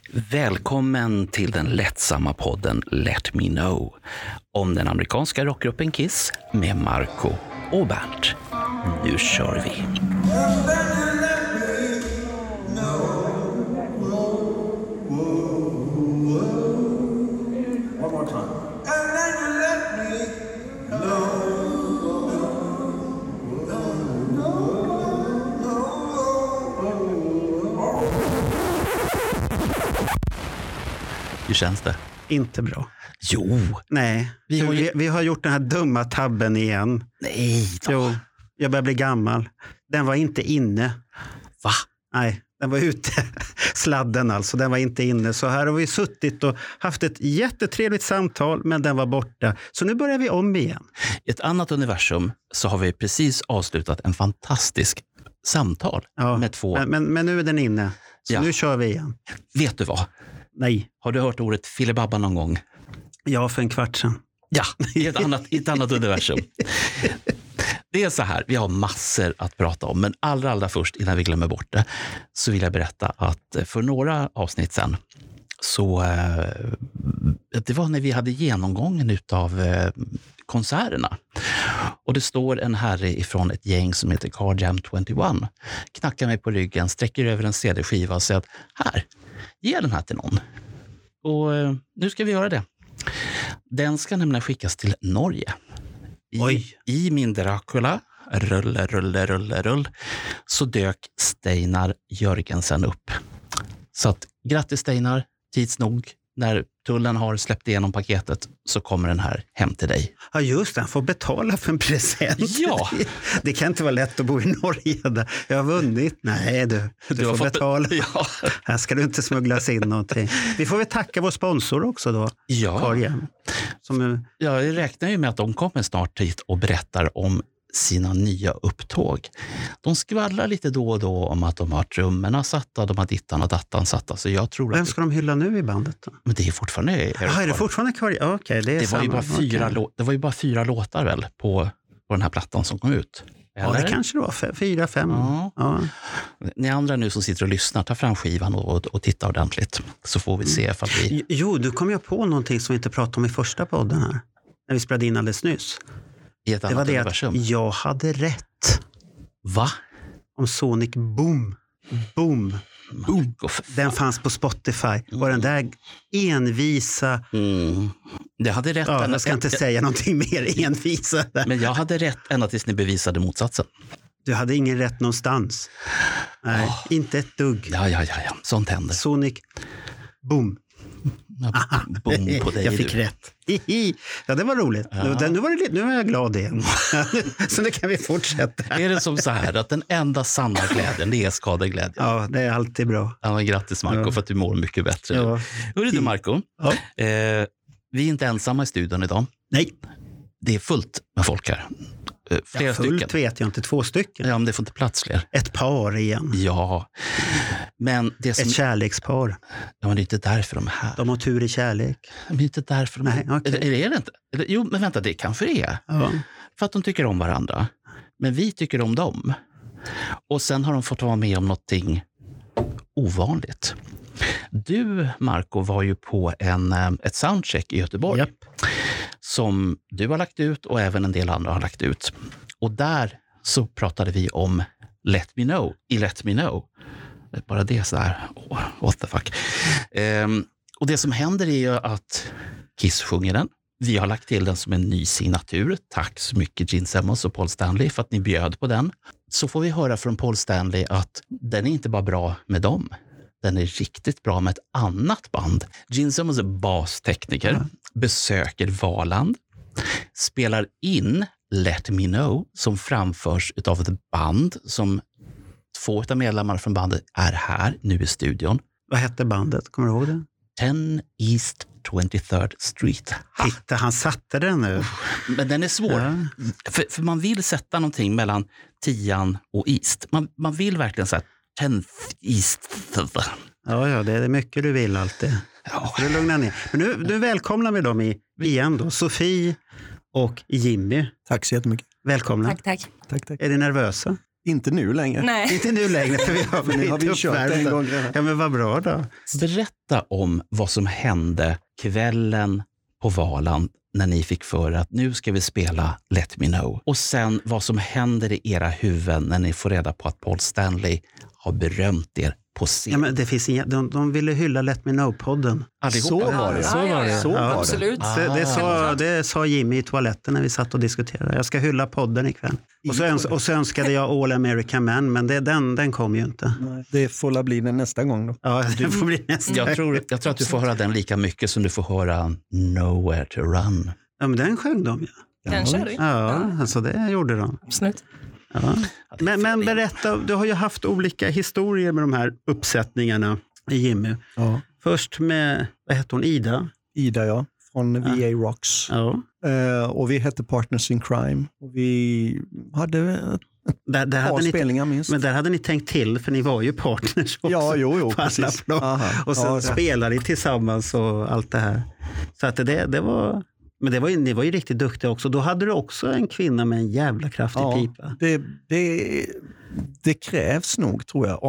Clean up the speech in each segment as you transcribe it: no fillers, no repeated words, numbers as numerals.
Välkommen till den lättsamma podden Let Me Know om den amerikanska rockgruppen Kiss med Marco och Bernt. Nu kör vi! Hur känns det? Inte bra. Jo. Nej, vi har gjort den här dumma tabben igen. Nej då. Jo, jag börjar bli gammal. Den var inte inne. Va? Nej, den var ute. Sladden alltså, den var inte inne. Så här har vi suttit och haft ett jättetrevligt samtal, men den var borta. Så nu börjar vi om igen. I ett annat universum så har vi precis avslutat en fantastisk samtal med två... Men nu är den inne. Så nu kör vi igen. Vet du vad? Nej. Har du hört ordet filibabba någon gång? Ja, för en kvart sedan. Ja, i ett annat universum. Det är så här, vi har massor att prata om. Men allra först, innan vi glömmer bort det, så vill jag berätta att för några avsnitt sedan så det var när vi hade genomgången utav konserterna. Och det står en herre ifrån ett gäng som heter Car Jam 21. Knackar mig på ryggen, sträcker över en CD-skiva och säger att här, ge den här till någon. Och nu ska vi göra det. Den ska nämligen skickas till Norge. I min Dracula, rull, så dök Steinar Jörgensen upp. Så att, grattis Steinar, tids nog. När tullen har släppt igenom paketet så kommer den här hem till dig. Ja just det, han får betala för en present. Ja. Det kan inte vara lätt att bo i Norge där. Jag har vunnit. Nej du får betala. Ja. Här ska du inte smugglas in någonting. Vi får väl tacka vår sponsor också då. Ja. Jag räknar ju med att de kommer snart hit och berättar om sina nya upptåg. De skvallrar lite då och då om att de har trummorna satta, de har dittan och dattan satta. Så jag tror vem ska de hylla nu i bandet då? Men det är fortfarande... är det fortfarande kvar? Ja, okej, det var ju bara fyra låtar väl på den här plattan som kom ut. Eller? Ja, det kanske det var 4-5. Ja. Ni andra nu som sitter och lyssnar, ta fram skivan och titta ordentligt. Så får vi se ifall vi... Jo, du kom jag på någonting som vi inte pratade om i första podden här. När vi spelade in alldeles nyss. Det var det att jag hade rätt. Va? Om Sonic Boom. Den fanns på Spotify. Och den där envisa... Jag hade rätt. Ja, jag ska inte säga någonting mer envisa. Men jag hade rätt ända tills ni bevisade motsatsen. Du hade ingen rätt någonstans. Nej, inte ett dugg. Ja. Sånt händer. Sonic Boom. Boom på dig. Jag fick rätt. Ja, det var roligt. Ja. Nu är jag glad igen. Så nu kan vi fortsätta. Är det som så här att den enda sanna glädjen, det är skadeglädjen? Ja, det är alltid bra. Ja, grattis Marco för att du mår mycket bättre. Ja. Hörru du Marco, vi är inte ensamma i studion idag. Nej. Det är fullt med folk här. Flera fullt stycken. Vet jag inte, 2 stycken. Ja, men det får inte plats fler. Ett par igen. Ja. Men det som... Ett kärlekspar. Ja, men det är inte därför de är här. De har tur i kärlek. Men det är inte därför de är här. Nej, okay. Är det inte? Jo, men vänta, det kanske det är. Ja. För att de tycker om varandra. Men vi tycker om dem. Och sen har de fått vara med om någonting ovanligt. Du, Marco, var ju på ett soundcheck i Göteborg. Yep. Som du har lagt ut och även en del andra har lagt ut. Och där så pratade vi om Let Me Know i Let Me Know. Bara det så här, what the fuck. Och det som händer är ju att Kiss sjunger den. Vi har lagt till den som en ny signatur. Tack så mycket Gene Simmons och Paul Stanley för att ni bjöd på den. Så får vi höra från Paul Stanley att den är inte bara bra med dem. Den är riktigt bra med ett annat band. Gene Simmons är bastekniker, besöker Valand, spelar in Let Me Know som framförs av ett band som 2 av medlemmar från bandet är här nu i studion. Vad hette bandet? Kommer du ihåg det? 10 East 23rd Street. Titta, han satte den nu. Men den är svår. Ja. För man vill sätta någonting mellan 10 och East. Man vill verkligen säga 10th East. Ja, det är mycket du vill alltid. Ja. För du lugnar ner. Men nu välkomnar vi dem igen då. Sofie och Jimmy. Tack så jättemycket. Välkomna. Tack. Är ni nervösa? Inte nu längre. Nej. Inte nu längre, för vi har kört en gång. Ja, men vad bra då. Berätta om vad som hände kvällen på Valand när ni fick för att nu ska vi spela Let Me Know. Och sen vad som händer i era huvuden när ni får reda på att Paul Stanley har berömt er på scen. Ja, men det finns de ville hylla Let Me Know-podden. Så var det. Så var det. Absolut. Det sa Jimmy i toaletten när vi satt och diskuterade. Jag ska hylla podden ikväll. Och så önskade jag All American Men, men den kom ju inte. Nej, det får bli den nästa gång då. Ja, det får bli nästa. Jag tror att du får höra den lika mycket som du får höra Nowhere to Run. Ja, men den sjöng de ju. Den kör du. Ja, alltså det gjorde de. Absolut. Ja. Men berätta, du har ju haft olika historier med de här uppsättningarna i Jimmy. Ja. Först med, vad heter hon, Ida? Ida, ja. Från VA Rocks. Ja. Och vi hette Partners in Crime. Och vi hade där hade spelningar minst. Men där hade ni tänkt till, för ni var ju partners också. Ja, jo, på alla precis. plan. Och sen spelade ni tillsammans och allt det här. Så att det var... Men ni var ju riktigt duktiga också. Då hade du också en kvinna med en jävla kraftig pipa. Det krävs nog, tror jag,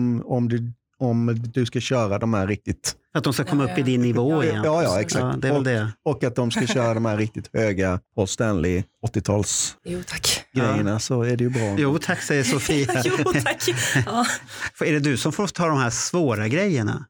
om du ska köra de här riktigt... Att de ska komma upp i din nivå igen. Ja, exakt. Ja, det är väl det. Och att de ska köra de här riktigt höga Paul Stanley 80-tals grejerna, så är det ju bra. Jo, tack, säger Sofia. Jo, tack. Ja. För är det du som får ta de här svåra grejerna?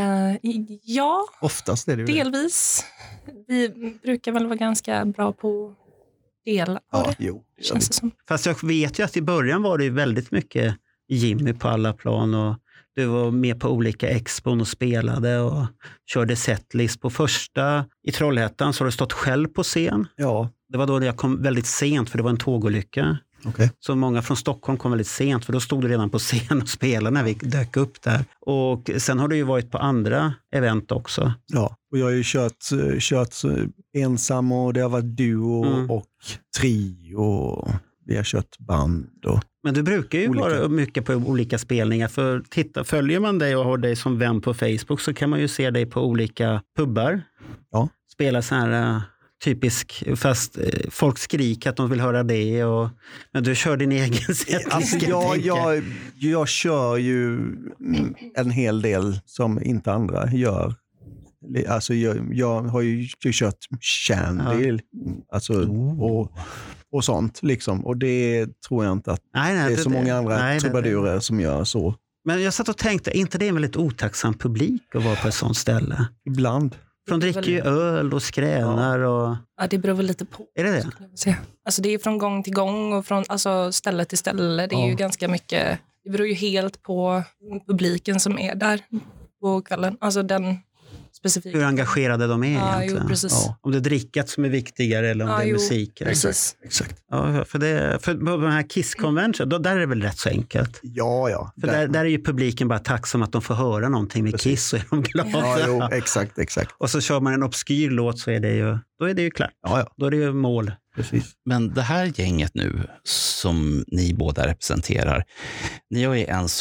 Ja, oftast är det ju delvis. Vi brukar väl vara ganska bra på delar av det. Jo, känns det som. Fast jag vet ju att i början var det ju väldigt mycket Jimmy på alla plan, och du var med på olika expon och spelade och körde setlist. På första i Trollhättan så har du stått själv på scen. Ja. Det var då jag kom väldigt sent, för det var en tågolycka. Okay. Så många från Stockholm kom väldigt sent, för då stod du redan på scen och spelade när vi dök upp där. Och sen har du ju varit på andra event också. Ja, och jag har ju kört ensam, och det har varit duo och trio, och vi har kört band. Men du brukar ju vara mycket på olika spelningar, för följer man dig och har dig som vän på Facebook så kan man ju se dig på olika pubbar. Ja. Spela så här typisk, fast folk skriker att de vill höra det, men du kör din egen sätt. Alltså, jag kör ju en hel del som inte andra gör. Alltså jag har ju kört Shandy och sånt liksom, och det tror jag inte att det är så många andra trubadurer som gör så. Men jag satt och tänkte, inte det är en väldigt otacksam publik att vara på ett sånt ställe? Ibland. För de dricker ju öl och skränar och... Ja, det beror väl lite på. Är det det? Alltså det är från gång till gång och från ställe till ställe. Det är ju ganska mycket... Det beror ju helt på publiken som är där på kvällen. Alltså den specifika... Hur engagerade de är egentligen. Jo, precis. Ja. Om det är drickat som är viktigare eller om det är musik. Exakt. Ja, för de här Kiss Convention, där är det väl rätt så enkelt. Ja. För där är ju publiken bara tacksam att de får höra någonting med Kiss, så är de glada. Ja, exakt. Och så kör man en obskyr låt, så är det ju klart. Ja. Då är det ju mål. Precis. Men det här gänget nu som ni båda representerar, ni har ju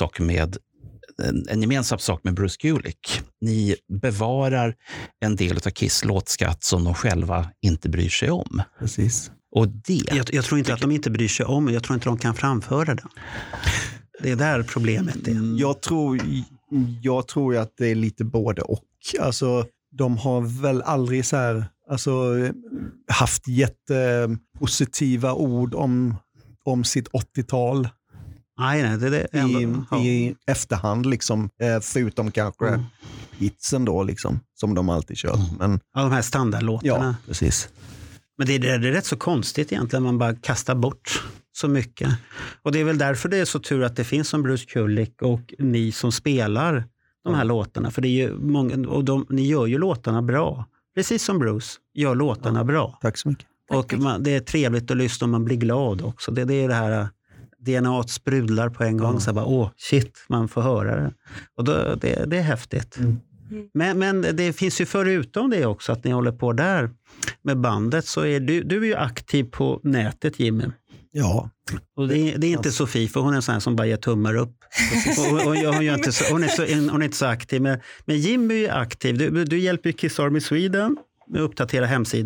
en gemensam sak med Bruce Kulick. Ni bevarar en del av Kiss låtskatt som de själva inte bryr sig om. Precis. Och jag tror inte att de inte bryr sig om, jag tror inte de kan framföra den. Det är där problemet är. Jag tror ju att det är lite både och. Alltså, de har väl aldrig så här, haft jättepositiva ord om sitt 80-tal. Nej, det är ändå, i efterhand liksom, förutom kanske hitsen då liksom, som de alltid kör. Men, de här standardlåtarna. Ja, precis. Men det är rätt så konstigt egentligen, man bara kastar bort så mycket. Och det är väl därför det är så tur att det finns som Bruce Kulick och ni som spelar de här låtarna. För det är ju många, och ni gör ju låtarna bra. Precis som Bruce gör låtarna bra. Tack så mycket. Och det är trevligt att lyssna och man blir glad också. Det är det här... DNA sprudlar på en gång, så bara, shit, man får höra det. Och det är häftigt. Men det finns ju förutom det också, att ni håller på där med bandet, så är du är ju aktiv på nätet, Jimmy. Ja. Och det är inte Sofie, för hon är en sån här som bara ger tummar upp. Hon är inte så aktiv. Men Jimmy är aktiv. Du hjälper Kiss Army Sweden med att uppdatera hemsidan.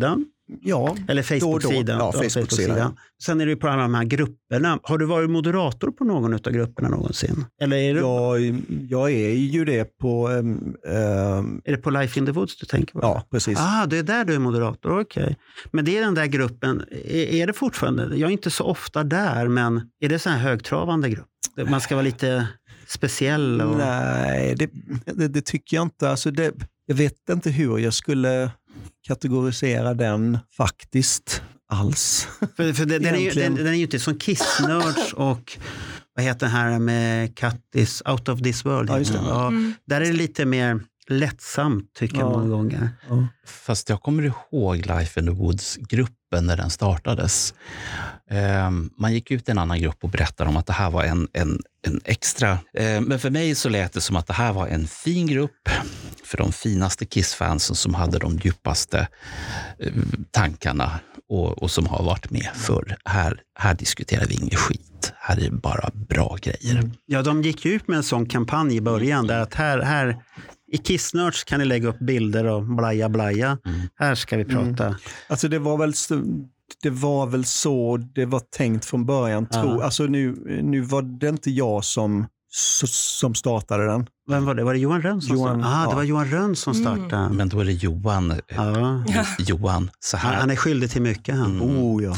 Ja. Eller Facebook-sidan. Ja, Facebook-sidan. Sen är det ju på alla de här grupperna. Har du varit moderator på någon av grupperna någonsin? Eller är du... Jag är ju det på... Är det på Life in the Woods du tänker på? Ja, precis. Det är där du är moderator, okej. Men det är den där gruppen, är det fortfarande? Jag är inte så ofta där, men är det så här högtravande grupp? Man ska vara lite speciell? Och... Nej, det tycker jag inte. Alltså jag vet inte hur jag skulle kategorisera den faktiskt alls. För den är ju inte som Kiss-nörds och vad heter det här med Kattis Out of this world. Ja, just det. Ja, där är det lite mer lättsamt tycker jag många gånger. Ja. Fast jag kommer ihåg Life in the Woods-gruppen när den startades. Man gick ut i en annan grupp och berättade om att det här var en extra... Men för mig så lät det som att det här var en fin grupp för de finaste Kiss-fansen som hade de djupaste tankarna och som har varit med för här diskuterar vi ingen skit. Här är det bara bra grejer. Ja, de gick ju ut med en sån kampanj i början där att här i Kiss-nörds kan ni lägga upp bilder och blaja. Här ska vi prata. Alltså det var väl så det var tänkt från början. Alltså nu var det inte jag som startade den. Vem var det? Var det Johan Rönn som startade? Det var Johan Rönn som startade. Men då är det Johan. Johan, så här. Han är skyldig till mycket. Ja.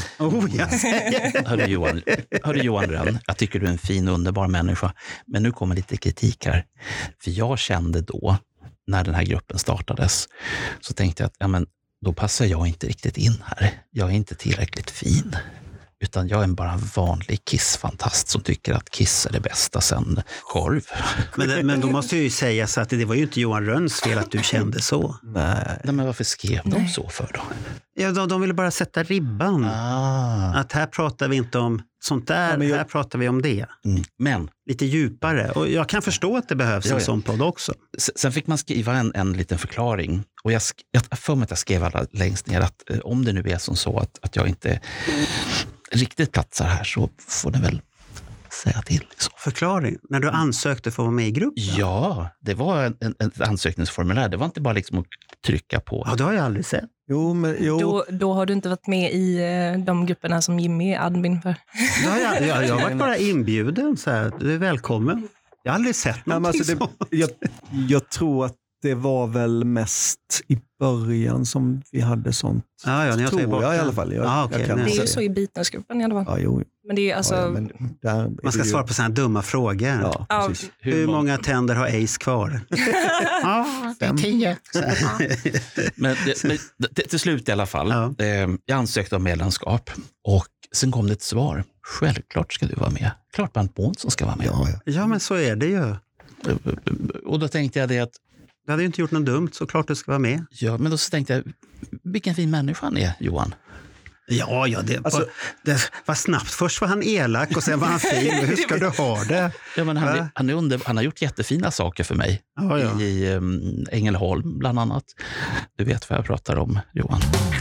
Hörru Johan Rönn, jag tycker du är en fin, underbar människa. Men nu kommer lite kritik här. För jag kände då, när den här gruppen startades, så tänkte jag att då passar jag inte riktigt in här. Jag är inte tillräckligt fin. Utan jag är bara en vanlig Kiss-fantast som tycker att Kiss är det bästa sen korv. Men då måste jag ju säga så att det var ju inte Johan Rönns fel att du kände så. Nej, men varför skrev de så för då? Ja, de ville bara sätta ribban. Att här pratar vi inte om sånt där, här pratar vi om det. Men lite djupare. Och jag kan förstå att det behövs en sån podd också. Sen fick man skriva en liten förklaring. Och jag för mig att jag skrev alla längst ner att om det nu är som så att jag inte riktigt platsar här så får ni väl säga till. Liksom. Förklaring? När du ansökte för att vara med i gruppen? Ja, det var ett ansökningsformulär. Det var inte bara liksom att trycka på. Ja, det har jag aldrig sett. Jo. Då har du inte varit med i de grupperna som Jimmy är admin för. Ja, jag har varit bara inbjuden. Så här. Du är välkommen. Jag har aldrig sett någonting så. Jag tror att det var väl mest i början som vi hade sånt. Ja, ni har tagit bort i alla fall. Det är ju så i Beatles-gruppen i alla fall. Ja, jo. Men det är ju alltså... man ska svara på sådana dumma frågor. Ja, hur många tänder har Ace kvar? Det är 10. men till slut i alla fall. Jag ansökte om medlemskap och sen kom det ett svar. Självklart ska du vara med. Klart Bernt Månsson ska vara med. Ja, men så är det ju. Och då tänkte jag det att du hade ju inte gjort något dumt, så klart du ska vara med. Ja, men då så tänkte jag, vilken fin människa han är, Johan. Ja, det var snabbt. Först var han elak och sen var han fin. Hur ska du ha det? Ja, men han har gjort jättefina saker för mig. I Ängelholm bland annat. Du vet vad jag pratar om, Johan.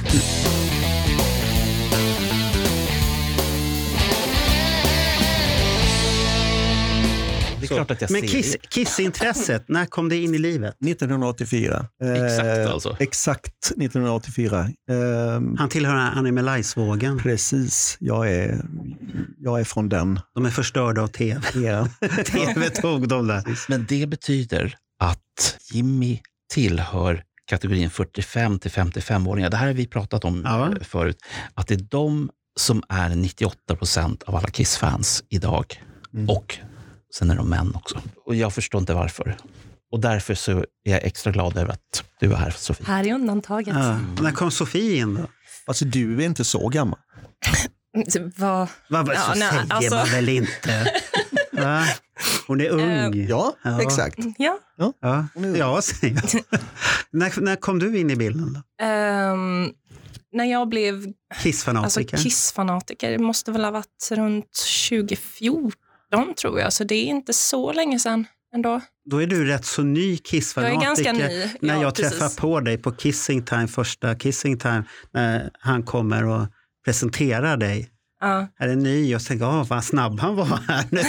Det är klart att jag men Kiss-intresset, när kom det in i livet? 1984. Exakt alltså. Exakt 1984. Han tillhör Animalize-vågen. Precis, jag är från den. De är förstörda av tv. Ja. TV tog dem där. Men det betyder att Jimmy tillhör kategorin 45 till 55-åringar. Det här har vi pratat om förut. Att det är de som är 98% av alla Kiss-fans idag. Och sen är de män också. Och jag förstår inte varför. Och därför så är jag extra glad över att du är här, Sofie. Här är undantaget. När kom Sofie in då? Alltså du är inte så gammal. Vad säger man väl inte? Hon är ung. Ja, exakt. Ja, säger jag. När kom du in i bilden då? När jag blev Kiss-fanatiker. Det måste väl ha varit runt 2014 tror jag. Så det är inte så länge sedan ändå. Då är du rätt så ny Kiss-fanatiker. Jag är ganska ny. När jag träffar på dig på Kissing Time, första Kissing Time, när han kommer och presenterar dig. Här är ny och tänker, vad snabb han var här nu.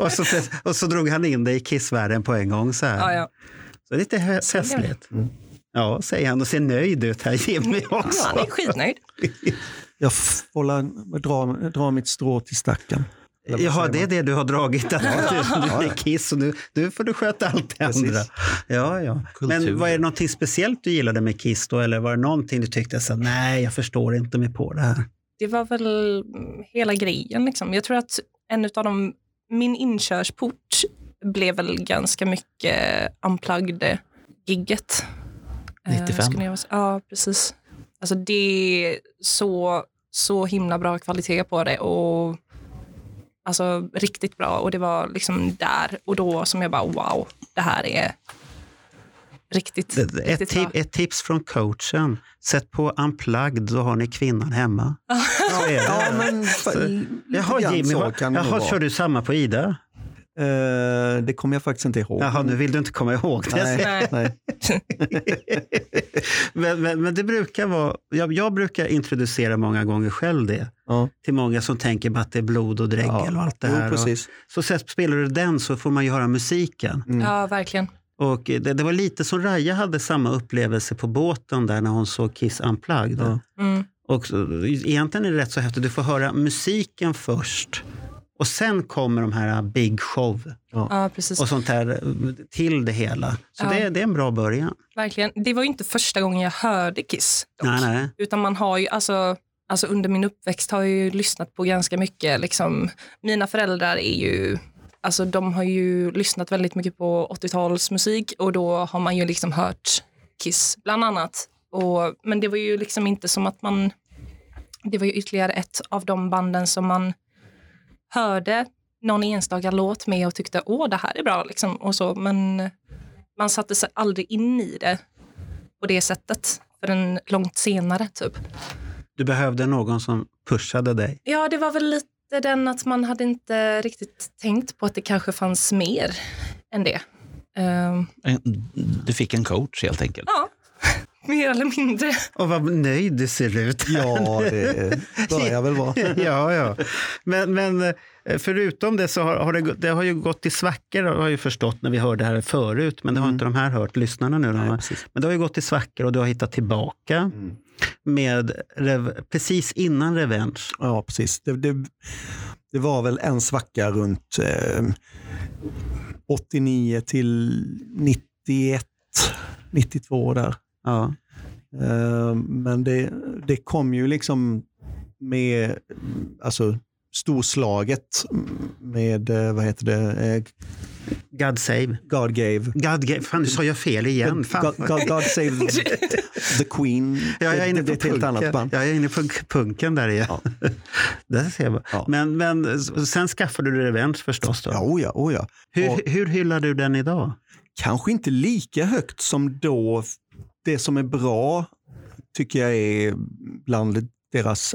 och så drog han in dig i Kiss-världen på en gång. Så här. Ja. Så lite hästligt. Ja, säger han och ser nöjd ut här. Jimmy också. Han är skitnöjd. Jag får dra mitt strå till stacken. Jaha, det är det du har dragit. Att du är Kiss och nu får du sköta allt det andra. Ja. Men var det någonting speciellt du gillade med Kiss då? Eller var det någonting du tyckte så nej, jag förstår inte mig på det här? Det var väl hela grejen liksom. Jag tror att min inkörsport blev väl ganska mycket unplugged gigget. 95? Ja, precis. Alltså det är så himla bra kvalitet på det och alltså riktigt bra. Och det var liksom där och då som jag bara wow, det här är riktigt bra. Ett tips från coachen. Sätt på unplugged, då har ni kvinnan hemma. Kör du samma på Ida? Det kommer jag faktiskt inte ihåg. Jaha, nu vill du inte komma ihåg det. Nej. men det brukar vara... Jag brukar introducera många gånger själv det. Ja. Till många som tänker bara att det är blod och drägg och allt det här. Precis. Så spelar du den så får man ju höra musiken. Ja, verkligen. Och det var lite som Raja hade samma upplevelse på båten där när hon såg Kiss Unplugged. Ja. Och egentligen är det rätt så häftigt. Du får höra musiken först. Och sen kommer de här big show precis. Och sånt här till det hela. Så det är en bra början. Verkligen. Det var ju inte första gången jag hörde Kiss. Nej. Utan man har ju, alltså under min uppväxt har jag ju lyssnat på ganska mycket. Liksom, mina föräldrar är ju, alltså de har ju lyssnat väldigt mycket på 80-talsmusik. Och då har man ju liksom hört Kiss bland annat. Men det var ju liksom inte som att det var ju ytterligare ett av de banden som man hörde någon enstaka låt med och tyckte det här är bra liksom och så, men man satte sig aldrig in i det på det sättet förrän långt senare typ. Du behövde någon som pushade dig? Ja, det var väl lite den att man hade inte riktigt tänkt på att det kanske fanns mer än det. Du fick en coach helt enkelt? Ja. Mer eller mindre. Och vad nöjd du ser ut. Ja, det börjar väl vara. Ja. Men förutom det så har det har ju gått i svackor, har jag ju förstått när vi hörde det här förut. Men det har inte de här hört, lyssnarna nu. Nej, men det har ju gått i svackor och du har hittat tillbaka med precis innan Revenge. Ja, precis. Det var väl en svacka runt 89 till 91, 92 där. Ja. Men det kom ju liksom med storslaget med vad heter det? God Save. God Gave. Fan, du sa jag fel igen. God Save the Queen. Ja, jag är inne på ett helt annat band. Jag är inne på punken där igen. Ja. Det ser jag. Ja. Men sen skaffade du Revenge förstås då? Oh ja. Hur hyllar du den idag? Kanske inte lika högt som då. Det som är bra tycker jag är bland deras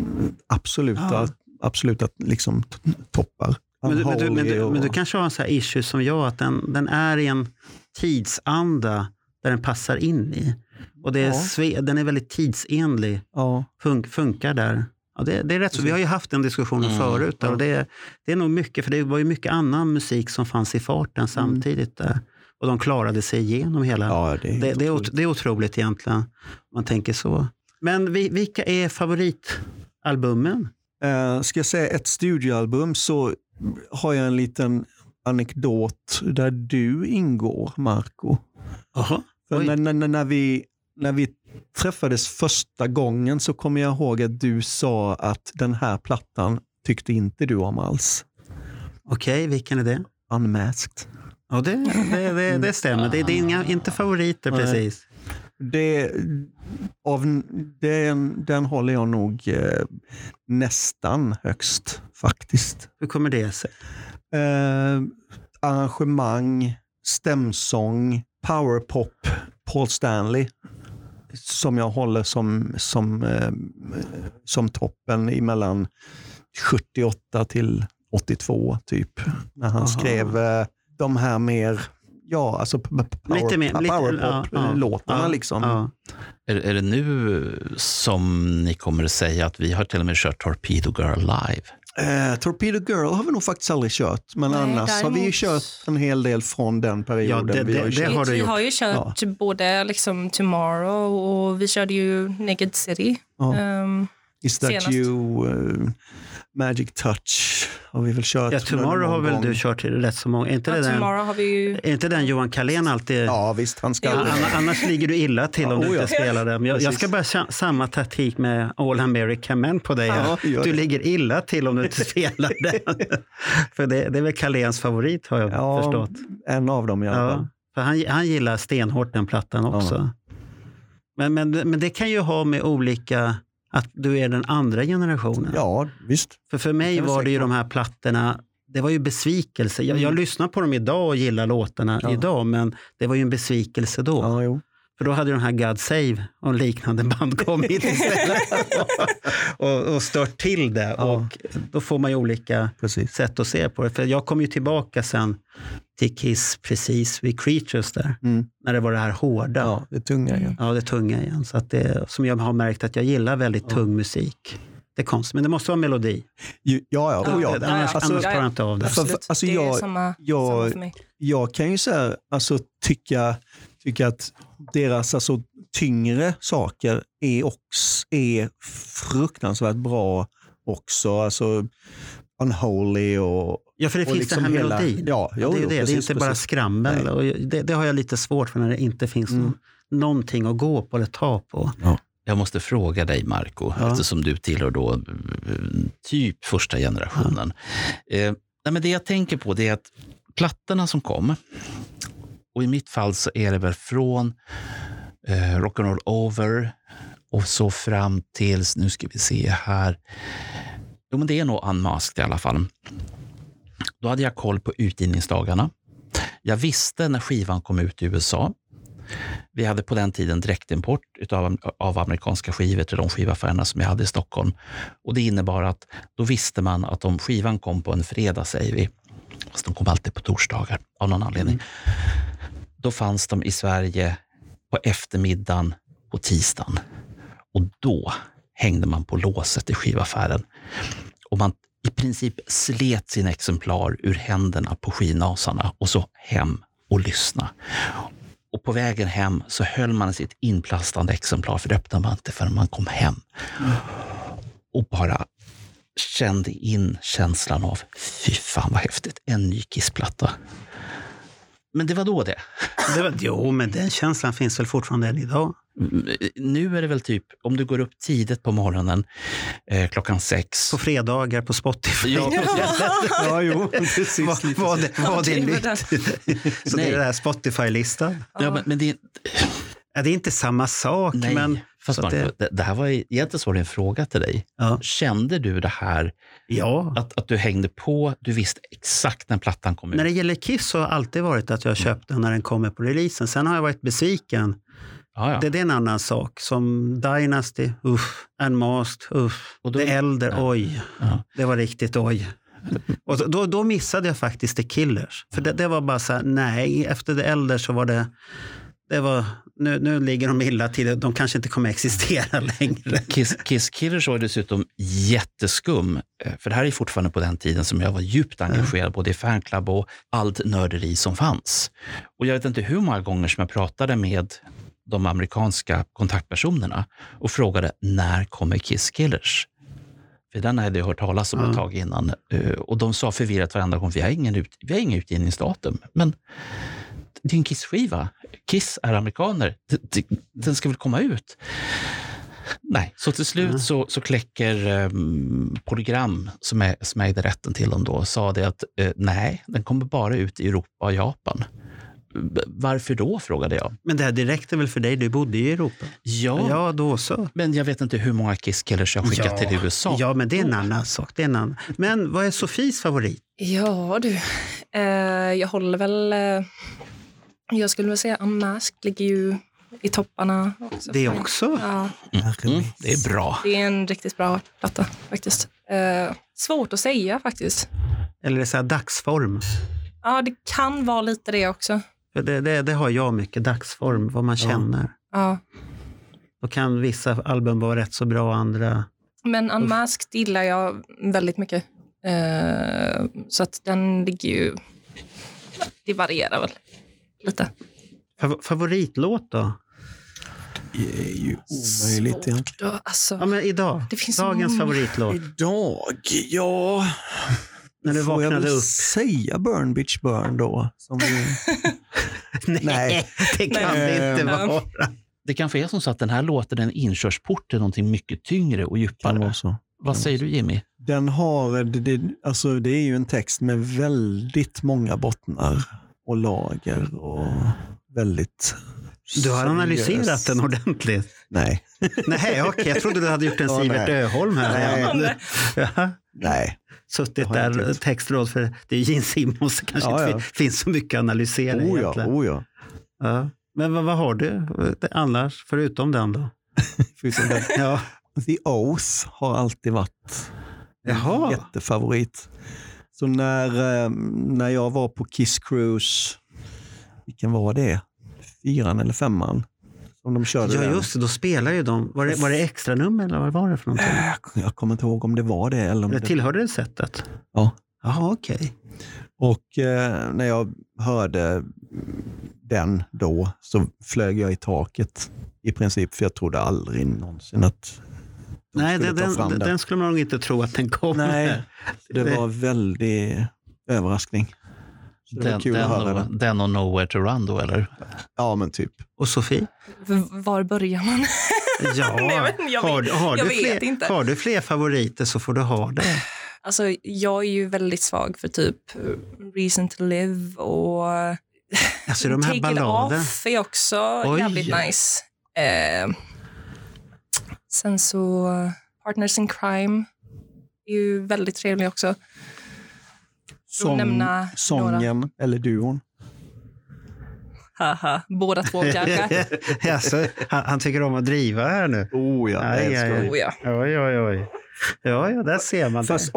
absoluta liksom toppar. Men du kanske har en sån här issue som jag, att den är i en tidsanda där den passar in i. Och den är väldigt tidsenlig. Ja. Funkar där. Ja, det är rätt så. Vi har ju haft den diskussionen förut. Och det är nog mycket, för det var ju mycket annan musik som fanns i farten samtidigt där. Och de klarade sig igenom hela. Ja, det är otroligt egentligen. Man tänker så. Men vilka är favoritalbumen? Ska jag säga ett studioalbum så har jag en liten anekdot där du ingår, Marco. Aha. För när vi träffades första gången så kommer jag ihåg att du sa att den här plattan tyckte inte du om alls. Okej, vilken är det? Unmasked. Ja, det stämmer. Det är inte favoriter precis. Den håller jag nog nästan högst faktiskt. Hur kommer det sig? Arrangemang, stämsång, powerpop, Paul Stanley som jag håller som toppen emellan 78 till 82 typ. När han skrev de här mer powerpop-låtarna liksom. Ja. Är det nu som ni kommer att säga att vi har till och med kört Torpedo Girl live? Torpedo Girl har vi nog faktiskt aldrig kört. Men Nej, annars har vi ju kört en hel del från den perioden. Ja, Vi har ju kört både liksom Tomorrow och vi körde ju Naked City. Ja. Is That senast. You, Magic Touch har vi väl kört. Ja, Tomorrow har väl du kört till rätt så många. Inte Tomorrow har vi ju... Är inte den Johan Carlén alltid... Ja, visst. Han ska... Annars ligger du illa till om du ja. inte spelar den. Jag ska bara samma taktik med All American Men på dig. Ja, Du ligger illa till om du inte spelar den. För det är väl Carléns favorit har jag förstått. En av dem i alla fall. För han gillar stenhårt den plattan också. Ja. Men det kan ju ha med olika... Att du är den andra generationen. Ja, visst. För mig var det ju de här plattorna, det var ju besvikelse. Jag lyssnar på dem idag och gillar låtarna idag, men det var ju en besvikelse då. Ja, jo. För då hade de här God Save och liknande band kommit istället och stört till det. Ja. Och då får man ju olika sätt att se på det. För jag kom ju tillbaka sen till Kiss precis vid Creatures där. När det var det här hårda. Ja, det tunga igen. Ja, det tunga igen. Så att det, som jag har märkt att jag gillar väldigt tung musik. Det är konstigt, men det måste vara melodi. Annars tar jag inte av det. Alltså, det är samma för mig. Jag kan ju säga, alltså, tycka att deras alltså, tyngre saker är fruktansvärt bra också. Alltså Unholy och... Ja, för det finns liksom den här melodin. Ja, det är inte bara skrammel. Och det har jag lite svårt för när det inte finns någonting att gå på eller ta på. Ja. Jag måste fråga dig, Marco, eftersom du tillhör då typ första generationen. Men det jag tänker på det är att plattorna som kom, och i mitt fall så är det väl från Rock'n'Roll Over och så fram tills, nu ska vi se här, jo men det är nog Unmasked i alla fall. Då hade jag koll på utgivningsdagarna. Jag visste när skivan kom ut i USA. Vi hade på den tiden direktimport av amerikanska skivor till de skivaffärerna som jag hade i Stockholm. Och det innebar att då visste man att om skivan kom på en fredag, säger vi, fast de kom alltid på torsdagar av någon anledning. Då fanns de i Sverige på eftermiddagen på tisdagen. Och då hängde man på låset i skivaffären. Och man i princip slet sin exemplar ur händerna på skivnasarna och så hem och lyssna. Och på vägen hem så höll man sitt inplastande exemplar, för det öppnade man inte förrän man kom hem. Och bara kände in känslan av, fy fan vad häftigt, en ny Kiss-platta. Men det var då det. Jo, men den känslan finns väl fortfarande än idag. Nu är det väl typ, om du går upp tidigt på morgonen, klockan 6. På fredagar på Spotify. Ja, jo. Precis. Vad det är nytt. Så det är den här Spotify-listan. Ja, men det är inte samma sak. Nej, men fast Marco, det här var egentligen så en fråga till dig. Ja. Kände du det här? Ja. Att du hängde på, du visste exakt när plattan kom ut? När det gäller Kiss har det alltid varit att jag köpte den när den kommer på releasen. Sen har jag varit besviken. Ja. Det är en annan sak. Som Dynasty, Unmasked, och då, The Elder, oj. Ja. Det var riktigt oj. Och då missade jag faktiskt The Killers. För det var bara så här, nej, efter The Elder så var det var, nu ligger de illa till, de kanske inte kommer existera längre. Kiss Killers var dessutom jätteskum, för det här är fortfarande på den tiden som jag var djupt engagerad både i fanclub och allt nörderi som fanns. Och jag vet inte hur många gånger som jag pratade med de amerikanska kontaktpersonerna och frågade, när kommer Kiss Killers? För den hade jag hört talas om ett tag innan. Och de sa förvirrat varenda gång, vi har inga utgivningsdatum. Men det är en Kiss-skiva. Kiss är amerikaner. Den ska väl komma ut? Nej, så till slut så kläcker Polygram, som ägde rätten till dem då, sa det att nej, den kommer bara ut i Europa och Japan. Varför då, frågade jag. Men det här direkt är väl för dig, du bodde i Europa. Ja, då så. Men jag vet inte hur många Kiss Killers jag skickat till USA. Ja, men det är en annan sak. Det är en annan. Men vad är Sofies favorit? Ja, du. Jag håller väl... jag skulle väl säga Unmasked ligger ju i topparna också. Det också? Ja. Det är bra. Det är en riktigt bra platta, faktiskt. Svårt att säga, faktiskt. Eller är det så här dagsform? Ja, det kan vara lite det också. För det har jag mycket, dagsform, vad man känner. Ja. Då kan vissa album vara rätt så bra, andra... Men Unmasked gillar jag väldigt mycket. Så att den ligger ju... Det varierar väl lite. Favoritlåt då? Det är ju omöjligt egentligen. Alltså, Ja, men idag. det finns Dagens favoritlåt. Idag, ja... När du får jag vaknade väl upp. säga Burn Bitch Burn då? Som vi... Nej. Det kan det inte vara. Det kanske är som så att den här låten är en inkörsport till någonting mycket tyngre och Kan djupare. vara så. Vad säger du, Jimmy? Den har, alltså det är ju en text med väldigt många bottnar och lager och väldigt... Du har analyserat seriös. den ordentligt. Nej. Nej, okej. Jag trodde du hade gjort en Ja, Sivert nej. Öholm här. Nej. Ja. Nej. Suttit Det har jag där inte. textråd för det är Gene Simmons. Det kanske Ja, inte finns så mycket att analysera egentligen. Oh ja. Ja. Men vad har du annars förutom den då? Förutom den. Ja. The Oath har alltid varit en Jaha. jättefavorit. Så när jag var på Kiss Cruise, vilken var det? 4:an eller 5:an? Som de körde Ja, den. just det. Då spelar ju de. Var det extra nummer eller vad var det för någonting? Jag kommer inte ihåg om det var det. Eller om Det tillhörde det sättet? Ja. Jaha, okej. Och när jag hörde den då så flög jag i taket i princip, för jag trodde aldrig någonsin att de Nej, skulle ta fram den skulle man nog inte tro att den kom. Nej, det var väldigt överraskning. Så det var kul att höra den. Den och Nowhere to Run då, eller? Ja, men typ. Och Sofie? Var börjar man? Ja, Nej, men har du fler favoriter så får du ha det. Alltså, jag är ju väldigt svag för typ Reason to Live och Alltså de här Take It balladen. Off är också Oj. jävligt nice. Sen så Partners in Crime är ju väldigt trevlig också. Nämna Sången eller duon. Haha, båda två kanske. Alltså, han tycker om att driva här nu. Oh ja, Aj, älskar aj, det. Oh, ja. Oj. Ja, där ser man. Fast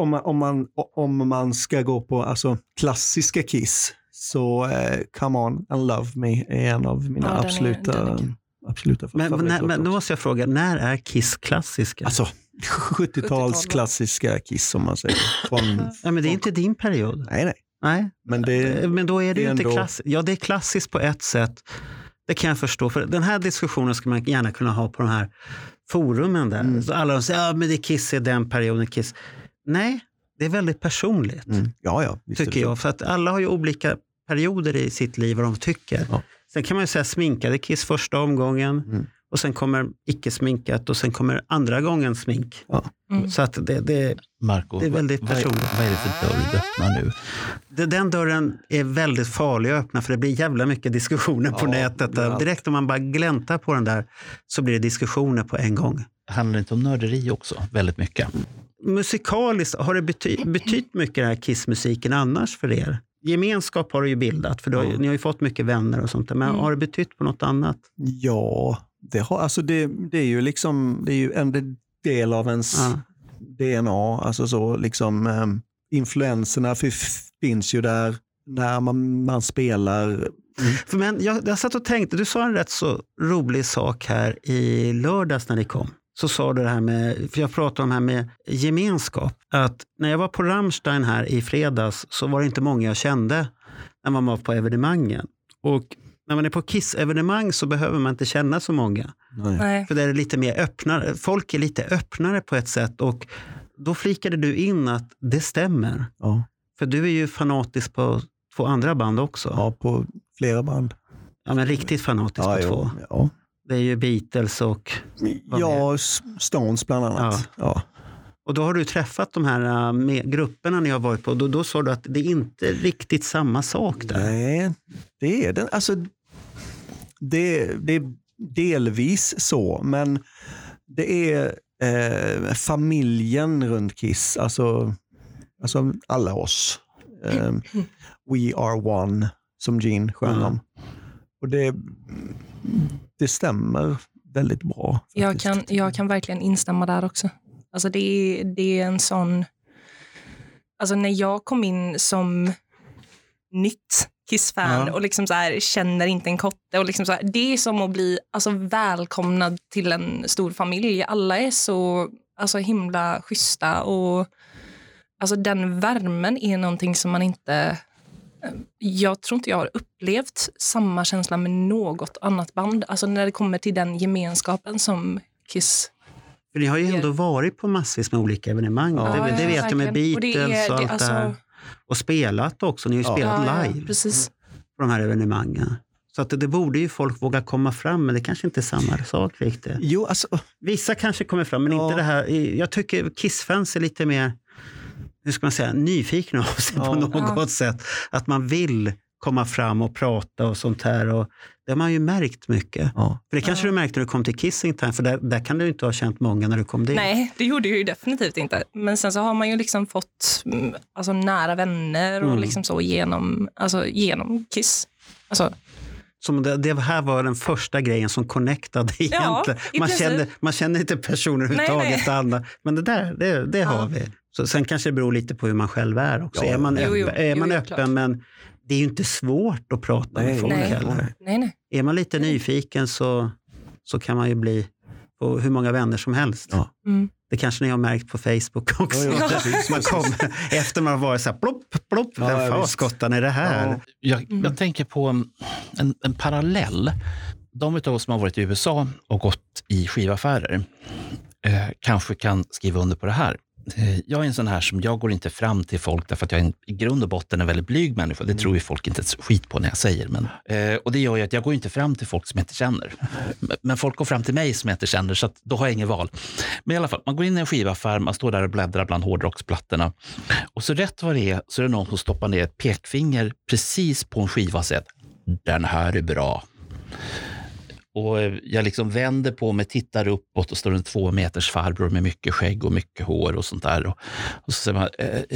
om man ska gå på alltså, klassiska Kiss, så Come On and Love Me är en av mina Ja, den är absoluta favoriter. Men då måste jag fråga, när är Kiss klassiska? Alltså 70-tals klassiska Kiss, som man säger. Ja, men det är inte din period. Nej. Nej. Men då är det ju inte ändå... klassiskt. Ja, det är klassiskt på ett sätt. Det kan jag förstå. För den här diskussionen ska man gärna kunna ha på de här forumen där. Så alla säger, men det är Kiss i den perioden. Kiss. Nej, det är väldigt personligt. Ja, visst tycker jag. För att alla har ju olika perioder i sitt liv vad de tycker. Ja. Sen kan man ju säga sminkade Kiss första omgången. Och sen kommer icke-sminkat och sen kommer andra gången smink. Ja. Så att det Marco, det är väldigt personligt. Vad är det för dörr du öppnar nu? Den dörren är väldigt farlig att öppna, för det blir jävla mycket diskussioner på nätet. Direkt om man bara gläntar på den där så blir det diskussioner på en gång. Handlar det inte om nörderi också? Väldigt mycket. Musikaliskt, har det betytt mycket den här Kiss-musiken annars för er? Gemenskap har du ju bildat, för ni har ju fått mycket vänner och sånt där. Men har det betytt på något annat? Ja, det har, alltså det är ju liksom, det är ju en del av ens DNA, alltså så liksom influenserna finns ju där när man spelar. Men jag satt och tänkte, du sa en rätt så rolig sak här i lördags när ni kom. Så sa du det här med, för jag pratade om det här med gemenskap, att när jag var på Rammstein här i fredags så var det inte många jag kände när man var på evenemangen. Och när man är på Kiss-evenemang så behöver man inte känna så många. Nej. För det är lite mer öppnare. Folk är lite öppnare på ett sätt, och då flikade du in att det stämmer. Ja. För du är ju fanatisk på 2 andra band också. Ja, på flera band. Ja, men riktigt fanatisk på 2. Ja. Det är ju Beatles och... Stones bland annat. Ja. Och då har du träffat de här grupperna ni har varit på. Då sa du att det är inte riktigt samma sak där. Nej, det är det. Alltså, det är delvis så, men det är familjen runt Kiss. Alltså alla oss. We are one, som Gene sjöng om. Och det stämmer väldigt bra. Jag kan verkligen instämma där också. Alltså det är en sån... Alltså när jag kom in som nytt Kiss-fan och liksom så här, känner inte en kotte och liksom så här, det är som att bli alltså välkomnad till en stor familj. Alla är så alltså himla schyssta och alltså den värmen är någonting som man inte... Jag tror inte jag har upplevt samma känsla med något annat band. Alltså när det kommer till den gemenskapen som Kiss. För ni har ju ändå varit på massvis med olika evenemang. Ja, det vet jag med Beatles och allt alltså... det här. Och spelat också. Ni har ju spelat live precis. på de här evenemangen. Så att det borde ju folk våga komma fram, men det kanske inte är samma sak riktigt. Jo, alltså... Vissa kanske kommer fram, men inte det här. Jag tycker Kiss-fans är lite mer, hur ska man säga, nyfikna av sig på något sätt. Att man vill komma fram och prata och sånt här. Och det har man ju märkt mycket. Ja. För det kanske du märkte när du kom till Kissing Time, för där kan du inte ha känt många när du kom dit. Nej, det gjorde jag ju definitivt inte. Men sen så har man ju liksom fått alltså, nära vänner och liksom så genom Kiss. Alltså... Som det här var den första grejen som connectade egentligen. Man känner inte personer överhuvudtaget. Men det har vi. Så sen kanske det beror lite på hur man själv är också. Är man öppen, men det är ju inte svårt att prata med folk heller. Nej. Är man lite nyfiken så kan man ju bli på hur många vänner som helst. Ja. Mm. Det kanske ni har märkt på Facebook också. Man kommer, efter man har varit så här plopp, vem skottan är det här? Ja. Jag tänker på en parallell. De av oss som har varit i USA och gått i skivaffärer kanske kan skriva under på det här. Jag är en sån här som, jag går inte fram till folk därför att jag är i grund och botten en väldigt blyg människa. Det tror ju folk inte ett skit på när jag säger. Men, och det gör ju att jag går inte fram till folk som jag inte känner. Men folk går fram till mig som jag inte känner, så att då har jag ingen val. Men i alla fall, man går in i en skivaffär, man står där och bläddrar bland hårdrocksplattorna. Och så rätt vad det är så är det någon som stoppar ner ett pekfinger precis på en skiva och säger: den här är bra. Och jag liksom vänder på mig, tittar uppåt och står en 2 meters farbror med mycket skägg och mycket hår och sånt där. Och så säger man,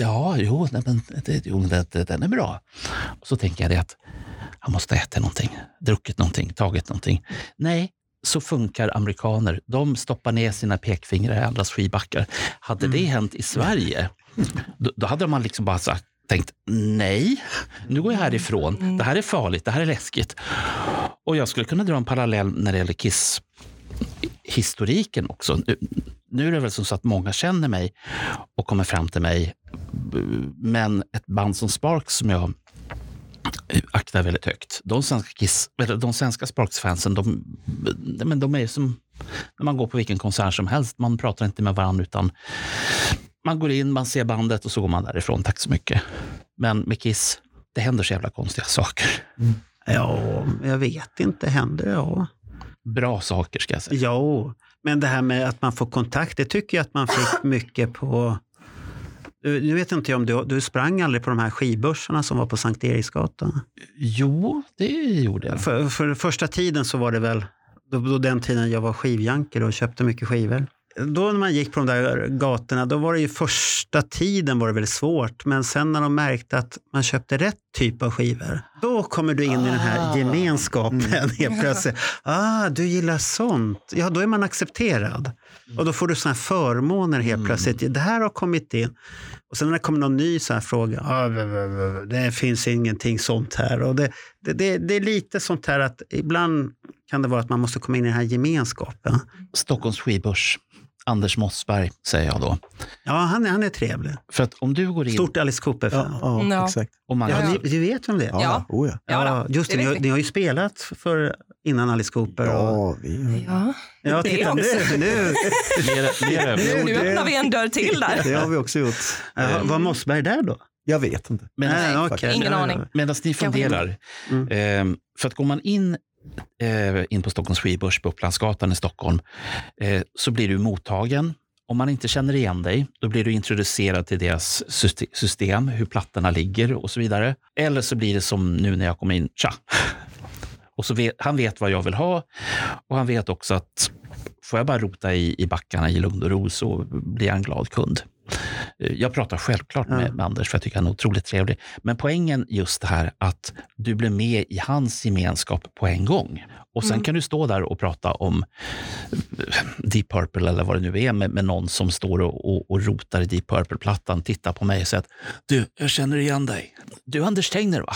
den är bra. Och så tänker jag det att han måste äta någonting, druckit någonting, tagit någonting. Nej, så funkar amerikaner. De stoppar ner sina pekfingrar i andras skivbackar. Hade det hänt i Sverige, då hade man liksom bara tänkt, nej, nu går jag härifrån. Det här är farligt, det här är läskigt. Och jag skulle kunna dra en parallell när det gäller Kiss-historiken också. Nu är det väl så att många känner mig och kommer fram till mig. Men ett band som Sparks som jag aktar väldigt högt. De svenska Sparks-fansen, de är som när man går på vilken konsert som helst. Man pratar inte med varandra utan man går in, man ser bandet och så går man därifrån. Tack så mycket. Men med Kiss, det händer så jävla konstiga saker. Ja, jag vet inte. Händer det? Bra saker ska jag säga. Ja, men det här med att man får kontakt, det tycker jag att man fick mycket på... Nu vet inte om du sprang aldrig på de här skivbörsarna som var på Sankt Eriksgatan. Jo, det gjorde jag. För första tiden så var det väl, då den tiden jag var skivjankare och köpte mycket skivor. Då när man gick på de där gatorna, då var det ju första tiden var det väl svårt. Men sen när de märkte att man köpte rätt typ av skivor, då kommer du in i den här gemenskapen helt plötsligt. Du gillar sånt. Ja, då är man accepterad. Och då får du såna här förmåner helt plötsligt. Det här har kommit in. Och sen när det kommer någon ny så här fråga, det finns ingenting sånt här. Och det är lite sånt här att ibland kan det vara att man måste komma in i den här gemenskapen. Stockholms skivbörs. Anders Mossberg, säger jag då. Ja, han är trevlig. För att om du går in... Stort Alice Cooper-fan. Ja, exakt. Och man du vet om det? Ja. Just det, ni har ju spelat för innan Alice Cooper. Ja, titta nu. Nu öppnar vi en dör till där. Det har vi också gjort. Var Mossberg där då? Jag vet inte. Ingen aning. Medan ni funderar. För att går man in på Stockholms skivbörs på Upplandsgatan i Stockholm så blir du mottagen. Om man inte känner igen dig, då blir du introducerad till deras system, hur plattorna ligger och så vidare. Eller så blir det som nu när jag kommer in, tja. Och så han vet vad jag vill ha och han vet också att får jag bara rota i backarna i lugn och ro så blir jag en glad kund. Jag pratar självklart med Anders för jag tycker han är otroligt trevlig. Men poängen just det här att du blir med i hans gemenskap på en gång. Och sen kan du stå där och prata om Deep Purple eller vad det nu är med någon som står och rotar i Deep Purple-plattan, tittar på mig och säger att du, jag känner igen dig. Du är Anders Tegner, va?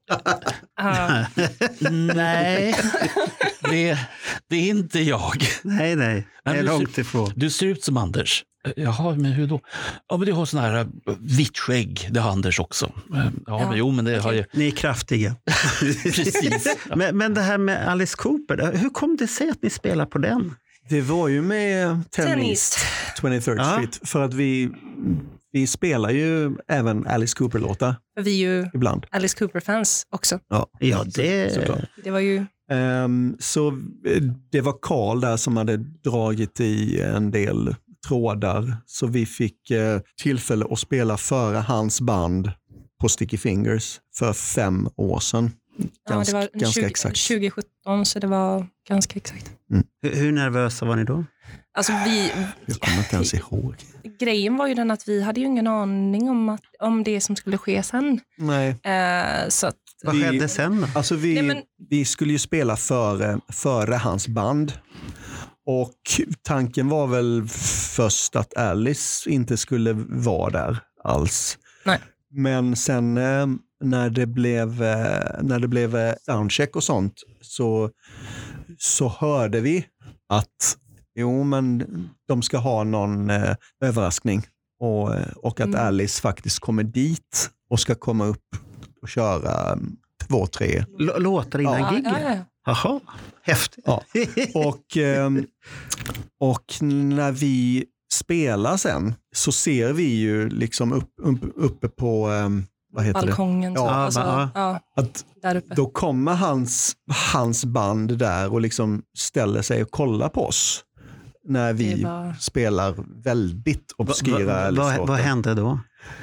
Nej, det är inte jag. Nej, det är långt ifrån. Du ser ut som Anders. Jaha, men hur då? Ja, men det har sån här vitt skägg, det har Anders också. Ja. Men jo, men det har ju... Ni är kraftiga. Precis. Men det här med Alice Cooper, hur kom det sig att ni spelar på den? Det var ju med 10 East 23rd Street. För att vi spelar ju även Alice Cooper-låtar. Vi är ju ibland. Alice Cooper-fans också. Ja, det var ju... Så det var Carl där som hade dragit i en del trådar. Så vi fick tillfälle att spela före hans band på Sticky Fingers för 5 år sedan. Det var ganska exakt. 2017, så det var ganska exakt. Hur nervösa var ni då? Alltså jag kommer inte ens ihåg. Grejen var ju den att vi hade ju ingen aning om det som skulle ske sen. Nej. Så att, vad skedde sen då? Alltså vi skulle ju spela före hans band. Och tanken var väl först att Alice inte skulle vara där alls. Nej. Men sen när det blev soundcheck och sånt så hörde vi att men de ska ha någon överraskning och att Alice faktiskt kommer dit och ska komma upp och köra 2-3 låtar innan gigget. Jaha, häftigt. Ja. Och när vi spelar sen så ser vi ju liksom uppe på vad heter balkongen. det? Att där uppe. Då kommer hans band där och liksom ställer sig och kollar på oss när vi spelar väldigt obskyra vad hände då?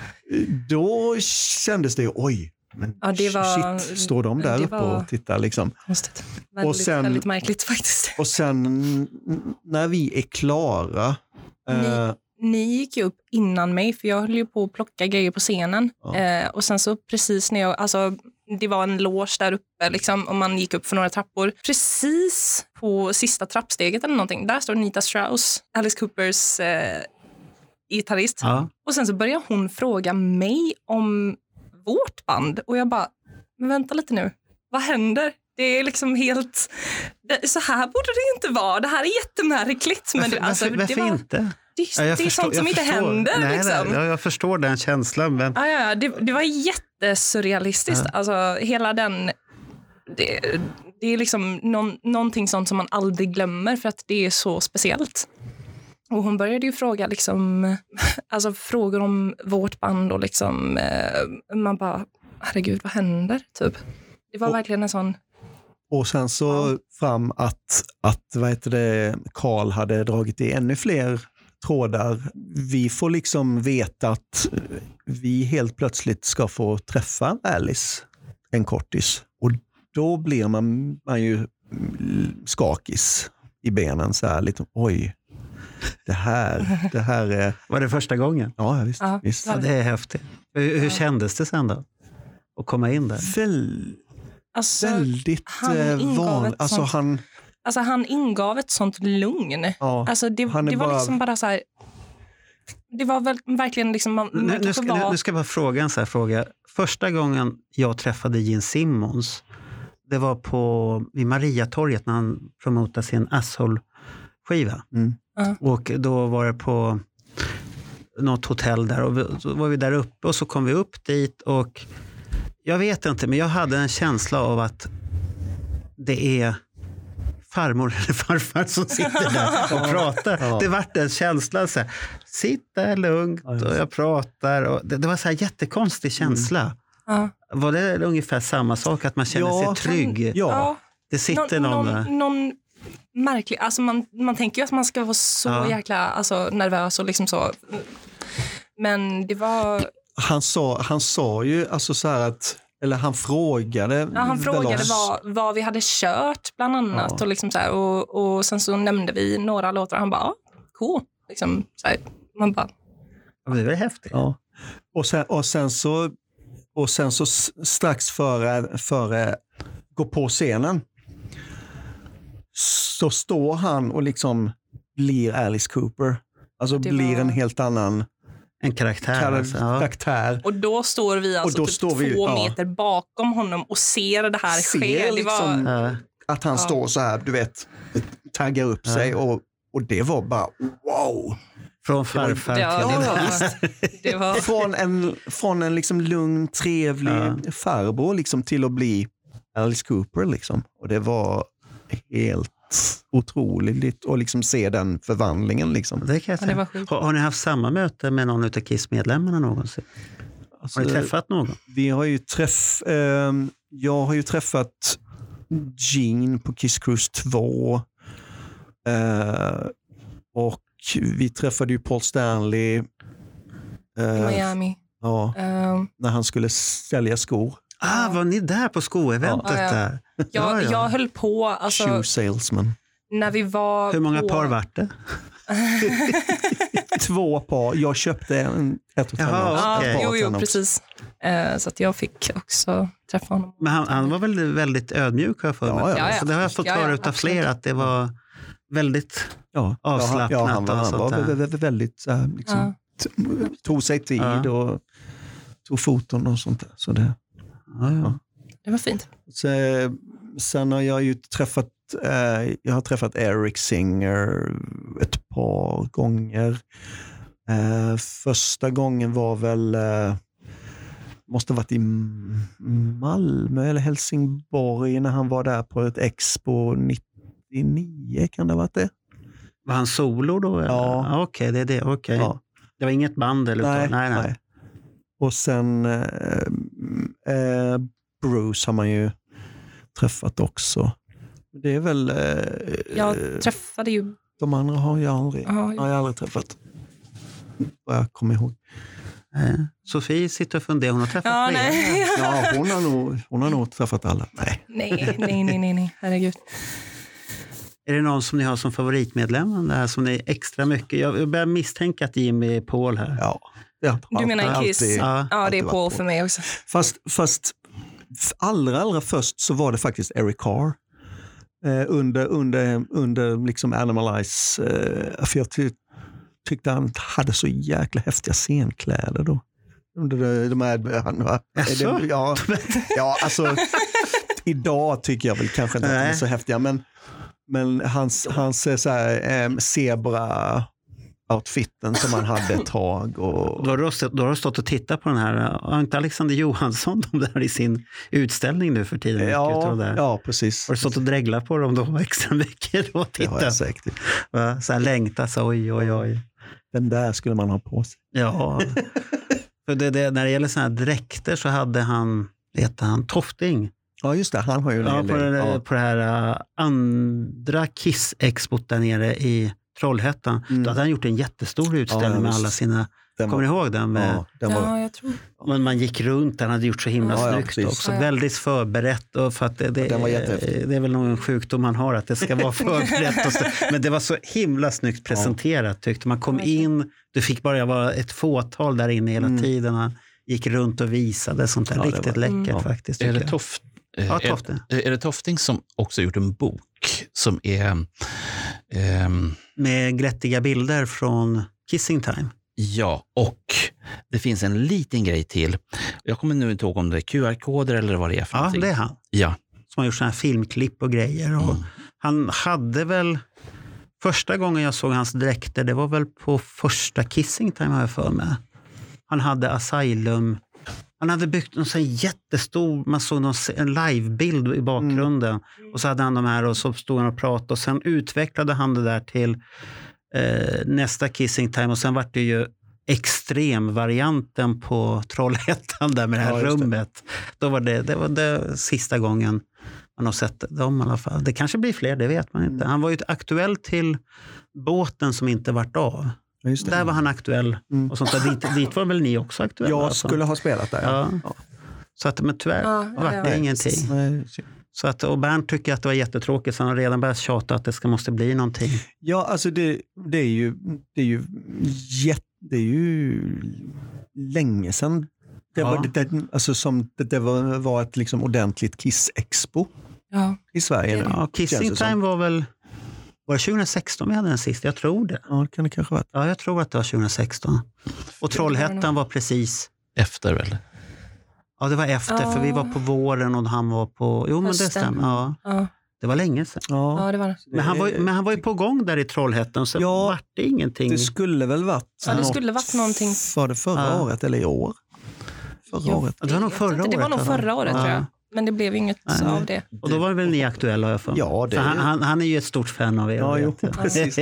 Då kändes det oj. Men shit, står de där uppe och tittar liksom. Konstigt. Väldigt märkligt faktiskt. Och sen när vi är klara... Ni gick ju upp innan mig, för jag höll ju på att plocka grejer på scenen. Ja. Och sen så precis när det var en loge där uppe liksom, och man gick upp för några trappor. Precis på sista trappsteget eller någonting, där står Nita Strauss, Alice Coopers gitarrist. Ja. Och sen så börjar hon fråga mig om vårt band. Och jag bara, men vänta lite nu. Vad händer? Det är liksom helt... Så här borde det inte vara. Det här är jättemärkligt. Men varför inte? Det är sånt som inte händer. Nej, liksom. jag förstår den känslan. Men... Det var jättesurrealistiskt. Alltså, hela den... Det är liksom någonting sånt som man aldrig glömmer, för att det är så speciellt. Och hon började ju fråga liksom, alltså frågor om vårt band och liksom, man bara, herregud, vad händer? Typ. Det var verkligen en sån... Och sen så fram att vad heter det, Carl hade dragit i ännu fler trådar. Vi får liksom veta att vi helt plötsligt ska få träffa Alice en kortis. Och då blir man ju skakis i benen så här lite, oj. Det här är... Var det första gången? Ja, visst. Ja, det är häftigt. Hur kändes det sen då? Att komma in där? Väldigt vanligt. Han ingav ett sånt lugn. Ja, alltså det var liksom bara så här... Det var verkligen liksom... Nu ska jag bara fråga en sån här fråga. Första gången jag träffade Gene Simmons, det var vid Mariatorget när han promotade sin Asshole-skiva. Och då var det på något hotell där, och så var vi där uppe och så kom vi upp dit, och jag vet inte, men jag hade en känsla av att det är farmor eller farfar som sitter där och pratar. Ja. Det var en känsla så här, sitta lugnt och jag pratar, och det var så här jättekonstig känsla. Var det ungefär samma sak, att man känner sig trygg? Ja. Det sitter någon där. Någon märklig, alltså man tänker ju att man ska vara så jäkla nervös och liksom så. Men det var... Han sa ju alltså så här att, eller han frågade vad vi hade kört bland annat, och liksom så här, och sen så nämnde vi några låtar, och han bara cool liksom så här, man bara det var häftigt. Ja. Och sen så strax före gå på scenen så står han och liksom blir Alice Cooper. Alltså blir en helt annan karaktär. Och då står vi alltså typ 2 meter bakom honom och ser det här ske. Liksom att han står så här, du vet, taggar upp sig, och det var bara wow. Från farfar det var... Från en liksom lugn, trevlig farbror liksom till att bli Alice Cooper liksom. Och det var helt otroligt att liksom se den förvandlingen liksom. Det kan jag säga. Det var sjukt. Har ni haft samma möte med någon utav KISS-medlemmarna någonsin? Alltså, har ni träffat någon? Vi har ju jag har ju träffat Gene på Kiss Cruise 2 och vi träffade ju Paul Stanley I Miami. Ja, när han skulle sälja skor. Var ni där på skoeventet där? Jag höll på, alltså, Shoe salesman. När vi var Hur många par vart det? 2 par. Jag köpte ett och Jo, precis. Så att jag fick också träffa honom. Men han var väl väldigt ödmjuk för mig. Ja. Så det har jag fått höra utav fler att det var väldigt avslappnat. Ja, han var väldigt liksom, tog sig tid och tog foton och sånt där. Så det, det var fint. Sen har jag ju träffat Eric Singer ett par gånger. Första gången var väl måste ha varit i Malmö eller Helsingborg när han var där på ett expo 99, kan det ha varit det? Var han solo då? Eller? Ja. Okej, det är det. Okay. Ja. Det var inget band? Eller nej. Och sen Bruce har man ju träffat också. Det är väl... jag träffade ju... De andra har jag aldrig träffat. Vad jag kommer ihåg. Sofie sitter och funderar. Hon har träffat fler. Nej. Ja, hon har nog träffat alla. Nej. Herregud. Är det någon som ni har som favoritmedlem? Där som ni är extra mycket? Jag börjar misstänka att Jimmy är Paul här. Ja. Du menar Kiss? Ja, det är Paul för mig också. Fast allra först så var det faktiskt Eric Carr. Under liksom Animalize, för jag tyckte han hade så jäkla häftiga scenkläder då. Under de här... Ja, alltså idag tycker jag väl kanske inte att de är så häftiga, men hans så här, zebra outfitten som han hade ett tag. Och... Då har du stått och tittat på den här, har inte Alexander Johansson de där i sin utställning nu för tiden? Ja, precis. Har du stått och dreglat på dem då extra mycket då? Det har jag säkert. Så här längtas, oj. Den där skulle man ha på sig. Ja. För när det gäller såna här dräkter så hade han Tofting. Ja, just det. Han har ju på det här andra Kiss-expot där nere i Trollhättan. Då hade han gjort en jättestor utställning med alla sina... Kommer ni ihåg den? Jag tror. Men man gick runt, han hade gjort så himla snyggt också. Väldigt förberett. Och för att det är väl någon sjukdom man har, att det ska vara förberett. Men det var så himla snyggt presenterat, tyckte man. Kom in, du fick bara vara ett fåtal där inne hela tiden. Han gick runt och visade sånt där. Riktigt läckert faktiskt. Är det Tofting som också gjort en bok som är... med glättiga bilder från Kissing Time? Ja, och det finns en liten grej till. Jag kommer nu inte ihåg om det är QR-koder eller vad det är för någonting. Ja, det är han. Ja. Som har gjort sådana här filmklipp och grejer. Och han hade väl... Första gången jag såg hans dräkter, det var väl på första Kissing Time, har jag för mig. Han hade Asylum... Han hade byggt en sån jättestor, man såg en livebild i bakgrunden. Och så hade han de här och så stod han och pratade. Och sen utvecklade han det där till nästa Kissing Time. Och sen var det ju extremvarianten på Trollhättan där med det här rummet. Då var det var det sista gången man har sett dem i alla fall. Det kanske blir fler, det vet man inte. Han var ju aktuell till båten som inte vart av. Där var han aktuell. Och sånt där. Dit var väl ni också aktuella? Jag skulle ha spelat där. Ja. Så att, men tyvärr var det ingenting. Så att, och Bernt tycker att det var jättetråkigt, så han har redan börjat tjata att det måste bli någonting. Ja, alltså det är ju länge sedan det var ett liksom ordentligt Kiss-expo i Sverige. Ja, Kissing Time var väl... Var det 2016 vi hade den sist? Jag tror det. Ja, det kan det kanske vara. Ja, jag tror att det var 2016. Och Trollhättan var precis... Efter väl? Ja, det var efter. För vi var på våren och han var på... Jo, men det stämmer. Ja. Det var länge sedan. Ja, det var det. Men han var ju på gång där i Trollhättan, så vart det ingenting. Det skulle väl varit... Ja, det skulle varit någonting. Var det förra året eller i år? Förra året. Det var nog förra året. Det var nog förra året, tror jag. Men det blev inget av det. Och då var väl ni aktuella, har jag för. Ja, det han är ju ett stort fan av er. Ja, jo, precis.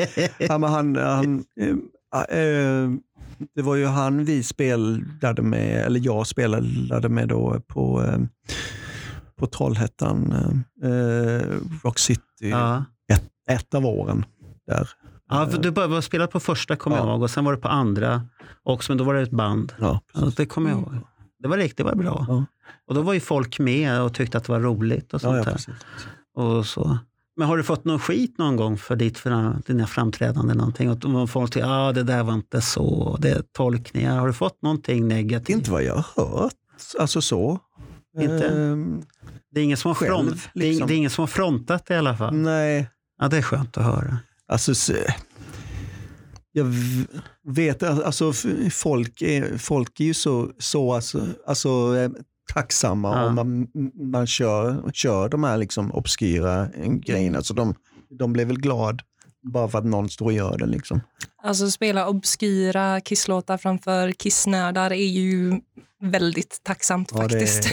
Det var ju han vi spelade med, eller jag spelade med då på Trollhättan, Rock City, ett av åren där. Ja, för du började spela på första, kommer jag ihåg, och sen var det på andra också, men då var det ett band. Ja, det kommer jag ihåg. Det var riktigt bra. Ja. Och då var ju folk med och tyckte att det var roligt och sånt där. Och så. Men har du fått någon skit någon gång för dina framträdanden någonting? Och folk tycker, det där var inte så, det är tolkningar. Har du fått någonting negativt? Inte vad jag har hört. Alltså så. Inte? Det är ingen som har det är ingen som har frontat i alla fall. Nej. Ja, det är skönt att höra. Alltså, jag vet, alltså folk är ju så tacksamma om man kör de här liksom obskyra grejerna. Alltså de blir väl glad bara för att någon står och gör det liksom. Alltså spela obskyra Kiss-låtar framför Kiss-nördar är ju väldigt tacksamt faktiskt.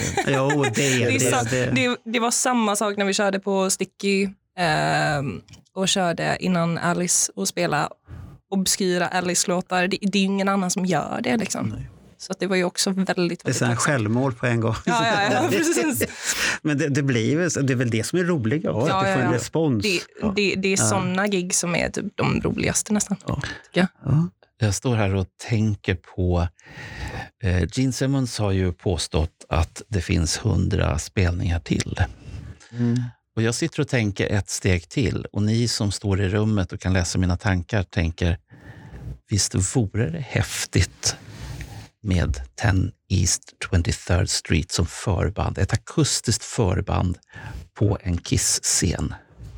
Det var samma sak när vi körde på Sticky och körde innan Alice och spela obskyra Alice-låtar. Det är ju ingen annan som gör det liksom. Nej. Så att det var ju också väldigt det är sådana självmål på en gång. Ja, precis. Men det är väl det som är roligt att få en respons. Det är sådana gig som är typ de roligaste nästan. Ja. Jag står här och tänker på Gene Simmons har ju påstått att det finns 100 spelningar till. Och jag sitter och tänker ett steg till, och ni som står i rummet och kan läsa mina tankar tänker, visst vore det häftigt med 10 East 23rd Street som förband, ett akustiskt förband på en Kiss-scen.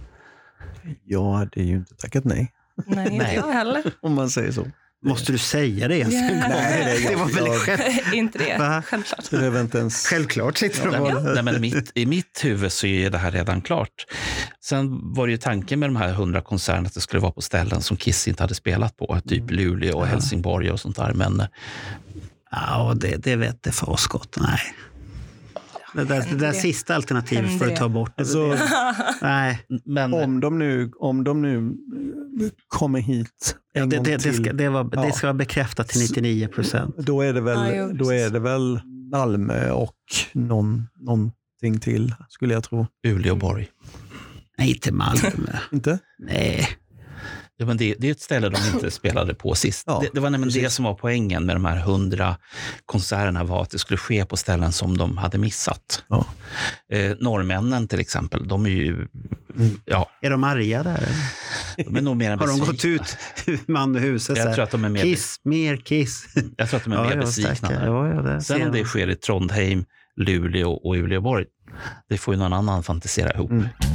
Jag hade ju inte tackat nej. Nej, inte jag heller. Om man säger så. Måste du säga det ens? Nej, det var väl inte det. Självklart. Det är inte ens... Självklart sitter Nej, men i mitt huvud så är det här redan klart. Sen var det ju tanken med de här 100 konserterna att det skulle vara på ställen som Kiss inte hade spelat på. Typ Luleå och Helsingborg och sånt där. Men... Ja, det vet det för oss gott. Nej. Det där sista alternativet får du ta bort. Alltså, nej. Men om de nu kommer hit en gång till. Det ska vara bekräftat till 99%. Då är det väl Malmö och någonting till, skulle jag tro. Uleåborg. Nej, till Malmö. Inte? Nej. Ja, men det är ett ställe de inte spelade på sist. Ja, det var nämligen det som var poängen med de här 100 konserterna, var att det skulle ske på ställen som de hade missat. Ja. Norrmännen till exempel, de är ju... Ja. Är de arga där? De är nog mer har de gått ut man och huset? Jag tror att de är mer... Mer Kiss. Jag tror att de är mer besvikna. Sen om det sker i Trondheim, Luleå och Uleåborg, det får ju någon annan fantisera ihop.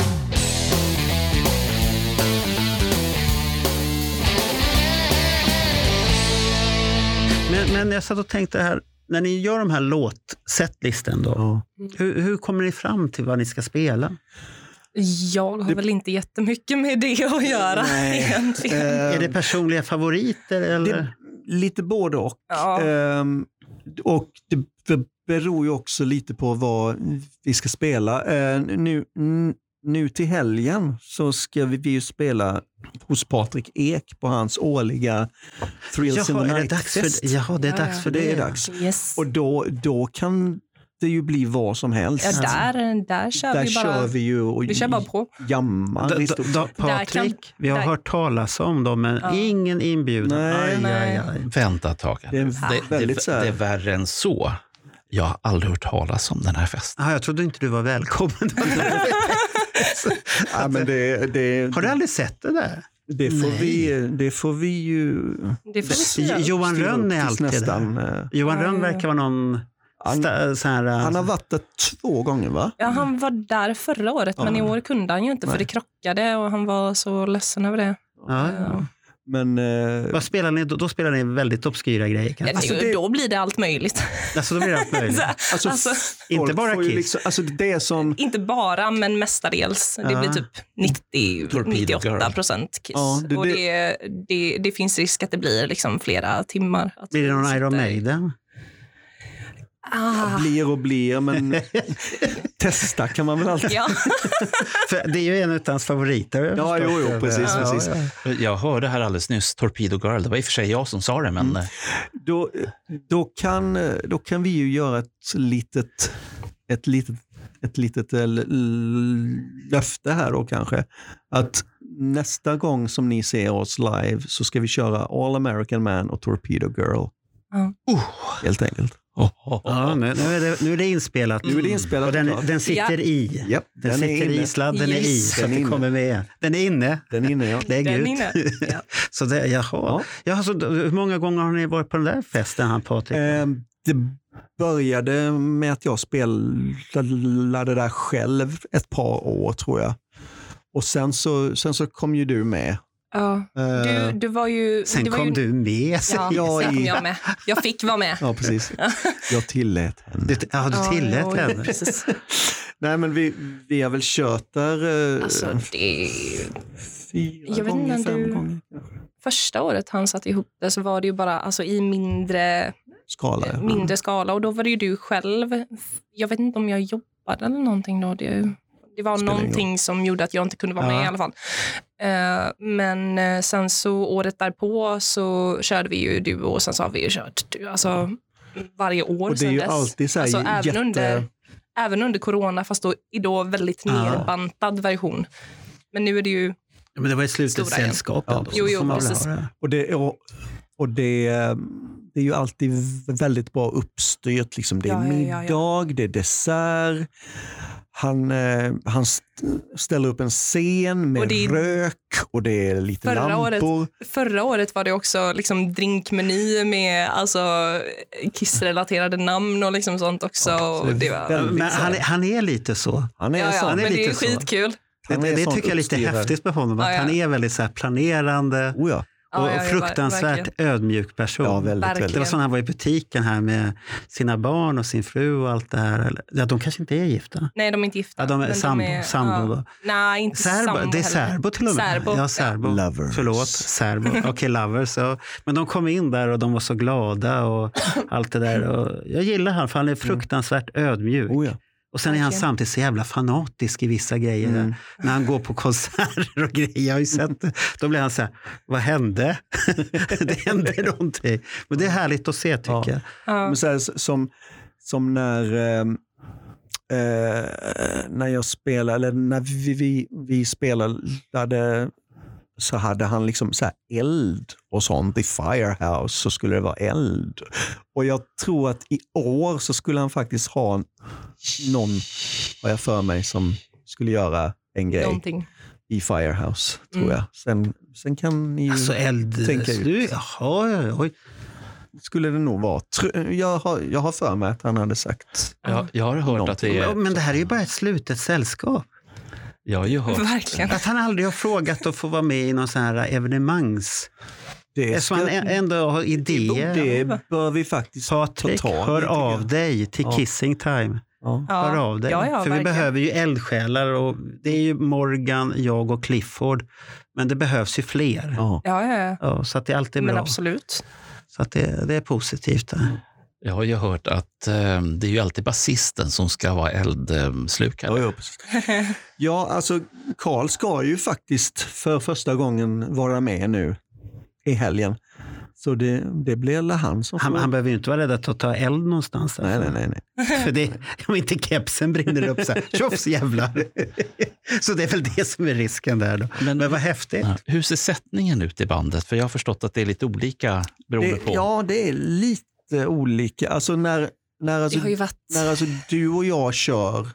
Men jag satt och tänkte här, när ni gör de här låtsetlisten då, hur kommer ni fram till vad ni ska spela? Jag har väl inte jättemycket med det att göra egentligen. Är det personliga favoriter? Eller? Lite både och. Ja. Och det beror ju också lite på vad vi ska spela. Nu till helgen så ska vi ju spela hos Patrik Ek på hans årliga Thrills in the Night-fest. Ja, det är dags för det. Det är dags. Yes. Och då kan det ju bli vad som helst. Ja, där kör vi bara. Vi kör bara på. Jammar. Patrik, vi har hört talas om dem, men ingen inbjudan. Nej. Vänta ett tag. Det är värre än så. Jag har aldrig hört talas om den här festen. Jag trodde inte du var välkommen. Ja, men har du aldrig sett det där? Det får vi ju... Det får vi se. Johan Rönn är alltid där. Johan Rönn verkar vara någon... Han har varit där 2 gånger, va? Ja, han var där förra året, men i år kunde han ju inte för det krockade och han var så ledsen över det. Ja. Men, Vad spelar ni då? Då spelar ni väldigt obskyra grejer kanske? Då blir det allt möjligt. Alltså då blir det allt möjligt. alltså, inte bara Kiss. Liksom, alltså det är som... Inte bara, men mestadels. Det blir typ 98% Kiss. Ja, och det finns risk att det blir liksom flera timmar. Blir det någon Iron Maiden? Blir, men testa kan man väl alltid. Ja. För det är ju en av hans favoriter. Ja, jo, precis. Jag hörde här alldeles nyss Torpedo Girl. Det var i och för sig jag som sa det, men... Då kan vi ju göra ett litet löfte här då kanske. Att nästa gång som ni ser oss live så ska vi köra All American Man och Torpedo Girl. Helt enkelt. Ja, nu är det inspelat. Nu är det inspelat. Och den sitter i. Yep, den sitter i, sladden är i. Så den kommer med. Den är inne. Ja. Det är gud. Ja. Så det, jaha. Ja, så, hur många gånger har ni varit på den där festen, han Patrik? Det började med att jag spelade där själv ett par år, tror jag. Och sen så kom ju du med. Ja, du var ju... Sen kom du med. Ja, sen kom jag med. Jag fick vara med. Ja, precis. Jag tillät henne. Du tillät henne. Precis. Nej, men vi har väl kört där... Alltså, det... 4 gånger, 5 gånger. Första året han satt ihop det så var det ju bara alltså, i mindre skala. Och då var det ju du själv. Jag vet inte om jag jobbade eller någonting då. Det var någonting som gjorde att jag inte kunde vara med i alla fall. Men sen så året därpå så körde vi ju du och sen så har vi ju kört alltså, varje år. Och det är ju alltid så här alltså, även under corona, fast då väldigt nerbantad version. Men nu är det ju... Ja, men det var ett slutet sällskap. Jo, precis. Och det är ju alltid väldigt bra uppstyrt. Liksom. Det är middag, det är dessert. Han ställer upp en scen med rök och det är lite lampor. Förra året var det också liksom drinkmeny med alltså Kiss-relaterade namn och liksom sånt också. Ja, det var, men han är lite så. Han är så. Men är det är skitkul. Det tycker jag är lite häftigt med honom. Att han är väldigt så här planerande. Och fruktansvärt ödmjuk person. Ja, väldigt. Det var så han var i butiken här med sina barn och sin fru och allt det här. Ja, de kanske inte är gifta. Nej, de är inte gifta. Ja, de är sambo då. Nej, inte sambo. Det är särbo till och med. Ja, särbo. Lovers. Förlåt, särbo. Okej, lovers. Men de kom in där och de var så glada och allt det där. Och jag gillar han för han är fruktansvärt ödmjuk. Och sen är han samtidigt så jävla fanatisk i vissa grejer. När han går på konserter och grejer. Jag har ju sett det. Då blir han så här, vad hände? Det hände någonting. Men det är härligt att se, tycker jag. Men så här, som när jag spelade, eller när vi spelade, så hade han liksom så här eld och sånt i Firehouse, så skulle det vara eld. Och jag tror att i år så skulle han faktiskt ha någon, har jag för mig, som skulle göra en grej någonting i Firehouse, tror jag. Sen kan ni ju alltså tänka ut. Jaha. Skulle det nog vara. Jag har för mig att han hade sagt. Jag har hört någonting. Att det är... Men det här är ju bara ett slutet sällskap. Jag har ju hört. Verkligen. Att han aldrig har frågat att få vara med i någon sån här evenemangs... Eftersom han ändå har idéer. Det bör vi faktiskt Patrik, hör av dig till Kissing Time. Hör av dig. För verkligen. Vi behöver ju eldsjälar och det är ju Morgan, jag och Clifford. Men det behövs ju fler. Ja, så att det är alltid bra. Men absolut. Så att det är positivt. Jag har ju hört att det är ju alltid basisten som ska vara eldslukare. Ja, alltså Carl ska ju faktiskt för första gången vara med nu i helgen. Så det blir han som får... Han behöver ju inte vara rädd att ta eld någonstans. Nej. För det, om inte kepsen brinner upp så här, tjofs jävlar. Så det är väl det som är risken där då. Men vad häftigt. Ja. Hur ser sättningen ut i bandet? För jag har förstått att det är lite olika beroende på... Ja, det är lite olika. Alltså när du och jag kör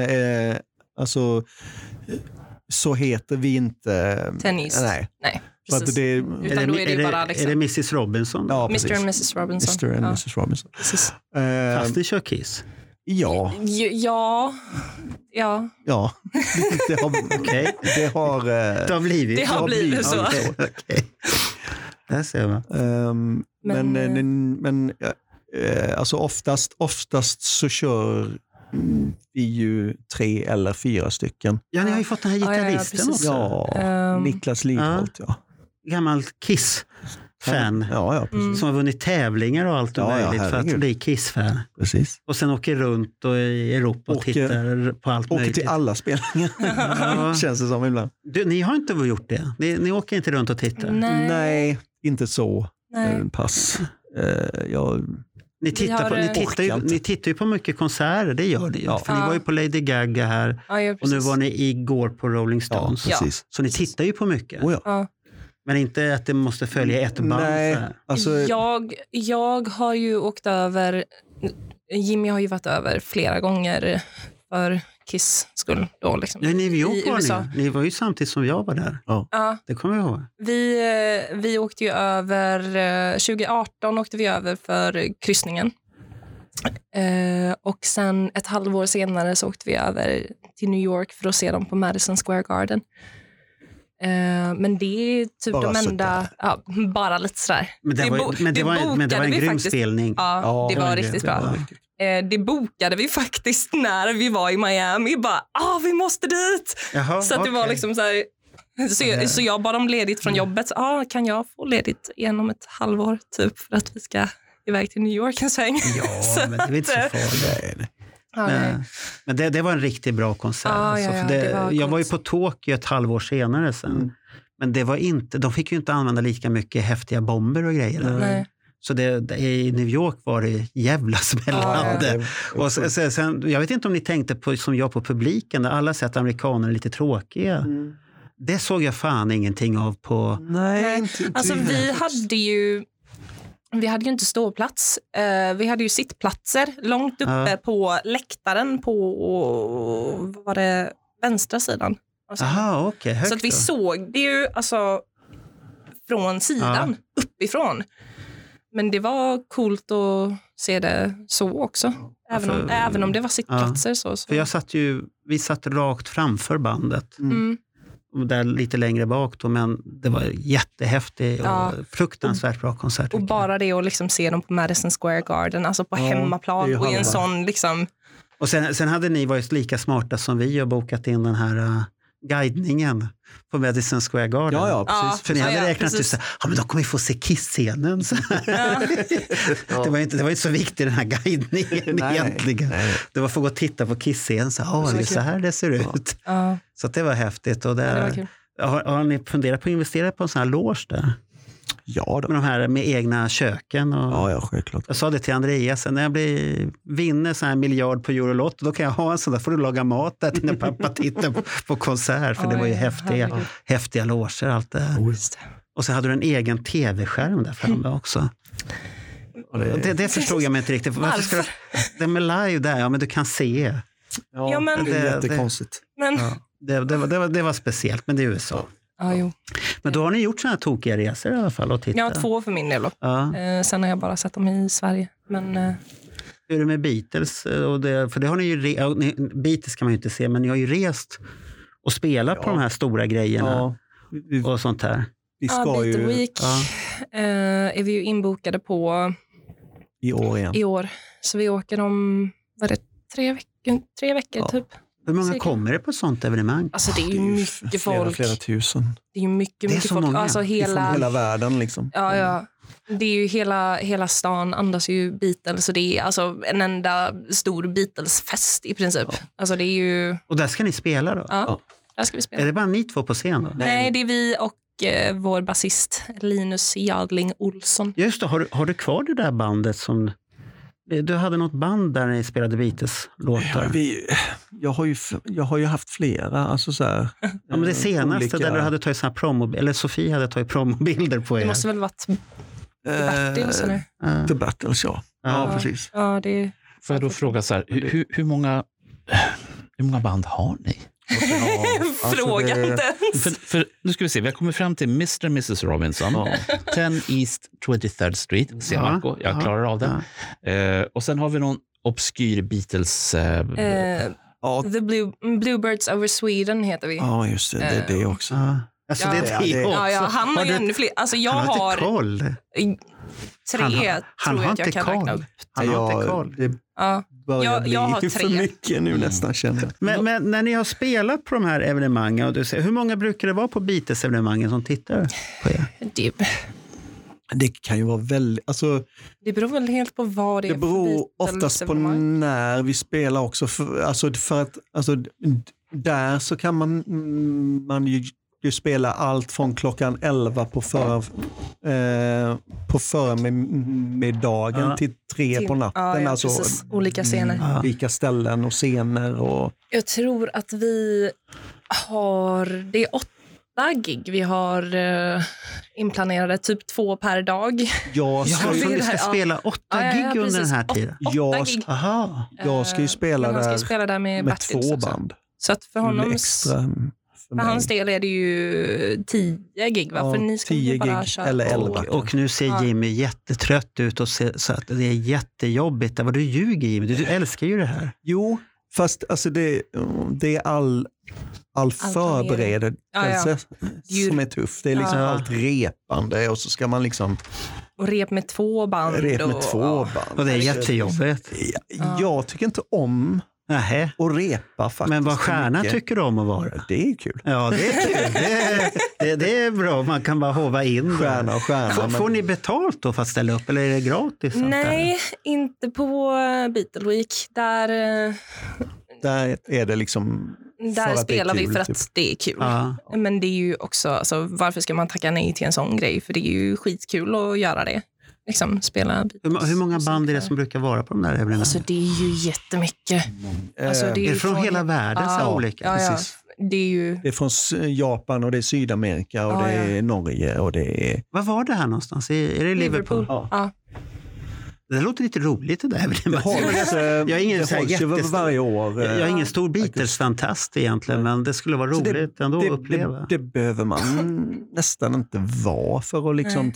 så heter vi inte... Tennis. Nej. Precis. Utan då är det bara liksom... Är det Mrs. Robinson? Ja, Mr. and Mrs. Robinson. Mr. and Mrs. Robinson. Precis. Fast ni kör Kiss? Ja. Ja. Det har blivit. Det har blivit så. Okay. Det ser man. Men alltså oftast så kör vi ju 3 eller 4 stycken. Ja, ni har ju fått den här gitarristen också. Ja, Niklas Lidholt, Gammal Kiss-fan. Ja, precis. Som har vunnit tävlingar och allt möjligt för att bli Kiss-fan. Precis. Och sen åker runt och i Europa och tittar på allt möjligt. Åker till alla spelningar, känns det som ibland. Ni har inte gjort det? Ni åker inte runt och tittar? Nej, inte så. Pass. Ni tittar ju på mycket konserter, det gör ni ju. För ni var ju på Lady Gaga här och nu var ni igår på Rolling Stones. Ja, precis. Så ni tittar ju på mycket. Ja. Men inte att det måste följa ett band. Nej, alltså... jag har ju åkt över, Jimmy har ju varit över flera gånger för Kiss skull då liksom. Ja, New York var USA. Ni var ju samtidigt som jag var där. Ja. Det kommer jag ihåg. Vi åkte ju över 2018 åkte vi över för kryssningen. Och sen ett halvår senare så åkte vi över till New York för att se dem på Madison Square Garden. Men det är typ bara de enda... Ja, bara lite sådär. Men det var en grym spelning. Ja, det var riktigt bra. Det bokade vi faktiskt när vi var i Miami. Bara, vi måste dit! Jaha, så att det var liksom så här... Så jag bad om ledigt från jobbet. Kan jag få ledigt igenom ett halvår typ för att vi ska iväg till New York en sväng? Ja, men det är inte så farligt. Men det var en riktigt bra konsert. Jag var ju på Tokyo ett halvår senare sen. Men det var inte, de fick ju inte använda lika mycket häftiga bomber och grejer. Nej. Så i New York var det jävla smällande. Och sen, jag vet inte om ni tänkte på, som jag, på publiken där alla sett amerikaner lite tråkiga. Det såg jag fan ingenting av på... Nej, inte. Alltså vi hade ju inte ståplats. Vi hade ju sittplatser långt uppe på läktaren på var det vänstra sidan. Aha, okej. Så att vi såg det ju alltså från sidan, uppifrån. Men det var coolt att se det så också. Även om det var sittplatser. Så. För vi satt rakt framför bandet. Där lite längre bak då, men det var jättehäftigt och fruktansvärt bra konsert. Och bara det att liksom se dem på Madison Square Garden, alltså på hemmaplan och i en sån liksom... Och sen hade ni varit lika smarta som vi och bokat in den här guidningen på Madison Square Garden. Ja, precis. För ni hade räknat ut så men då kommer vi få se Kiss-scenen. Det var inte så viktigt den här guidningen egentligen. Nej. Det var för att gå och titta på Kiss-scenen. Det är så här det ser ut. Så det var häftigt. Och det var kul. Har ni funderat på att investera på en sån här loge där? Ja då. Med de här med egna köken. Och ja, självklart. Jag sa det till Andreas, när jag vinner så här 1 miljard på Eurolott, då kan jag ha en sån där, får du laga mat där till när pappa tittar på konsert, för det var ju häftiga loger allt det här. Och så hade du en egen tv-skärm där framme också. Det förstod jag mig inte riktigt. Varför ska det med live där? Ja, men du kan se. Ja, men det är jättekonstigt. Det var speciellt, men det är USA. Jo. Men då har ni gjort såna här tokiga resor i alla fall och titta. Jag har 2 för min del. Sen har jag bara sett dem i Sverige. Men, hur är det med Beatles? För det har ni ju Beatles kan man ju inte se, men ni har ju rest och spelat på de här stora grejerna och sånt här. Vi ska Beatle Week är vi ju inbokade på i år igen. I år. Så vi åker om 3 veckor typ. Hur många kommer det på sånt evenemang? Alltså det är ju mycket folk. Flera tusen. Det är ju mycket folk. Många. Alltså hela världen liksom. Ja. Det är ju hela stan andas ju Beatles. Så det är alltså en enda stor Beatles-fest i princip. Alltså det är ju... Och där ska ni spela då? Ja, där ska vi spela. Är det bara ni 2 på scen då? Nej, det är vi och vår basist Linus Jadling Olsson. Just det, har du kvar det där bandet som... Du hade något band där ni spelade Beatles-låtar. Jag har ju haft flera. Alltså så här, men det senaste där du hade tagit såna promo, eller Sofie hade tagit promobilder på er. Det måste väl varit The Battles nu? The Battles, ja, precis. Ja, det... Får jag då fråga så här, hur många band har ni? Fråga inte. För nu ska vi se, vi har kommit fram till Mr. och Mrs. Robinson, 10 East 23rd Street, ser Marco, jag klarar av det. Och sen har vi någon obskyr Beatles... The Bluebirds over Sweden heter vi. Ja, just det, det är det också. Alltså det är 10 också. Ja, han har ju ännu fler. Alltså jag han har inte koll. 3 Han tror jag har att jag inte kan räkna koll. upp. Han har inte koll. Det Ja. börjar Jag har bli 3. för mycket nu nästan, känner jag. Men när ni har spelat på de här evenemangen, och hur många brukar det vara på Beatles-evenemangen som tittar på er? Det kan ju vara väldigt... Alltså, Det beror väl helt på vad det är. det beror oftast på när vi spelar också. För att där så kan man ju spela allt från klockan 11 på förmiddagen till 3 på natten. Ja, alltså precis. Olika scener. Olika ställen och scener. Och... Jag tror att vi har... Det är 8 gig vi har inplanerade, typ 2 per dag. Ja, så vi ska spela 8 gig under den här tiden? 8 gig. Aha. Jag ska ju spela han ska spela där med 2 band. Så att för honom... Extra För hans del är det ju 10 gig, va? Ja, för ni ska 10 bara gig köra eller 11. Och nu ser Jimmy jättetrött ut och så att det är jättejobbigt. Vad du ljuger, Jimmy. Du älskar ju det här. Jo, fast alltså det är all förberedelse som är tuff. Det är liksom allt repande och så ska man liksom... Och rep med 2 band. Och det är jättejobbigt. Jag tycker inte om och repa faktiskt. Men vad stjärna tycker du om att vara? Det är kul. Ja, det är kul. Det är bra. Man kan bara hova in stjärna. Får ni betalt då för att ställa upp eller är det gratis? Nej, inte på Beatle Week. Där är det liksom... Där spelar vi för att det är kul. Ja. Men det är ju också... Alltså, varför ska man tacka nej till en sån grej? För det är ju skitkul att göra det. Liksom, spela hur många band är det som brukar vara på de där evenemangen? Alltså det är ju jättemycket. Alltså, det är från hela världen så olika. Ja. Precis. Det är från Japan och det är Sydamerika och det är Norge och det är... Var var det här någonstans? Är det Liverpool? Ja. Det låter lite roligt det där. Jag är ingen varje år. Jag är ingen stor Beatles-fantast egentligen, men det skulle vara roligt ändå att uppleva. Det behöver man nästan inte vara för att liksom...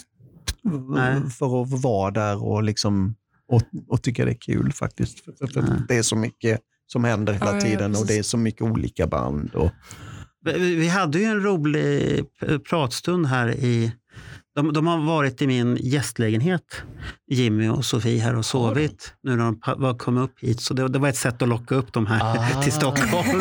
för att vara där och liksom och tycka det är kul faktiskt. För det är så mycket som händer hela tiden och det är så mycket olika band. Och... Vi hade ju en rolig pratstund här i... De har varit i min gästlägenhet, Jimmy och Sofie här och sovit nu när de kom upp hit. Så det var ett sätt att locka upp dem här till Stockholm.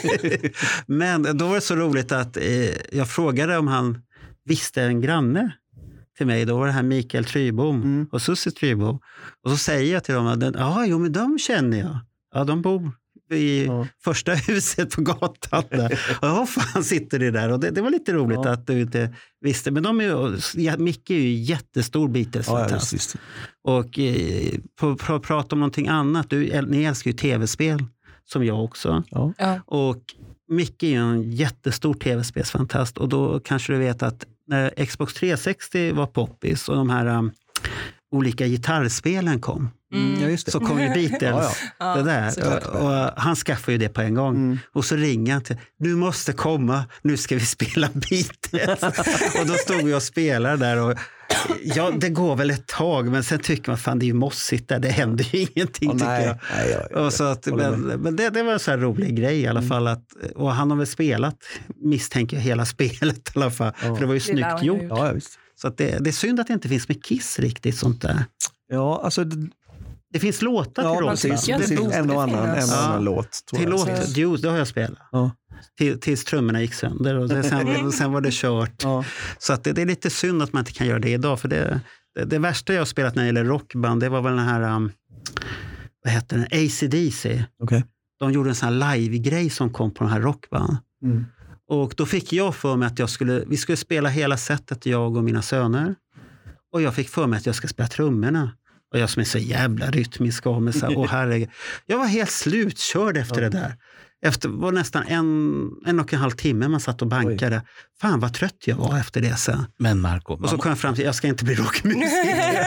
Men då var det så roligt att jag frågade om han visste en granne till mig. Då var det här Mikael Trybom och Susie Trybom. Och så säger jag till dem att men de känner jag. Ja, de bor i första huset på gatan där. Och fan sitter det där. Och det var lite roligt att du inte visste. Men Micke är ju jättestor Beatles-fantast. Och för att prata om någonting annat. Ni älskar ju tv-spel som jag också. Ja. Och Micke är ju en jättestor tv-spelsfantast. Och då kanske du vet att när Xbox 360 var poppis och de här olika gitarrspelen kom. Så kom ju Beatles det där. Och han skaffade ju det på en gång. Och så ringde han till, du måste komma, nu ska vi spela Beatles. Och då stod vi och spelade där och det går väl ett tag, men sen tycker man fan det är ju mossigt där, det händer ju ingenting tycker jag. Och så att, men det var en så här rolig grej i alla fall. Och han har väl spelat, misstänker jag, hela spelet i alla fall. För det var ju snyggt gjort. Ja, visst. Så att det är synd att det inte finns med Kiss riktigt sånt där. Ja, alltså... Det finns låtar till Rollspel. Det finns en och annan låt. Till låt, Juice, det har jag spelat. Ja. Tills trummorna gick sönder och sen var det kört. Ja. Så att det är lite synd att man inte kan göra det idag. För det värsta jag har spelat när det gäller rockband, det var väl den här, vad heter den? AC/DC. Okay. De gjorde en sån här live-grej som kom på den här rockband. Och då fick jag för mig att vi skulle spela hela setet, jag och mina söner. Och jag fick för mig att jag ska spela trummorna. Och jag som är så jävla rytmisk och med så här, jag var helt slutkörd efter det där. Var nästan en och en halv timme man satt och bankade. Oj. Fan vad trött jag var efter det sen. Men Marco... Och så kom jag fram till, jag ska inte bli rockmusiker.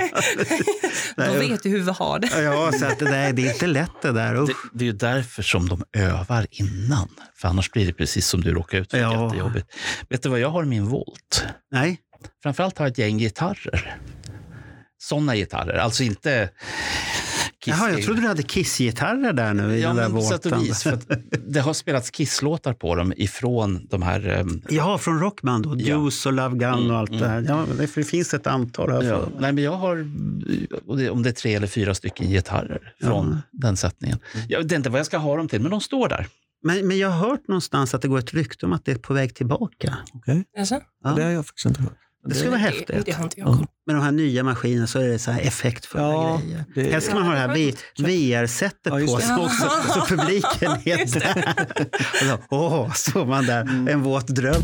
Då vet du hur vi har det. Ja, så att det är inte lätt det där. Det är ju därför som de övar innan. För annars blir det precis som du råkar ut för jättejobbigt. Vet du vad jag har i min Volt? Nej. Framförallt har jag ett gäng gitarrer. Sådana gitarrer, alltså inte Jaha, jag trodde du hade Kiss-gitarrer där nu i den där på sätt och vis, för att det har spelats Kiss-låtar på dem ifrån de här... Ja, från Rockband och Juice och Love Gun och allt det här. Ja, det finns ett antal här. Ja. Nej, men jag har, om det är 3 eller 4 stycken gitarrer från den sättningen. Jag vet inte vad jag ska ha dem till, men de står där. Men jag har hört någonstans att det går ett rykte om att det är på väg tillbaka. Okej. Alltså? Ja. Det har jag faktiskt inte hört. Det skulle vara häftigt. Det har inte jag. Med de här nya maskinerna så är det så här effektfulla grejer. Här ska man ha det här VR-sättet på sig också, så publiken är där. Så man där, en våt dröm.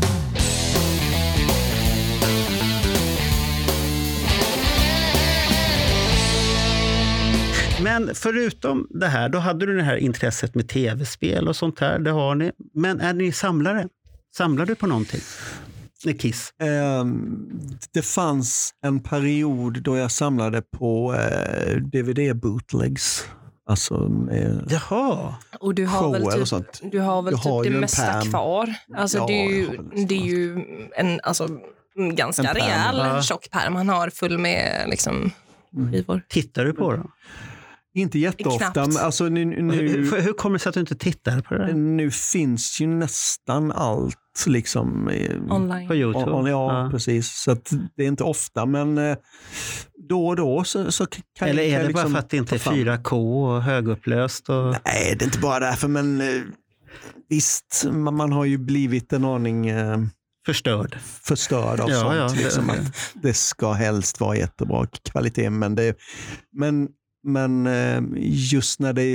Men förutom det här, då hade du det här intresset med tv-spel och sånt här, det har ni. Men är ni samlare? Samlar du på någonting? Kiss? Det fanns en period då jag samlade på DVD-bootlegs. Alltså med och du har väl shower typ, och sånt. Du har väl typ det mesta kvar. Alltså Ja, det är ju en ganska rejäl tjock pärm man har full med liksom skivor. Tittar du på det? Inte jätteofta, men alltså nu hur kommer det sig att du inte tittar på det? Nu finns ju nästan allt liksom online på YouTube. Ja, precis. Så att det är inte ofta, men då och då så kan eller är det liksom bara för att det inte är 4K och högupplöst? Och... Nej, det är inte bara därför, men visst, man har ju blivit en aning förstörd av sånt. Liksom, att det ska helst vara jättebra kvalitet, men just när det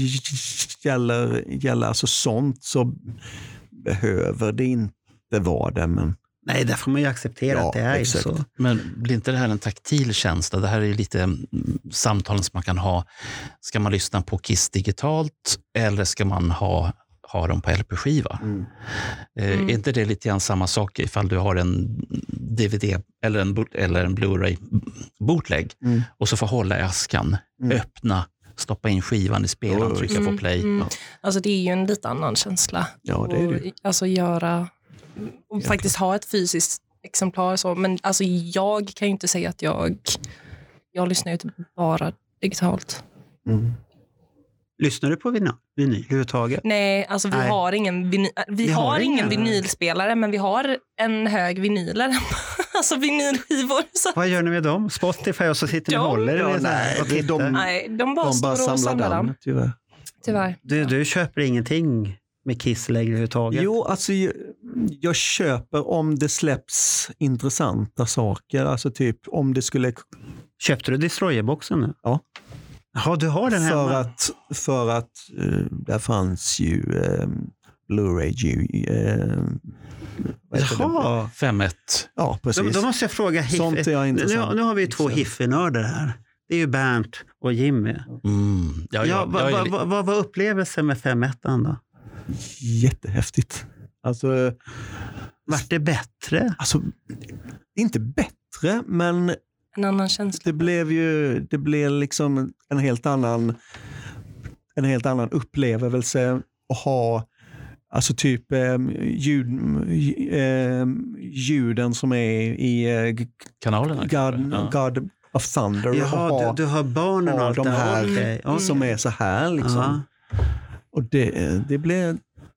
gäller alltså sånt så behöver det inte vara det. Men... Nej, där får man ju acceptera att det är så. Men blir inte det här en taktil känsla? Det här är lite samtalen som man kan ha. Ska man lyssna på Kiss digitalt eller ska man ha dem på LP-skiva? Är inte det lite grann samma sak ifall du har en DVD eller en Blu-ray bootleg och så får hålla i askan, öppna, stoppa in skivan i spelaren, trycka på play. Alltså det är ju en lite annan känsla. Ja, det är det. Alltså och faktiskt ha ett fysiskt exemplar så, men alltså jag kan ju inte säga att jag lyssnar ju inte bara digitalt. Lyssnar du på vinyl överhuvudtaget? Nej, alltså vi har ingen vinylspelare, men vi har en hög vinyler. Alltså vinylskivor. Så. Vad gör ni med dem? Spotify och så sitter ni och håller det? De bara står och samlar dem. Tyvärr. Du köper ingenting med Kiss längre överhuvudtaget? Jo, alltså jag köper om det släpps intressanta saker. Alltså typ om det skulle... Köpte du Destroyer-boxen nu? Ja. Ja, du har den hemma. För att där fanns ju Blu-ray. Jaha. 5.1. Ja, precis. Då måste jag fråga. Sånt är intressant. Nu har vi 2 hiffenördar här. Det är ju Bernt och Jimmy. Vad var upplevelsen med 5.1 då? Jättehäftigt. Alltså, vart det bättre? Alltså, inte bättre, men en annan känsla. Det blev liksom en helt annan upplevelse att ha alltså typ ljuden som är i kanalerna. God of Thunder. Jaha, du har barnen och allt de här okay. som är så här liksom. Och det blev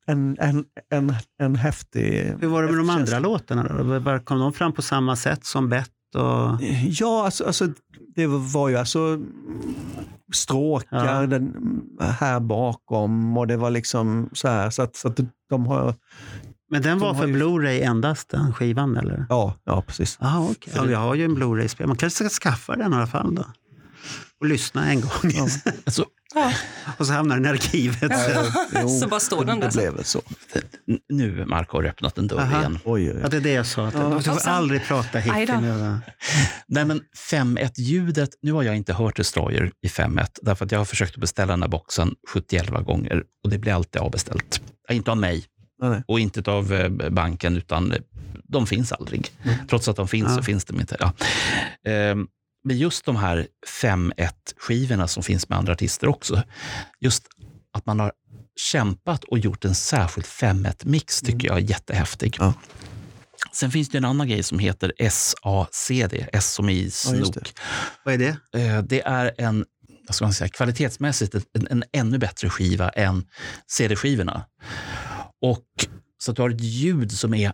en häftig... Hur var det med de andra låtarna då? Kom de fram på samma sätt som Bett? Och... Ja, alltså det var ju alltså stråkar här bakom och det var liksom så här så att de har... Men den var för Blu-ray endast, den skivan eller? Ja, precis. Aha, okay. Ja, jag har ju en Blu-ray-spel. Man kanske ska skaffa den i alla fall då. Och lyssna en gång. Ja. Och så hamnar den i arkivet. Så bara står den där. Det blev så. Nu Marco har öppnat en dörr igen. Oj. Ja, det är det jag sa. Du får aldrig prata hippie nu. Nej, men 5.1-ljudet, nu har jag inte hört Destroyer i 5.1 därför att jag har försökt att beställa den här boxen 70-11 gånger och det blir alltid avbeställt. Inte av mig och inte av banken utan de finns aldrig. Trots att de finns så finns de inte. Ja. Men just de här 5.1-skivorna som finns med andra artister också. Just att man har kämpat och gjort en särskild 5.1-mix tycker jag är jättehäftig. Ja. Sen finns det en annan grej som heter SACD. S som i snok. Vad är det? Det är en vad ska man säga, kvalitetsmässigt en ännu bättre skiva än CD-skivorna. Och så att du har ett ljud som är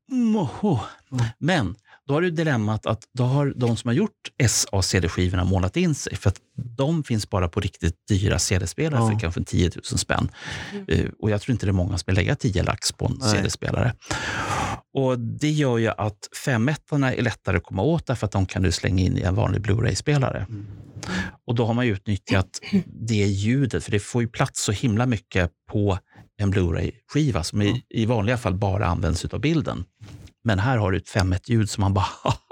men då har du dilemmat att då har de som har gjort SA-CD-skivorna målat in sig, för att de finns bara på riktigt dyra CD-spelare för kanske 10 000 spänn. Och jag tror inte det är många som vill lägga 10 lax på en CD-spelare. Och det gör ju att 5.1-arna är lättare att komma åt, därför att de kan du slänga in i en vanlig Blu-ray-spelare. Och då har man ju utnyttjat det ljudet, för det får ju plats så himla mycket på en Blu-ray-skiva som i vanliga fall bara används av bilden. Men här har du ett 5.1-ljud som man bara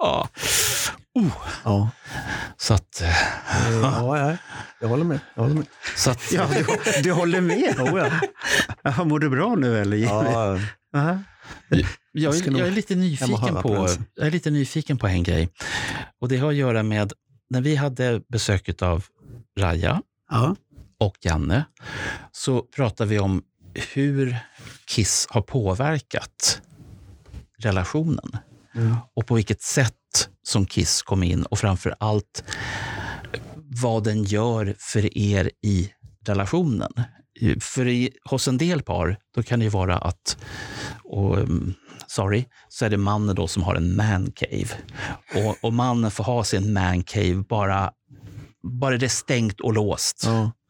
Så att jag håller med. Så att, du håller med? Jaha, mår du bra nu eller? Ja. Jag är lite nyfiken på en grej. Och det har att göra med när vi hade besöket av Raja och Janne, så pratade vi om hur Kiss har påverkat relationen. Och på vilket sätt som Kiss kom in, och framför allt vad den gör för er i relationen. För hos en del par, då kan det ju vara att så är det mannen då som har en man cave. Och mannen får ha sin man cave bara det är stängt och låst.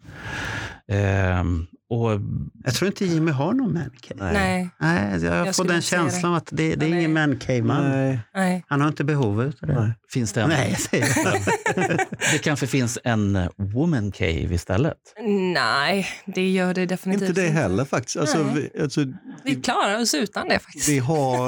Och jag tror inte Jimmy har någon man cave. Nej. Nej, jag får den känslan att det är ingen man cave man. Nej. Han har inte behov av det. Nej. Finns det en? Nej, säger jag. Det kanske finns en woman cave istället. Nej, det gör det definitivt Inte det heller faktiskt. Vi klarar oss utan det faktiskt. Vi har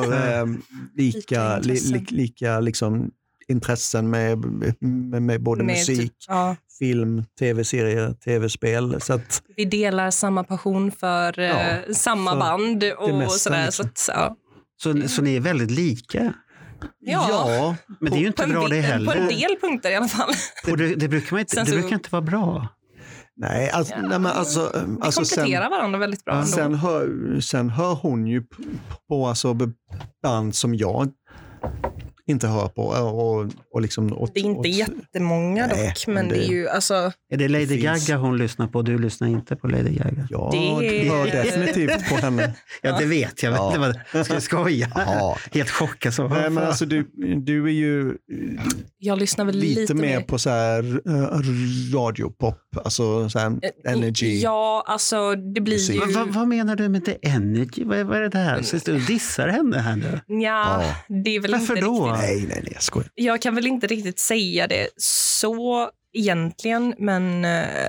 lika liksom intressen med både musik, film, tv-serier, tv-spel. Så att, vi delar samma passion för samma band och sådär. Liksom. Så ni är väldigt lika? Ja. Men det är ju inte bra det heller. På en del punkter i alla fall. Och det brukar inte vara bra. Nej, vi kompletterar varandra väldigt bra. Sen hör hon ju på band som jag inte hör på. Och liksom, det är inte jättemånga dock, men det är ju alltså... Är det Lady Gaga hon lyssnar på och du lyssnar inte på Lady Gaga? Ja, det hör definitivt på henne. Ja, det vet jag. Ska jag skoja? Helt chockad. Så. Nej, men alltså du är ju jag lyssnar väl lite mer på så här radiopop, alltså så här energy. Ja, alltså det blir ju... Vad menar du med the energy? Vad är det här? Så du dissar henne här nu? Ja, det är väl varför inte då? Riktigt. Nej, jag skojar. Jag kan väl inte riktigt säga det så egentligen, men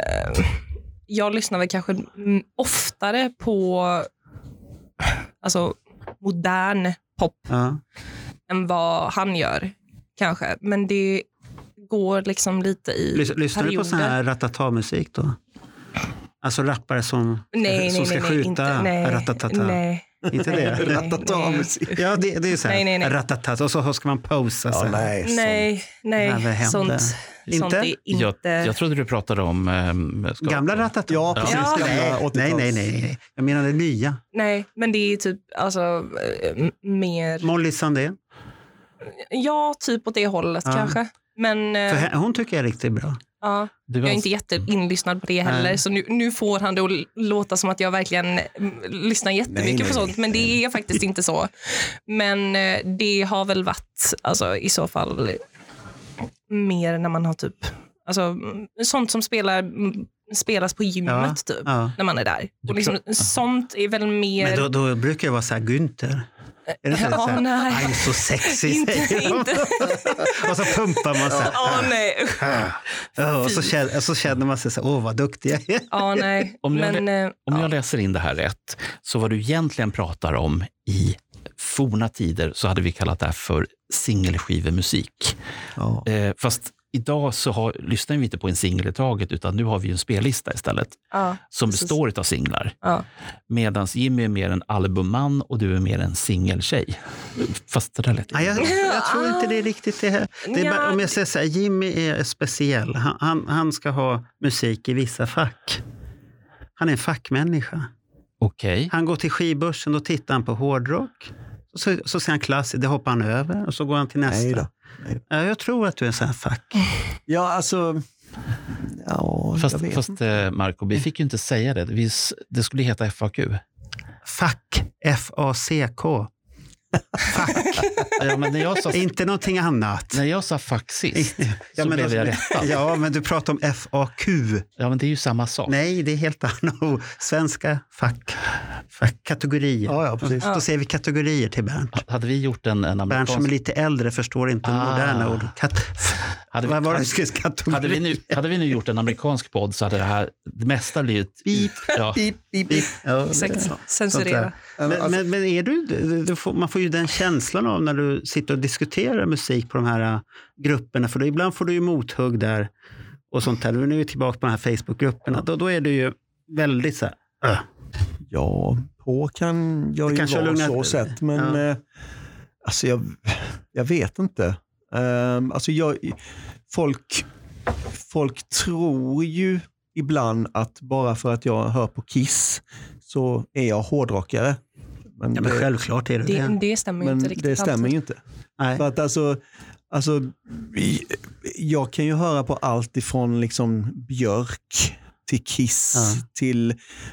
jag lyssnar väl kanske oftare på alltså modern pop än vad han gör kanske, men det går liksom lite i lyssnar du på sån här ratata-musik då? Alltså rappare som ska skjuta ratatata. Nej. Inte det? Ratata-musik. Ja, det är så här. Nej. Ratatata, och så ska man posa. Ja, nej. Sånt är inte... Jag trodde du pratade om... gamla ratata. Ja, precis. Gamla 80-tals. Nej. Jag menar det nya. Nej, men det är typ alltså mer... Molly Sandén. Ja, typ åt det hållet kanske. Men... För hon tycker jag är riktigt bra. Ja, jag är inte jätteinlyssnad på det heller. Så nu får han det att låta som att jag verkligen lyssnar jättemycket på sånt. Men det är faktiskt inte så. Men det har väl varit alltså, i så fall mer när man har typ alltså, sånt som spelas på gymmet typ, när man är där. Och liksom, sånt är väl mer... Men då brukar det vara så här Günther. Är det så här? Nej. I'm so sexy. inte. Och så pumpar man så här. Nej. Och så känner man sig så vad duktig jag är. Nej. Om jag läser in det här rätt, så vad du egentligen pratar om i forna tider så hade vi kallat det här för singelskivemusik. Fast idag så lyssnar vi inte på en singel i taget, utan nu har vi en spellista istället som består av singlar. Medan Jimmy är mer en albumman och du är mer en singeltjej. Fast det där lät jag tror inte det är riktigt det här. Om jag säger så här, Jimmy är speciell. Han ska ha musik i vissa fack. Han är en fackmänniska. Okej. Han går till skivbörsen och tittar han på hårdrock. Så ser han klassiskt, det hoppar han över och så går han till nästa. Nej då. Ja, jag tror att du är en sån här fack. Ja, alltså... Ja. Ja, Fast Marco, vi fick ju inte säga det. Det skulle heta FAQ. Fack. F-A-C-K. Fack. Ja, men när jag sa, Inte någonting annat. när jag sa fack sist Ja, så men blev jag rättad. Ja, men du pratar om F-A-Q. Ja, men det är ju samma sak. Nej, det är helt annat. Svenska fack. Kategorier. Ja, precis. Då säger vi kategorier till Bernt. Hade vi gjort en Bernt som är amerikansk... lite äldre förstår inte moderna ord. Vad var det som skrevs kategori? Hade vi nu gjort en amerikansk podd så hade det mesta blivit... Beep. Ja. Ja, Exakt. Censurera. Men är man får ju den känslan av när du sitter och diskuterar musik på de här grupperna, för då ibland får du ju mothugg där och sånt där. Nu är vi tillbaka på de här Facebook-grupperna. Då är det ju väldigt så här... Ja, kan jag ju kanske vara lugnar- så sett, men alltså jag vet inte. Alltså folk tror ju ibland att bara för att jag hör på Kiss så är jag hårdrockare. Men, Ja, men självklart är det. Det stämmer ju men inte riktigt. det stämmer ju inte. Nej. För att alltså jag kan ju höra på allt ifrån liksom Björk till Kiss till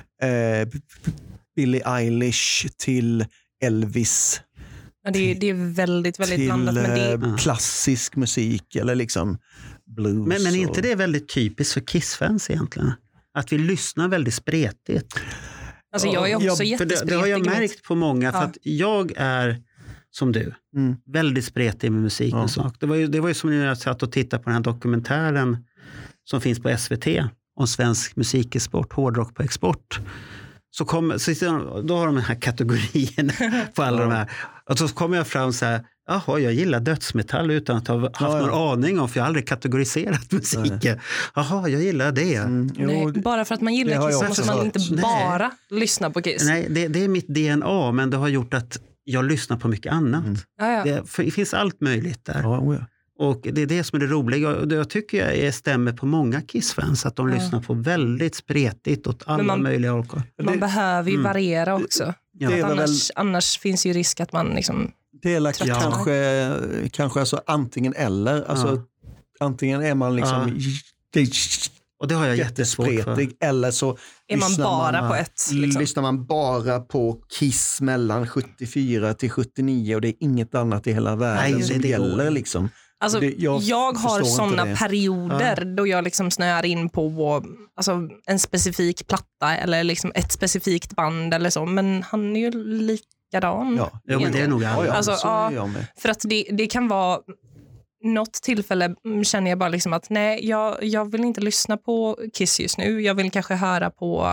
Billie Eilish till Elvis. Ja, det är väldigt, väldigt till blandat. Men det klassisk musik eller liksom blues. Men är inte det väldigt typiskt för Kiss-fans egentligen? Att vi lyssnar väldigt spretigt. alltså, jag är också Ja, För jättespretig. det har jag i mitt- märkt på många, för Ja. att jag är som du, väldigt spretig med musik och sak. Det var ju som när jag satt och tittade på den här dokumentären som finns på SVT om svensk musikexport, hårdrock på export. Då har de den här kategorierna på alla de här. Och så kommer jag fram så här, jaha, jag gillar dödsmetall utan att ha haft någon aning om, för jag har aldrig kategoriserat musiken. Jaha, jag gillar det. Nej, bara för att man det gillar har Kiss jag måste också man hört. inte bara lyssna på Kiss. Nej, det är mitt DNA, men det har gjort att jag lyssnar på mycket annat. Ja. Det finns allt möjligt där. Ja. Och det är det som är det roliga. Och jag tycker jag stämmer på många Kiss-fans, att de lyssnar på väldigt spretigt åt alla man- möjliga orkar. Man behöver ju variera också. Ja. Det är För väl- annars finns ju risk att man liksom... Det är Tröttnar. kanske alltså antingen eller. Alltså, antingen är man liksom Och det har jag jättesvårt för. jättespretig eller så Är man lyssnar bara på ett, liksom. Lyssnar man bara på Kiss mellan 74 till 79 och det är inget annat i hela världen Nej, som det går. gäller liksom. Alltså, jag har förstår inte sådana det. perioder då jag liksom snöar in på alltså, en specifik platta eller liksom ett specifikt band eller så. Men han är ju likadan. Ja. Jo, men det är nog alla. Alltså, så är jag med. För att det kan vara något tillfälle känner jag bara liksom att nej, jag vill inte lyssna på Kiss just nu. Jag vill kanske höra på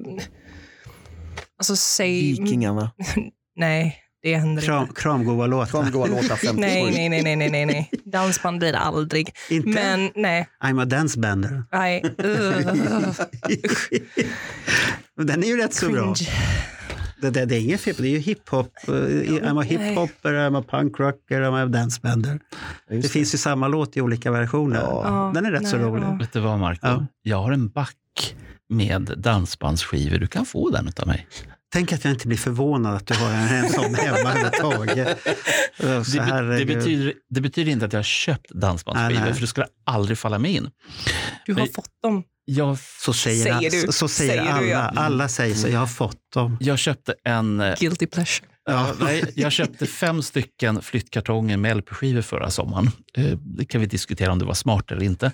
alltså säg Vikingarna. nej, det händer inte. Kramgoa låtar. Kramgoa låtar 57. Nej. Dansband blir det aldrig. Inte? Men nej. I'm a dance bender. Nej. Men den är ju rätt så bra. Cringe. Det är inget fel, det är ju hiphop. I'm a hiphopper, I'm a punkrocker, I'm a dance bender. Det finns ju samma låt i olika versioner. Ja. Den är rätt så rolig. Vet du vad, Marco? Ja. Jag har en back med dansbandsskivor. Du kan få den av mig. Tänk att jag inte blir förvånad att du har en sån hemma överhuvudtaget. Det betyder inte att jag har köpt dansbandsskivor, Nej. för det skulle aldrig falla mig in. Du har Men- fått dem. Så säger Säger du. så säger Säger alla. du, ja. Alla säger så. Jag har fått dem. Jag köpte Guilty pleasure. jag köpte 5 stycken flyttkartonger med LP-skivor förra sommaren. Det kan vi diskutera om det var smart eller inte.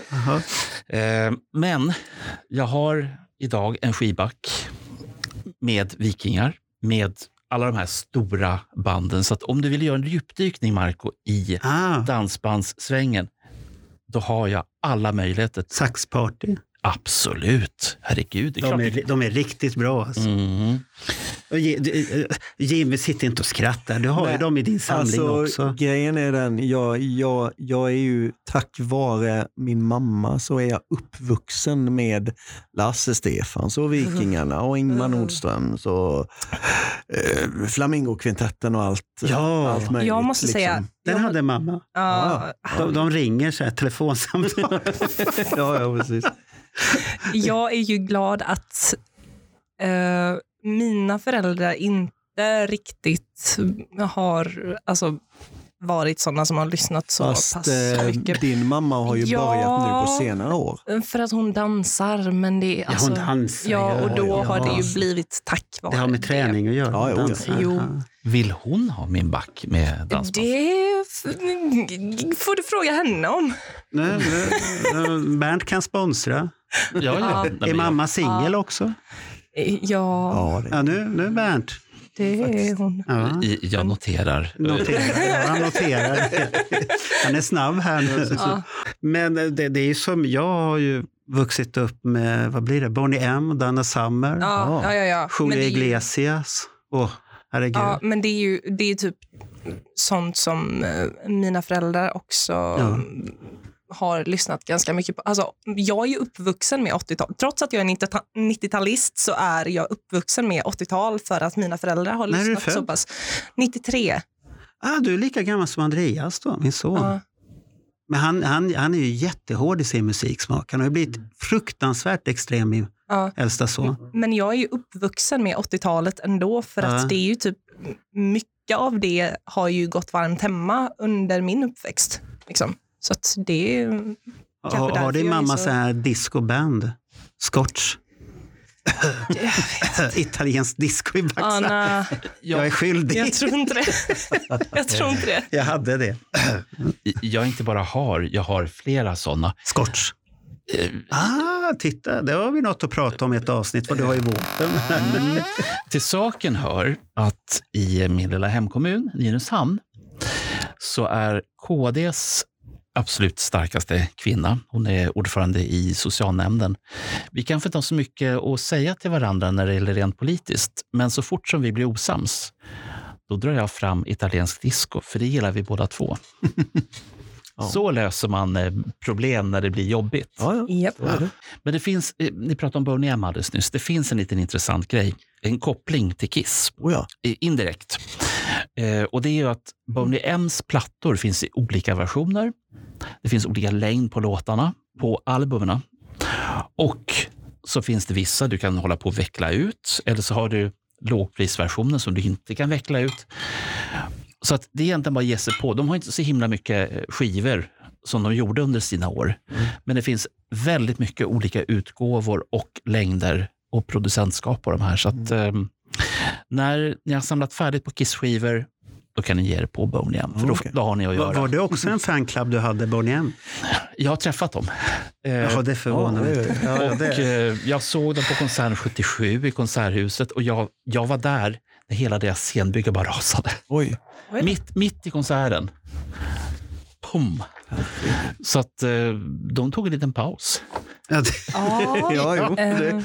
Men jag har idag en skivback med Vikingar, med alla de här stora banden. Så att om du vill göra en djupdykning, Marco, i dansbandssvängen, då har jag alla möjligheter. Saxparty. Absolut. Herregud, det är klart. De är riktigt bra. Alltså. Mm. Och Jimmy, sitter inte och skrattar. Du har ju dem i din samling också. Grejen är den, jag är ju tack vare min mamma så är jag uppvuxen med Lasse Stefans och Vikingarna och Ingmar Nordström och Flamingokvintetten och allt möjligt. Jag måste säga... Den hade mamma. De ringer så här telefonsamtal. ja, precis. Jag är ju glad att mina föräldrar inte riktigt har varit sådana som har lyssnat så Fast pass mycket. din mamma har ju börjat nu på senare år. För att hon dansar, men det är Ja, hon dansar. Ja, och då ja. har det ju blivit tack vare Det har med träning att göra. Ja, Dansar. jo. Ja. Vill hon ha min back med danspass? Det får du fråga henne om. Nej, Bernt kan sponsra. Ja. Nej, Är men mamma singel också? Ja, Ja, Ja, nu Bernt. det är hon. Ja. jag noterar. Ja, han noterar. Han är snabb här nu. Ja. Men det är ju som, jag har ju vuxit upp med, vad blir det? Bonnie M, Donna Summer, Ja. Men Julio det är ju- Iglesias. Herregud. Ja, men det är ju typ sånt som mina föräldrar också har lyssnat ganska mycket på. Alltså, jag är ju uppvuxen med 80-tal. Trots att jag är 90-talist så är jag uppvuxen med 80-tal för att mina föräldrar har När är du lyssnat så född? pass. 93. Du är lika gammal som Andreas då, min son. Ja. Men han är ju jättehård i sin musiksmak. Han har ju blivit fruktansvärt extrem, min Ja. äldsta son. Men jag är ju uppvuxen med 80-talet ändå för att det är ju typ mycket av det har ju gått varmt hemma under min uppväxt. Liksom. Så att det är kanske Har därför din jag är mamma så- så här discoband? Scotch? Italiensk disco i backside. Anna, Jag är skyldig. jag tror inte det. Jag tror inte det. Jag hade det. Jag inte bara jag har flera sådana. Scotch. Titta, det har vi något att prata om i ett avsnitt, vad du har i våpen. Till saken hör att i min lilla hemkommun, Nynäshamn, så är KDs absolut starkaste kvinna. Hon är ordförande i socialnämnden. Vi kanske inte har så mycket att säga till varandra när det gäller rent politiskt, men så fort som vi blir osams, då drar jag fram italiensk disco, för det gillar vi båda två. Så löser man problem när det blir jobbigt. Japp. Men det finns, ni pratade om Boney M alldeles nyss, det finns en liten intressant grej. En koppling till Kiss. Indirekt. Och det är ju att Boney M's plattor finns i olika versioner. Det finns olika längd på låtarna, på albumerna. Och så finns det vissa du kan hålla på att veckla ut. Eller så har du lågprisversionen som du inte kan veckla ut. Så att det är egentligen bara att ge sig på. De har inte så himla mycket skivor som de gjorde under sina år. Men det finns väldigt mycket olika utgåvor och längder och producentskap på de här. Så att när ni har samlat färdigt på Kiss-skivor, då kan ni ge er på Boney M. För då har ni att göra. Var det också en fanclub du hade, Boney M? Jag har träffat dem. Ja, det förvånar mig. Och jag såg dem på konsert 77 i Konserthuset och jag var där när hela deras scenbygge bara rasade. Oj. Mitt i konserten. Pum. Så att de tog en liten paus. Ja, det.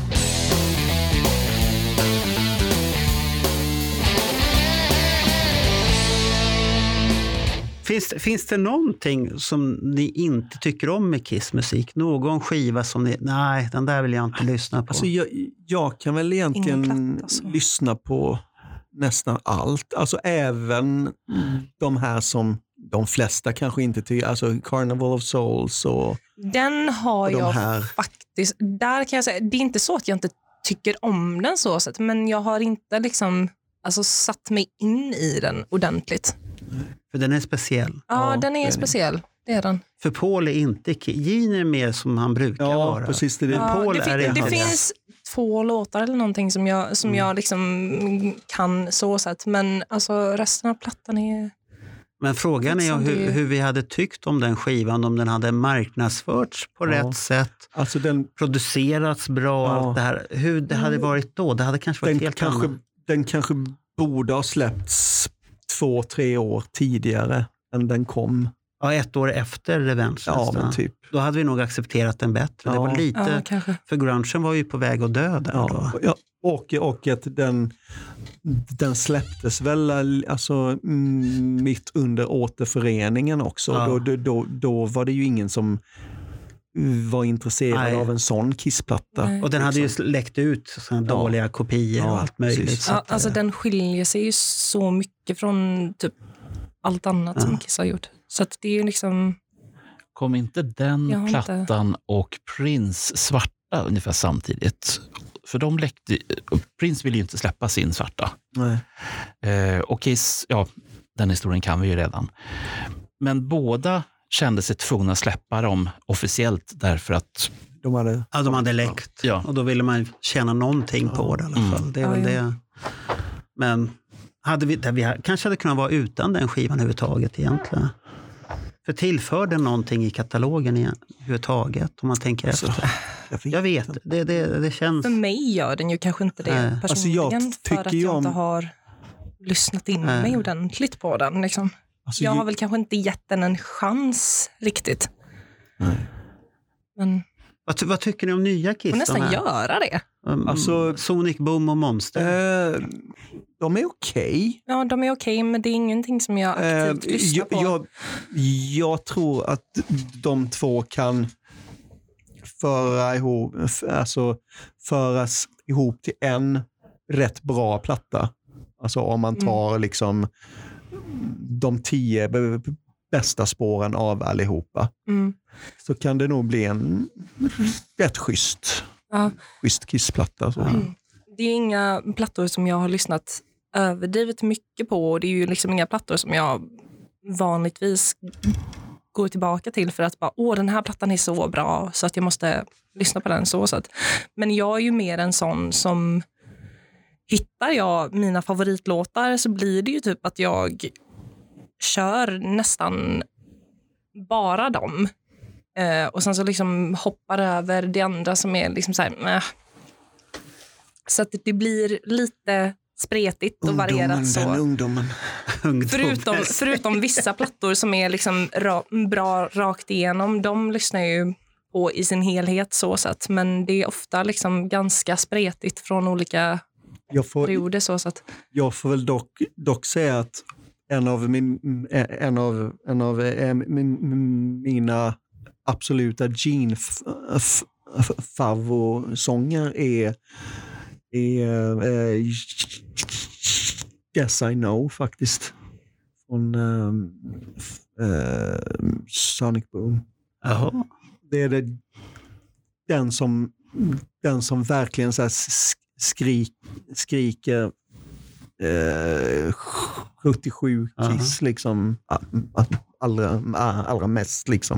Finns det någonting som ni inte tycker om med Kiss-musik? Någon skiva som ni, nej, den där vill jag inte lyssna på. Alltså jag kan väl egentligen Ingen platta, så. lyssna på nästan allt. Alltså även de här som de flesta kanske inte tycker. Alltså Carnival of Souls och Den har de jag här. faktiskt. Där kan jag säga, det är inte så att jag inte tycker om den så sätt, men jag har inte liksom satt mig in i den ordentligt. För den är speciell. Ja, den det är är speciell. Det är den. För Paul är inte Gene är mer som han brukar vara. precis. Det är Ja, Paul är det han. finns 2 låtar eller någonting som jag liksom kan så sätt, men resten av plattan är... Men frågan är Liksom hur vi hade tyckt om den skivan, om den hade marknadsförts på rätt sätt, Alltså producerats bra, allt det här. Hur det hade varit då? Det hade kanske varit helt annat. den kanske borde ha släppts 2-3 år tidigare än den kom. Ja, 1 år efter Revenge. Ja, nästan. men typ. Då hade vi nog accepterat den bättre. Det var Ja. lite, Ja, kanske. för grungen var ju på väg att dö där då. Ja, och att den släpptes väl mitt under återföreningen också. Ja. Då var det ju ingen som var intresserad Nej. av en sån Kissplatta. Nej. Och den hade ju läckt ut såna dåliga kopior och allt möjligt. precis. Så att, Den skiljer sig ju så mycket från typ allt annat som Kiss har gjort. Så att det är ju liksom... Kom inte den Jag har inte- plattan och Prince svarta ungefär samtidigt? För de läckte... Prince ville ju inte släppa sin svarta. Nej. Och Kiss, den historien kan vi ju redan. Men båda kände sig tvungna att släppa dem officiellt därför att de hade läckt. Ja. Och då ville man tjäna någonting på det i alla fall. Det är väl det. Men vi kanske hade kunnat vara utan den skivan överhuvudtaget egentligen. För tillförde någonting i katalogen överhuvudtaget om man tänker efter. Jag vet, det känns... För mig gör den ju kanske inte det personligen för att jag inte har lyssnat in mig ordentligt på den. Liksom. Alltså, jag har väl kanske inte gett den en chans riktigt. Nej. Men... Vad tycker ni om nya Kiss? Jag får nästan göra det. Alltså, Sonic Boom och Monster. De är okej. Ja, de är okej, men det är ingenting som jag aktivt lyssnar på. Jag tror att de två kan föras ihop till en rätt bra platta. Alltså om man tar liksom de 10 bästa spåren av allihopa. Så kan det nog bli en rätt schysst Kiss-platta. Det är inga plattor som jag har lyssnat överdrivet mycket på. Och det är ju liksom inga plattor som jag vanligtvis går tillbaka till för att bara, den här plattan är så bra så att jag måste lyssna på den så. Men jag är ju mer en sån som hittar jag mina favoritlåtar så blir det ju typ att jag kör nästan bara dem. Och sen så liksom hoppar över det andra som är liksom så här, så att det blir lite spretigt och varierat så. Ungdomen. Förutom vissa plattor som är liksom bra rakt igenom, de lyssnar ju på i sin helhet så sätt. Men det är ofta liksom ganska spretigt från olika perioder så sätt. Jag får väl dock säga att en av mina absoluta Gene-favorsånger är Yes I Know faktiskt från Sonic Boom. Jaha. Det är den som verkligen så här skriker 77 Kiss liksom allra mest liksom.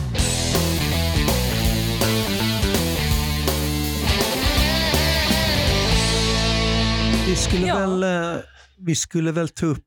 Vi skulle väl ta upp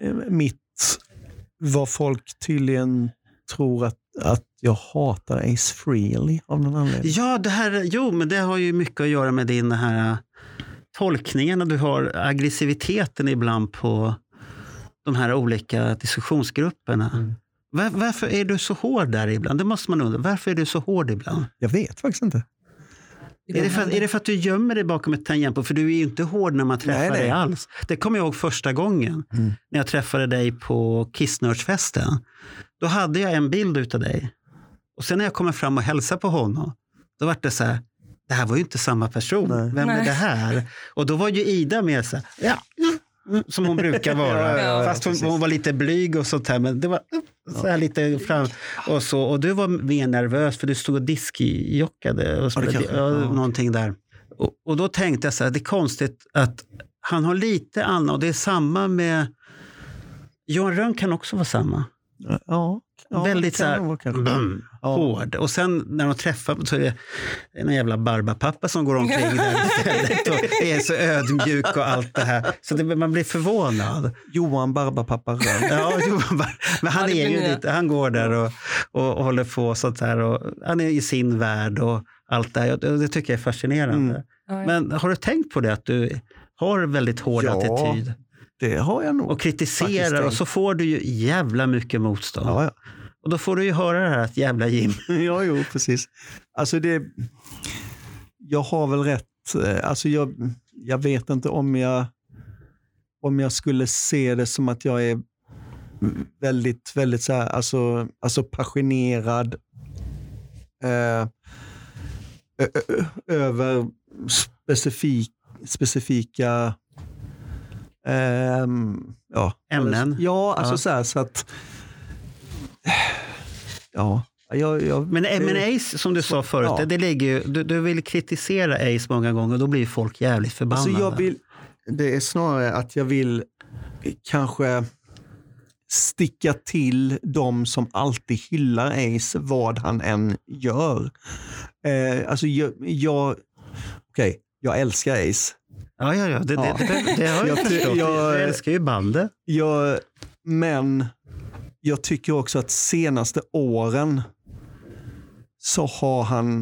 vad folk tydligen tror att jag hatar Ace Frehley av någon anledning. Ja, men det har ju mycket att göra med din här tolkningarna. Du har aggressiviteten ibland på de här olika diskussionsgrupperna. Varför är du så hård där ibland? Det måste man undra. Varför är du så hård ibland? Jag vet faktiskt inte. Är det för att du gömmer dig bakom ett tangentbord? För du är ju inte hård när man träffar dig alls. Det kommer jag ihåg första gången när jag träffade dig på Kissnördsfesten. Då hade jag en bild utav dig. Och sen när jag kommer fram och hälsar på honom, då var det så här, det här var ju inte samma person. Nej. Vem är det här? Och då var ju Ida med så här, som hon brukar vara. Fast hon var lite blyg och sånt här. Men det var så här lite fram. Och du var mer nervös för du stod och diskjockade och någonting där. Och då tänkte jag så här, det är konstigt att han har lite annat. Och det är samma med Johan Rönn kan också vara samma. Ja. Väldigt så här hård. Och sen när de träffar så är det en jävla barbapappa som går omkring där istället och är så ödmjuk och allt det här. Så man blir förvånad. Johan Barbapappa Rönn. Ja, men han är ju lite, han går där och håller på sånt här och han är i sin värld och allt det här. Det tycker jag är fascinerande. Men har du tänkt på det att du har väldigt hård attityd? Det har jag nog. Och kritiserar och så får du ju jävla mycket motstånd. Ja. Och då får du ju höra det här att jävla Jim. Ja, precis. Alltså jag har väl rätt. Alltså jag vet inte om jag skulle se det som att jag är väldigt, väldigt så här, alltså passionerad över specifika ämnen. Ja, alltså så här så att Men Ace, som du sa förut, det ligger ju, du vill kritisera Ace många gånger och då blir folk jävligt förbannade. Alltså det är snarare att jag vill kanske sticka till de som alltid hyllar Ace vad han än gör. Alltså jag älskar Ace. Ja. Det har jag förstått. Jag älskar ju bandet. Men jag tycker också att senaste åren så har han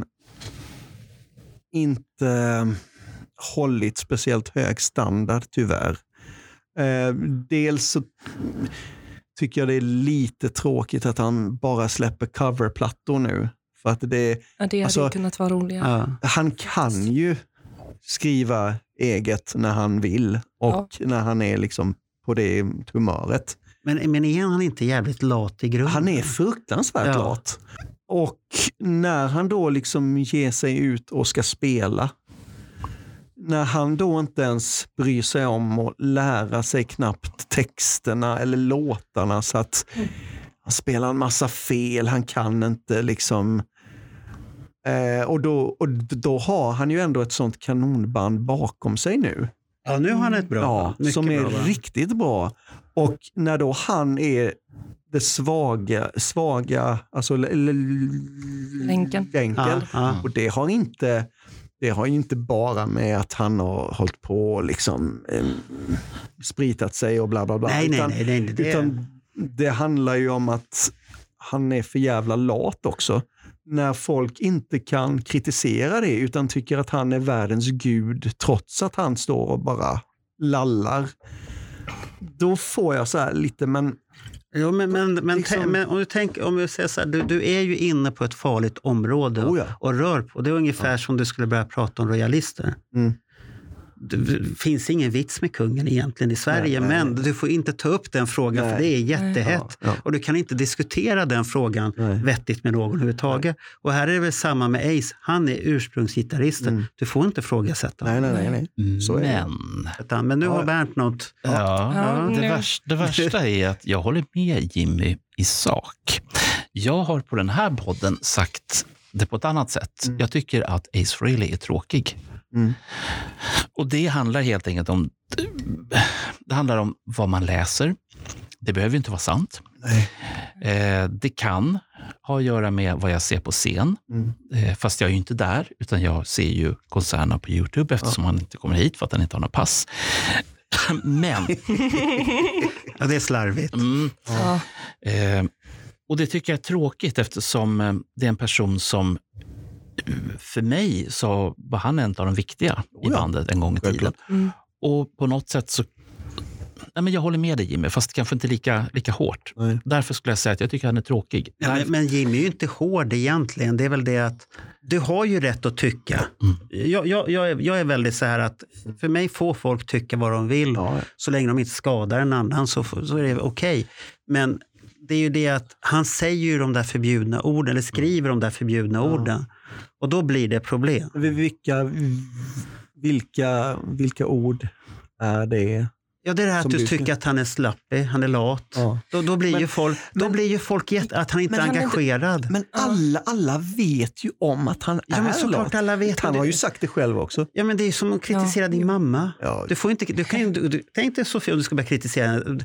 inte hållit speciellt hög standard tyvärr. Dels så tycker jag det är lite tråkigt att han bara släpper coverplattor nu. För att det hade kunnat vara roligare. Ja. Han kan ju skriva eget när han vill och när han är liksom på det humöret. Men är han inte jävligt lat i grunden? Han är fruktansvärt lat. Och när han då liksom ger sig ut och ska spela, när han då inte ens bryr sig om att lära sig knappt texterna eller låtarna, så att han spelar en massa fel, han kan inte liksom och då har han ju ändå ett sånt kanonband bakom sig nu. Ja, nu har han ett bra. Som är riktigt bra. Och när då han är det svaga alltså länken. Och det har inte bara med att han har hållit på liksom spritat sig och bla bla bla. Nej. Utan det handlar ju om att han är för jävla lat också. När folk inte kan kritisera det utan tycker att han är världens gud trots att han står och bara lallar. Då får jag så här lite, men om vi säger så här, du är ju inne på ett farligt område och rör på. Det är ungefär som du skulle börja prata om royalister. Det finns ingen vits med kungen egentligen i Sverige, men du får inte ta upp den frågan för det är jättehett. Och du kan inte diskutera den frågan vettigt med någon överhuvudtaget. Och här är det väl samma med Ace. Han är ursprungsgitarristen. Du får inte frågasätta. Nej. Så men nu har Bernt något. Det värsta är att jag håller med Jimmy i sak. Jag har på den här podden sagt det på ett annat sätt. Jag tycker att Ace Frehley är tråkig. Och det handlar helt enkelt om vad man läser. Det behöver ju inte vara sant. Det kan ha att göra med vad jag ser på scen. Fast jag är ju inte där, utan jag ser ju konserterna på YouTube eftersom han inte kommer hit för att han inte har något pass. Men det är slarvigt. Och det tycker jag är tråkigt eftersom det är en person som för mig så var han en av de viktiga i bandet en gång i tiden. Och på något sätt så men jag håller med dig Jimmy, fast kanske inte lika hårt. Därför skulle jag säga att jag tycker han är tråkig. Men Jimmy är ju inte hård egentligen. Det är väl det att du har ju rätt att tycka. Jag är väldigt så här att för mig får folk tycka vad de vill. Så länge de inte skadar en annan så är det okej. Men det är ju det att han säger ju de där förbjudna orden eller skriver de där förbjudna orden. Och då blir det problem. Vilka ord är det? Ja, det är det här att du tycker att han är slappig, han är lat. Då blir ju folk att han inte är engagerad. Men alla vet ju om att han är men såklart lat. Alla vet. Han har ju sagt det själv också. Ja, men det är som att kritisera din mamma. Du får inte, tänk dig Sofia om du ska börja kritisera din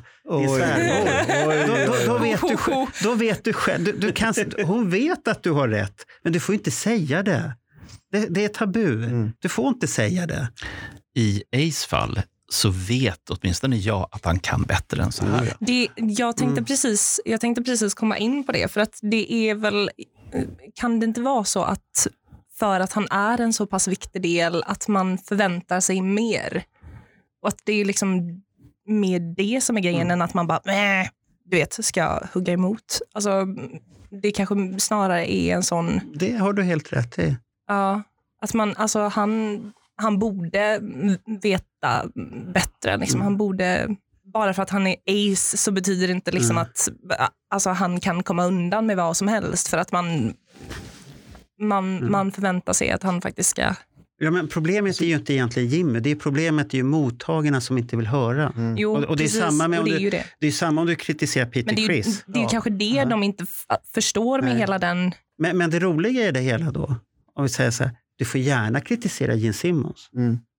svärmor. Då vet du själv. Hon vet att du har rätt, men du får inte säga det. Det är tabu. Du får inte säga det. I Ace fall så vet åtminstone jag att han kan bättre än så här. Jag tänkte precis komma in på det, för att det är väl, kan det inte vara så att för att han är en så pass viktig del att man förväntar sig mer, och att det är liksom med det som är grejen än att man bara du vet, ska hugga emot. Alltså det kanske snarare är en sån. Det har du helt rätt i. Ja, att man, alltså han borde veta bättre. Liksom. Han borde, bara för att han är Ace så betyder det inte liksom att alltså, han kan komma undan med vad som helst, för att man förväntar sig att han faktiskt ska. Ja, men problemet är ju inte egentligen Jimmy. Problemet är ju mottagarna som inte vill höra. Jo, och det är samma med det är samma om du kritiserar Peter Criss. Det är kanske det de inte förstår med hela den. Men det roliga är det hela då. Om vi säger så här, du får gärna kritisera Gene Simmons.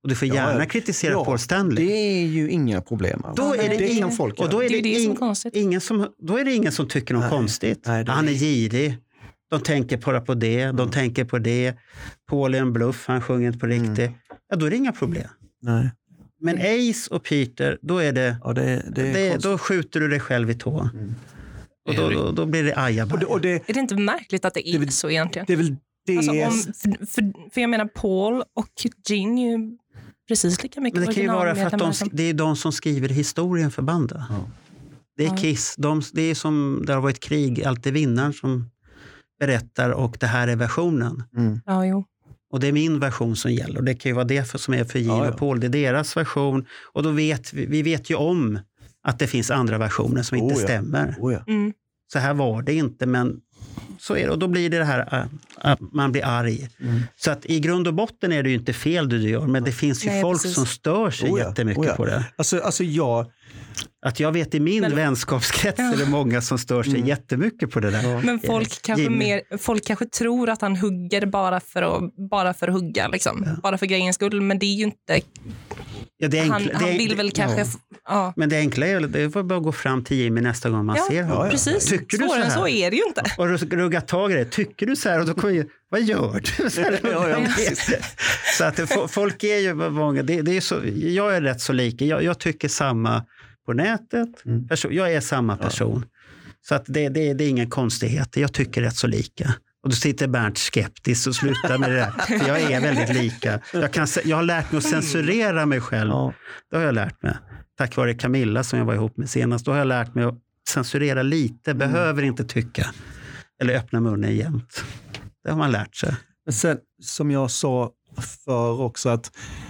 Och du får gärna kritisera Paul Stanley. Det är ju inga problem. Då är det kan folk göra. och då är det är det som är konstigt. Då är det ingen som tycker något konstigt. Nej, Han är girig. De tänker bara på det. De tänker på det. Paul är en bluff. Han sjunger inte på riktigt. Ja, då är det inga problem. Nej. Men Ace och Peter, då är det... Ja, då skjuter du dig själv i tå. Och då blir det ajabaja. Är det inte märkligt att det är så egentligen? Det är väl det... Alltså för jag menar, Paul och Gene är ju precis lika mycket Men det kan ju vara för originalmedlemmar att det är de som skriver historien för bandet. Ja. Det är Kiss. Det är som det har varit krig. Alltid vinnaren som berättar och det här är versionen. Ja, jo. Och det är min version som gäller. Och det kan ju vara det som är för Gene och Paul. Det är deras version. Och då vet vi vet ju om att det finns andra versioner som inte stämmer. Så här var det inte, men så är det. Och då blir det här att man blir arg. Så att i grund och botten är det ju inte fel det du gör, men det finns ju folk som stör sig jättemycket på det. Alltså jag vet i min vänskapskrets är det många som stör sig jättemycket på det där. Men folk kanske tror att han hugger bara för att hugga liksom. Bara för grejens skull, men det är ju inte... Han vill väl kanske... Ja. Men det enkla är det får bara gå fram till Jimmy nästa gång man ser honom. Precis. Tycker du så här? Så är det ju inte. Och rugga tag i det. Tycker du så här? Och då kommer vad gör du? Så att folk är ju många... Det är så, jag är rätt så lika. Jag tycker samma på nätet. Jag är samma person. Så att det är ingen konstighet. Jag tycker rätt så lika. Och då sitter Bernt skeptisk och slutar med det där. För jag är väldigt lika. Jag har lärt mig att censurera mig själv. Det har jag lärt mig. Tack vare Camilla som jag var ihop med senast. Då har jag lärt mig att censurera lite. Behöver inte tycka. Eller öppna munnen jämt. Det har man lärt sig. Men sen, som jag sa för också, att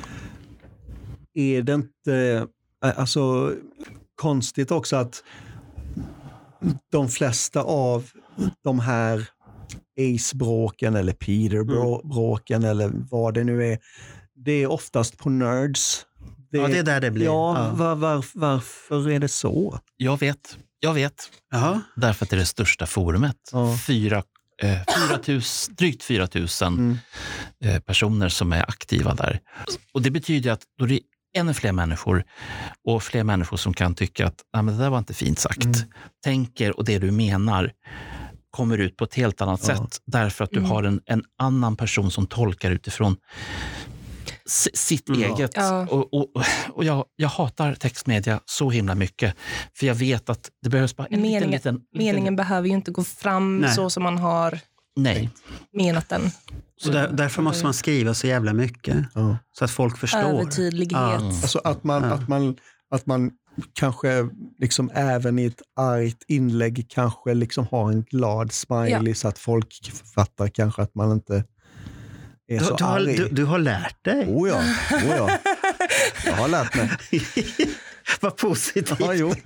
är det inte konstigt också att de flesta av de här Ace-bråken eller Peter-bråken eller vad det nu är, det är oftast på Nerds. Det är där det blir. Varför är det så? Jag vet. Jaha. Därför att det är det största forumet. Drygt 4 000 personer som är aktiva där. Och det betyder att då det är ännu fler människor och fler människor som kan tycka att men det där var inte fint sagt. Tänker och det du menar kommer ut på ett helt annat sätt därför att du har en annan person som tolkar utifrån sitt eget. Ja. Och jag hatar textmedia så himla mycket. För jag vet att det behövs bara en liten... Meningen behöver ju inte gå fram så som man har menat den. Så därför måste man skriva så jävla mycket. Så att folk förstår. Övertydlighet. Alltså att man kanske liksom även i ett argt inlägg kanske liksom har en glad smiley så att folk fattar kanske att man inte är så arg. Du har lärt dig. Oh ja. Jag har lärt mig. Vad positivt.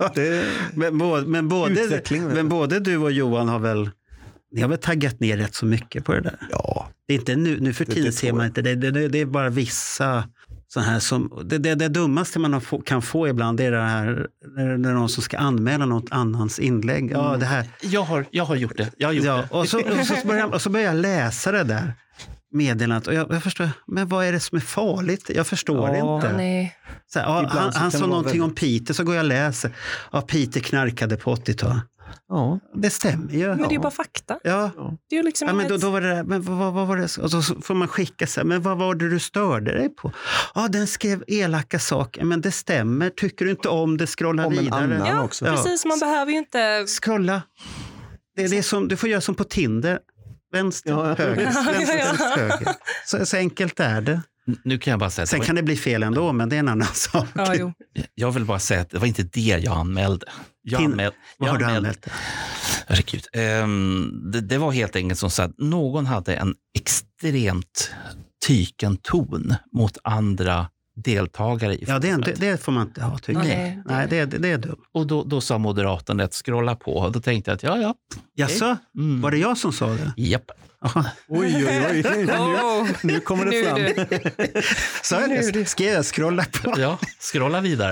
Men både du och Johan har väl taggat ner rätt så mycket på det där. Ja. Det är inte nu för tiden ser man inte det. Det är bara vissa så här som det dummaste man kan få ibland, det är det här när någon som ska anmäla något annans inlägg. Ja, det här. Jag har gjort det. Och så börjar jag läsa det där meddelandet och jag förstår, men vad är det som är farligt? Jag förstår inte. Nej. Så här, han sa någonting om Peter, så går jag och läser. Ja, Peter knarkade på 80-talet. Ja, det stämmer ju. Men det är ju bara fakta. Ja. Det är ju liksom men då var det där, men vad var det? Och så får man skicka sig, men vad var det du störde dig på? Ja, den skrev elaka saker, men det stämmer. Tycker du inte om det, scrolla vidare. Ja, också. Precis, man behöver ju inte... Scrolla. Det är som, du får göra som på Tinder. Vänster, höger. Höger. Så enkelt är det. Nu kan jag bara säga sen kan det bli fel ändå, men det är en annan sak. Ja, jo. Jag vill bara säga att det var inte det jag anmälde. Vad har du anmält? Herregud. Det var helt enkelt som så att någon hade en extremt tyken ton mot andra deltagare i det får man inte ha, tycker jag. Nej, det är dumt. Och då sa moderatorn att scrolla på. Och då tänkte jag att Jaså? Var det jag som sa det? Japp. Oj. Nu kommer det fram. Så skrev jag scrolla på. Ja, scrolla vidare.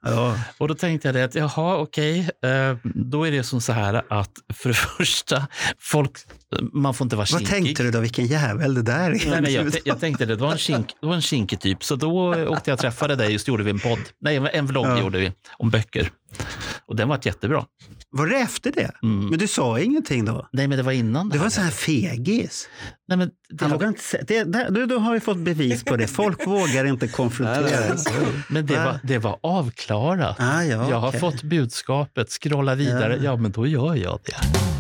Ja. Och då tänkte jag det att jaha, okej. Då är det som så här att för det första, man får inte vara kinkig. Vad tänkte du då? Vilken jävel det där är? Nej, men jag tänkte det var en kinkig typ. Så då åkte jag och träffade dig och så gjorde vi en podd. Nej, en vlogg gjorde vi om böcker. Och den var jättebra. Var det efter det? Men du sa ingenting då? Nej, men det var innan. Det var så här fegis. Nej, men Då har vi fått bevis på det. Folk vågar inte konfrontera. Men det var avklarat. Jag har fått budskapet, scrolla vidare. Ja, men då gör jag det.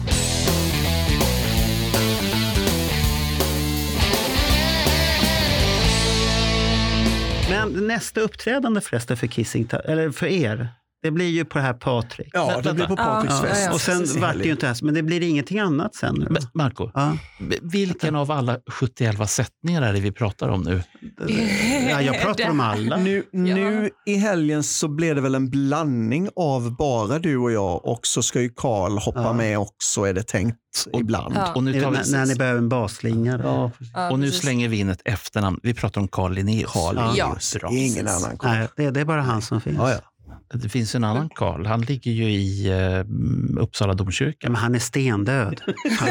Men nästa uppträdande förresten för Kissing, eller för er, det blir ju på det här Patrik. Ja, det blir på Patriks fest. Och sen vart det ju inte här, men det blir ingenting annat sen nu. Marco, vilken av alla 71 sättningar är det vi pratar om nu? Ja, jag pratar om alla. Nu i helgen så blev det väl en blandning av bara du och jag, och så ska ju Carl hoppa med också, är det tänkt ibland. Ja. Och nu tar vi, När ni behöver en baslinga. och nu slänger vi in ett efternamn. Vi pratar om Carl Linnaeus. Ingen annan Carl. Nej, det är bara han som finns. Ja. Det finns en annan Carl. Han ligger ju i Uppsala domkyrka. Men han är stendöd.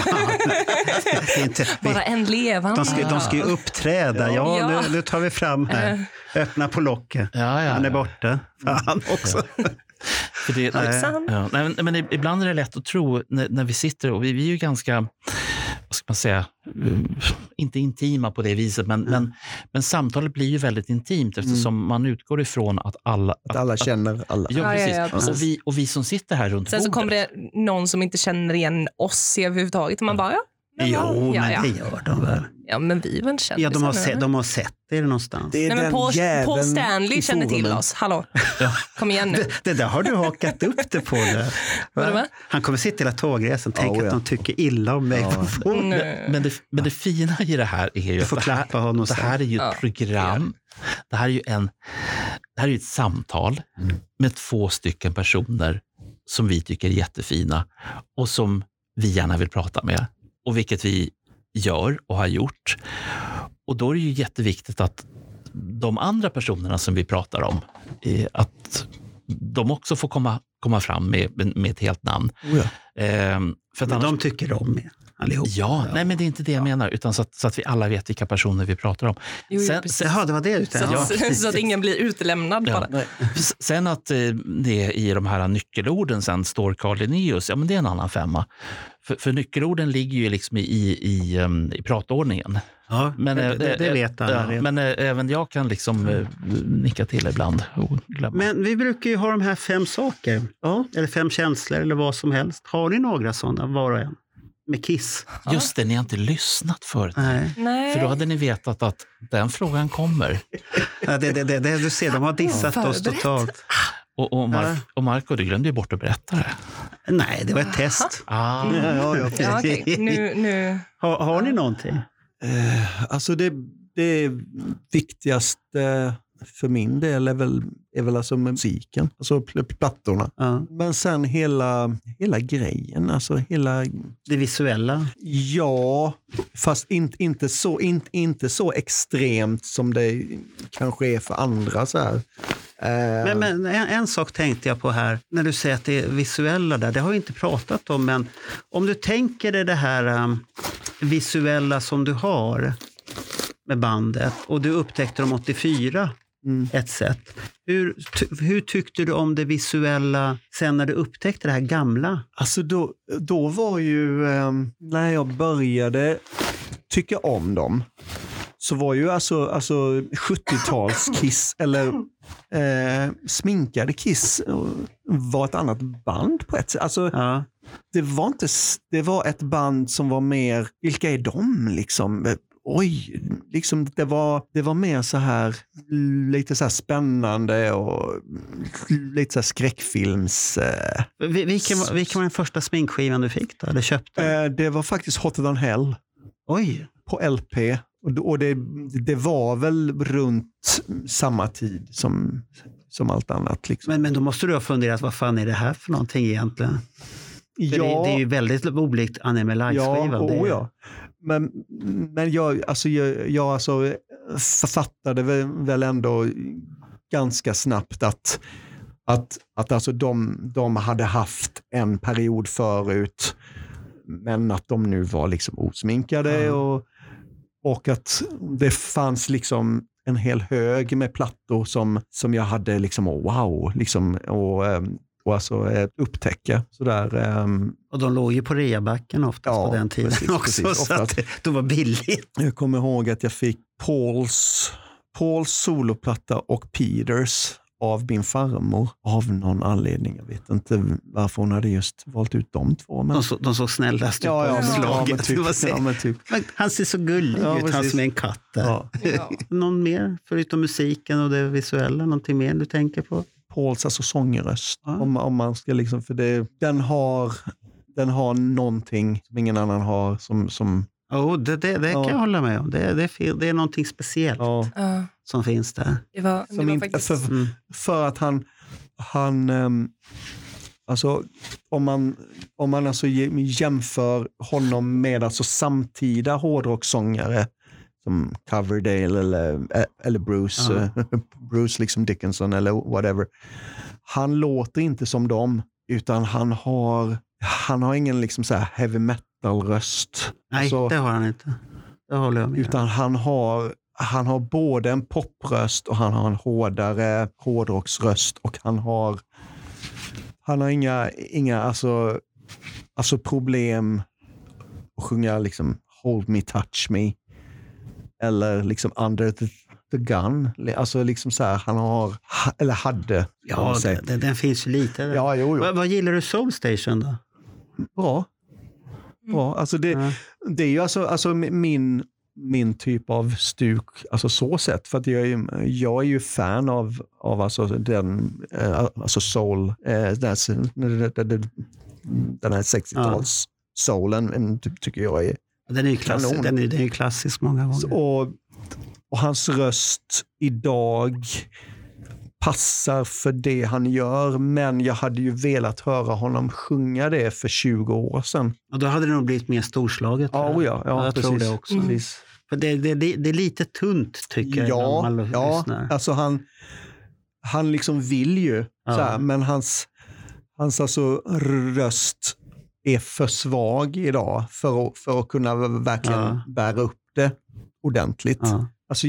Det är inte, Bara en levande. de ska ju uppträda. Nu tar vi fram här. Öppna på locket. Han är borta. Han också. För det, men ibland är det lätt att tro när vi sitter och vi är ju ganska, vad ska man säga, inte intima på det viset, men samtalet blir ju väldigt intimt eftersom man utgår ifrån att alla känner alla. Ja, precis. Och vi som sitter här runt sen bordet. så kommer det någon som inte känner igen oss överhuvudtaget och man bara men det gör de väl. Ja, men vi var en kändis. Ja, de har sett det någonstans. Det är men Paul Stanley känner till forumen. oss. Hallå, kom igen nu. Det där har du hakat upp det på. Det. Va? Han kommer sitta hela tågresan och tänka att de tycker illa om mig. Men det fina i det här är ju att det här är ju ett program. Det här är ju ett samtal med 2 stycken personer som vi tycker är jättefina och som vi gärna vill prata med. Och vilket vi gör och har gjort. Och då är det ju jätteviktigt att de andra personerna som vi pratar om, att de också får komma fram med ett helt namn. För att de tycker om er allihop. Ja, nej, men det är inte det jag menar, utan så att vi alla vet vilka personer vi pratar om. Jaha, det var det. Så att ingen blir utlämnad bara. Sen att det i de här nyckelorden sen står Carl Linnaeus, ja men det är en annan femma. För nyckelorden ligger ju liksom i pratordningen. Ja, men det vet alla. Men även jag kan liksom nicka till ibland och glömma. Men vi brukar ju ha de här 5 saker. Eller 5 känslor eller vad som helst. Har ni några sådana, var och en? Med Kiss. Just det, ni har inte lyssnat förut. Nej. För då hade ni vetat att den frågan kommer. Ja, det du ser, de har dissat oss totalt. Och Marco, du glömde ju bort att berätta det. Nej, det var ett test. Ja, okej. Nu. Har ni någonting? Alltså det viktigaste för min del är väl alltså musiken, alltså plattorna. Men sen hela grejen, alltså hela det visuella. Ja, fast inte så extremt som det kanske är för andra så här. Men en sak tänkte jag på här, när du säger att det är visuella där, det har vi inte pratat om, men om du tänker dig det här visuella som du har med bandet och du upptäckte dem 84 ett sätt. Hur tyckte du om det visuella sen när du upptäckte det här gamla? Alltså då var ju, när jag började tycka om dem, så var ju alltså 70-tals Kiss eller sminkade Kiss var ett annat band på ett sätt. Alltså, det var ett band som var mer, vilka är de liksom? Oj, liksom det var mer så här lite så här spännande och lite så här skräckfilms. Vilken var den första sminkskivan du fick då, eller köpte? Det var faktiskt Hotter Than Hell. Oj. På LP. Och det var väl runt samma tid som allt annat. Liksom. Men då måste du ha funderat, vad fan är det här för någonting egentligen? Ja. Det är ju väldigt olikt Animal Life-skivan. Ja. Men jag författade väl ändå ganska snabbt att Att alltså de hade haft en period förut, men att de nu var liksom osminkade och att det fanns liksom en hel hög med plattor som jag hade liksom wow liksom och alltså upptäcka sådär. Och de låg ju på reabacken oftast på den tiden också, precis, så att det var billigt. Jag kommer ihåg att jag fick Pauls soloplatta och Peters av min farmor av någon anledning. Jag vet inte varför hon hade just valt ut de två. Men... De såg snällast ut på omslaget. Typ. Han ser så gullig ut, han som är en katt där. Ja. Någon mer, förutom musiken och det visuella, någonting mer du tänker på? Pauls alltså sångröst. Om man ska liksom, för den har någonting som ingen annan har som det kan jag hålla med om. Det är någonting speciellt som finns där. Det var faktiskt... För att han alltså om man alltså jämför honom med alltså samtida hårdrocksångare som Coverdale eller Bruce Bruce liksom Dickinson eller whatever. Han låter inte som dem, utan han har ingen liksom så här heavy metal röst. Nej, alltså, det har han inte. Det håller jag med. Utan han har både en popröst och han har en hårdare hårdrocksröst, och han har inga alltså problem att sjunga liksom Hold Me, Touch Me eller liksom Under the Gun. Alltså liksom så här, han har eller hade. Ja, den finns ju lite där. Ja, jo. Vad gillar du Soul Station då? Bra. Alltså det är ju alltså min typ av stuk, alltså så sätt, för att jag är ju fan av alltså den alltså soul, den här 60-tals soulen tycker jag är den är ju klassisk, den är ju klassisk många gånger. Och hans röst idag passar för det han gör, men jag hade ju velat höra honom sjunga det för 20 år sedan. Och då hade det nog blivit mer storslaget. Ja, jag precis, tror det också. Precis. För det är lite tunt, tycker jag, när man lyssnar. Alltså han liksom vill ju så här, men hans alltså röst är för svag idag för att kunna verkligen bära upp det ordentligt. Alltså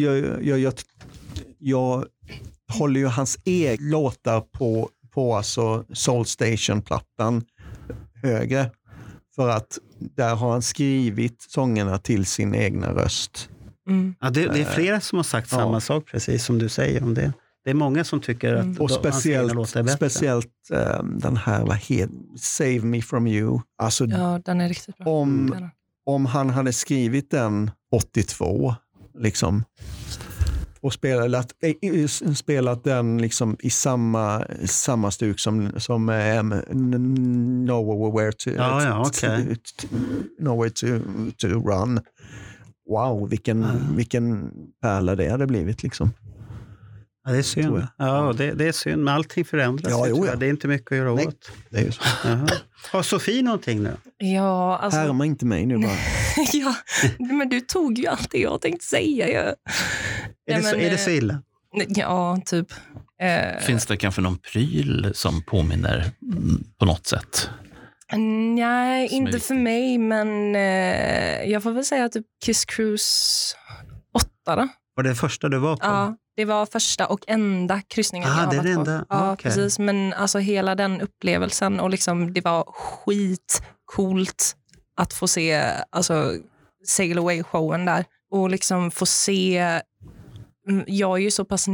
jag håller ju hans egna låtar på alltså Soul Station-plattan högre, för att där har han skrivit sångerna till sin egna röst. Ja, det är flera som har sagt samma sak, precis som du säger om det. Det är många som tycker att och speciellt den här, vad heter, Save Me From You. Alltså, den är riktigt bra. Om han hade skrivit den 82 liksom, och spelat den liksom i samma stuk som Nowhere to Run. Wow, vilken pärla det hade blivit liksom. Ja, det är synd. Ja, det är synd, men allting förändras. Det är inte mycket att göra åt. Det är ju så. Har Sofie någonting nu? Ja, alltså... Härma inte mig nu bara. Ja, men du tog ju allt det jag tänkte säga. Är det så illa? Ja, typ. Finns det kanske någon pryl som påminner på något sätt? Nej, inte för mig, men jag får väl säga typ Kiss Cruise 8 då. Var det första du var på? Ja, det var första och enda kryssningen jag har varit på. Ja, precis. Men alltså hela den upplevelsen, och liksom det var skitcoolt att få se alltså Sail Away-showen där. Och liksom få se, jag är ju så pass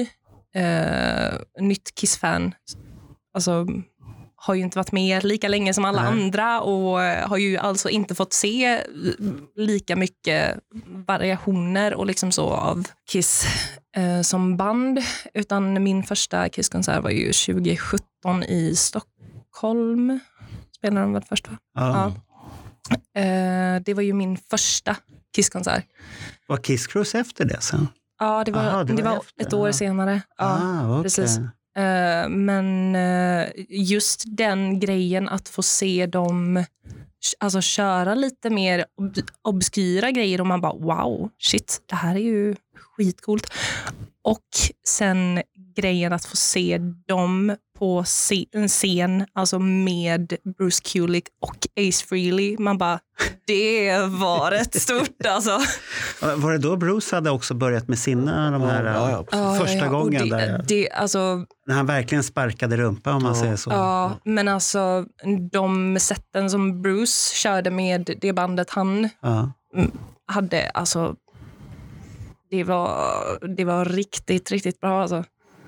nytt Kiss-fan. Alltså har ju inte varit med lika länge som alla andra, och har ju alltså inte fått se lika mycket variationer och liksom så av Kiss som band, utan min första Kiss-konsert var ju 2017 i Stockholm. Spelade de väl först, va? Ja. Det var ju min första Kiss-konsert. Var Kiss Cruise efter det sen? Ja, det var ett år senare. Ja, precis. Men just den grejen att få se dem alltså köra lite mer obskyra grejer, och man bara wow, shit, det här är ju skitcoolt. Och sen grejen att få se dem på en scen, alltså med Bruce Kulick och Ace Frehley. Man bara, det var rätt stort alltså. Var det då Bruce hade också börjat med sina de här första gången där? Alltså, när han verkligen sparkade rumpa om man säger så. Ja, men alltså de sätten som Bruce körde med det bandet han hade, alltså det var riktigt, riktigt bra alltså.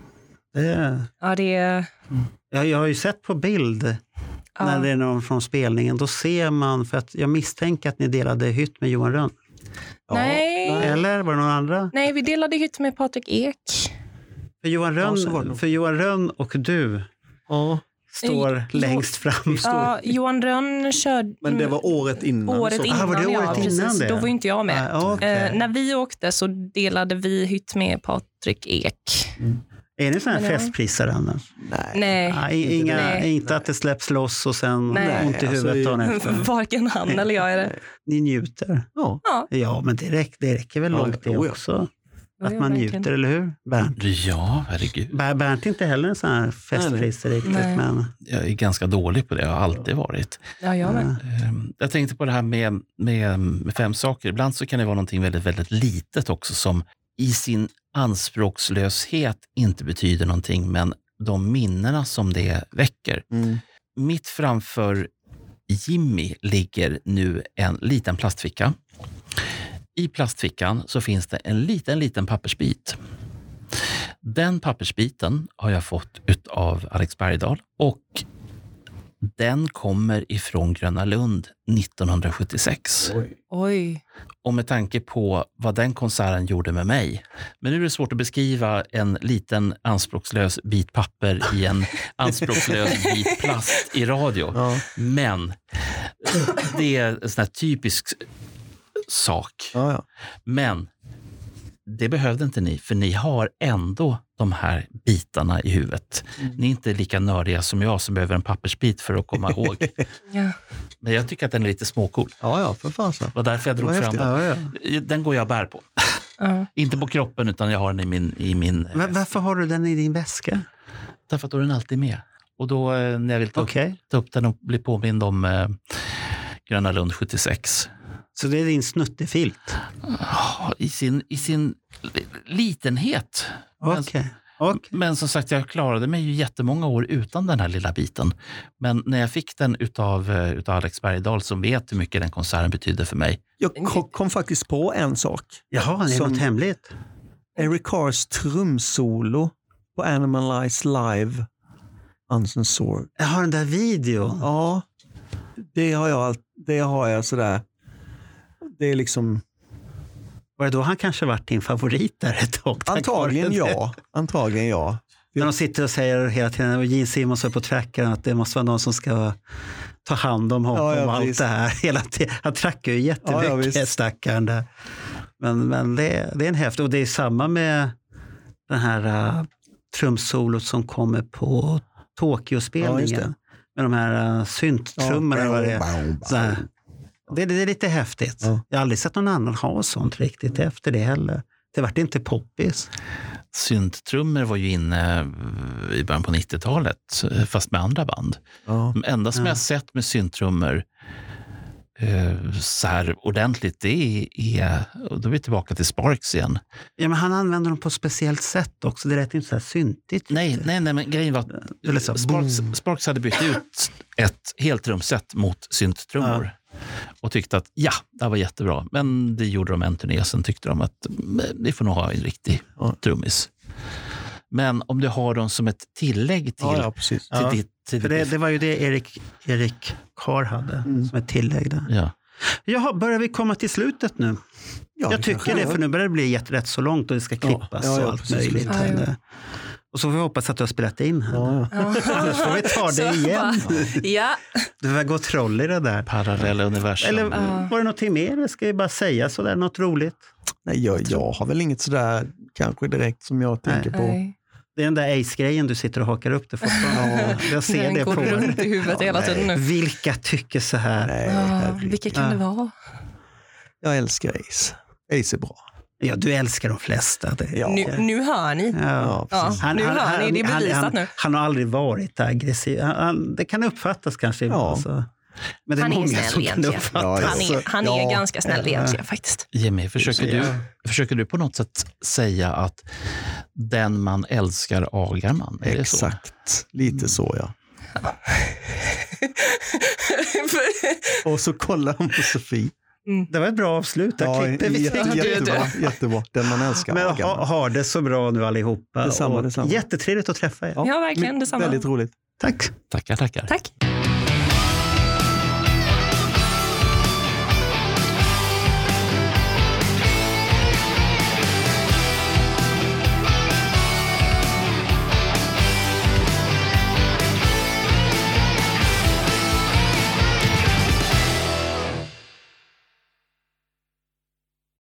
Jag har ju sett på bild när det är någon från spelningen. Då ser man, för att jag misstänker att ni delade hytt med Johan Rönn. Nej. Eller var det någon andra? Nej, vi delade hytt med Patrik Ek. För Johan Rönn och du står längst fram. Ja, Johan Rönn körde... Men det var året innan. Var det året innan det? Då var inte jag med. När vi åkte så delade vi hytt med Patrik Ek. Är ni sådana här festprisar annars? Nej. Inte att det släpps loss och sen ont i huvudet dagen efter. Varken han eller jag är det. Ni njuter? Ja, men det räcker väl långt det också. Att man njuter, eller hur? Bernt? Ja, herregud. Bernt är inte heller en sån här festpriser riktigt. Men... Jag är ganska dålig på det, jag har alltid varit. Ja, jag med. Jag tänkte på det här med 5 saker. Ibland så kan det vara någonting väldigt, väldigt litet också som i sin anspråkslöshet inte betyder någonting, men de minnena som det väcker. Mitt framför Jimmy ligger nu en liten plastficka. I plastfickan så finns det en liten pappersbit. Den pappersbiten har jag fått av Alex Bergdahl och den kommer ifrån Gröna Lund 1976. Oj. Och med tanke på vad den konserten gjorde med mig. Men nu är det svårt att beskriva en liten anspråkslös bit papper i en anspråkslös bit plast i radio. Ja. Men det är en sån här typisk sak. Ja. Men det behövde inte ni, för ni har ändå de här bitarna i huvudet. Ni är inte lika nördiga som jag som behöver en pappersbit för att komma ihåg. Ja. Men jag tycker att den är lite småcool. Ja, för fan så. Det var därför jag drog fram den. Ja. Den går jag bär på. Inte på kroppen, utan jag har den i min Varför har du den i din väska? Därför att då är den alltid med. Och då när jag vill ta upp den och bli påmind om Gröna Lund 76. Så det är din snuttefilt? I sin litenhet. Men som sagt, jag klarade mig ju jättemånga år utan den här lilla biten. Men när jag fick den utav Alex Bergdahl, som vet hur mycket den konserten betyder för mig. Jag kom faktiskt på en sak. Jaha, det är något hemligt. Eric Carrs trumsolo på Animalize Live Uncensored. Jag har den där videon. Ja, det har jag sådär. Det är liksom... Var det då han kanske varit din favorit där ett tag? Antagligen ja. När de sitter och säger hela tiden, och Gene Simmons är på trackaren, att det måste vara någon som ska ta hand om honom och allt det här. Hela tiden. Han trackar ju jättemycket, stackaren där. Men det är en häftig. Och det är samma med den här trumsolot som kommer på Tokyo-spelningen. Med de här synttrummorna. Det är lite häftigt. Ja. Jag har aldrig sett någon annan ha sånt riktigt efter det heller. Det vart inte poppis. Synttrummor var ju inne i början på 90-talet, fast med andra band. Ja. De enda som jag sett med synttrummor så här ordentligt, det är, och då är vi tillbaka till Sparks igen. Ja, men han använder dem på ett speciellt sätt också. Det är rätt inte så här syntigt. Nej, men grejen var att Sparks hade bytt ut ett helt trumset mot synttrummor. Ja. Och tyckte att det var jättebra. Men det gjorde de en turné, sen tyckte de att vi får nog ha en riktig trummis. Men om du har dem som ett tillägg till... För det var ju det Eric Carr hade som ett tillägg där. Ja. Jaha, börjar vi komma till slutet nu? Ja, jag tycker det, för nu börjar det bli rätt så långt och det ska klippas och allt möjligt. Och så får vi hoppas att du har spelat in här. Annars får vi ta det igen. Du var gå troll i det där. Parallella universum. Eller var det någonting mer? Ska vi bara säga sådär, något roligt? Nej, jag har väl inget sådär kanske direkt som jag tänker på. Det är den där Ace-grejen du sitter och hakar upp det fortfarande. Jag ser det på går runt i huvudet hela tiden nu. Vilka tycker så här? Vilka kan det vara? Jag älskar Ace. Ace är bra. Ja, du älskar de flesta. Nu hör ni. Ja. Nu hör ni, det är bevisat nu. Han har aldrig varit aggressiv. Det kan uppfattas kanske ibland. Så. Men det är han många snäll som kan uppfattas. Han är ganska snäll egentligen faktiskt. Jimmy, försöker du på något sätt säga att den man älskar agar man? Är Exakt, det så? Lite så ja. Och så kollar hon på Sofie. Det var ett bra avslut. Jättebra. Den man älskar. Men ha det så bra nu allihopa. Detsamma. Jättetrevligt att träffa er. Ja, verkligen detsamma. Väldigt roligt. Tack. Tackar. Tack.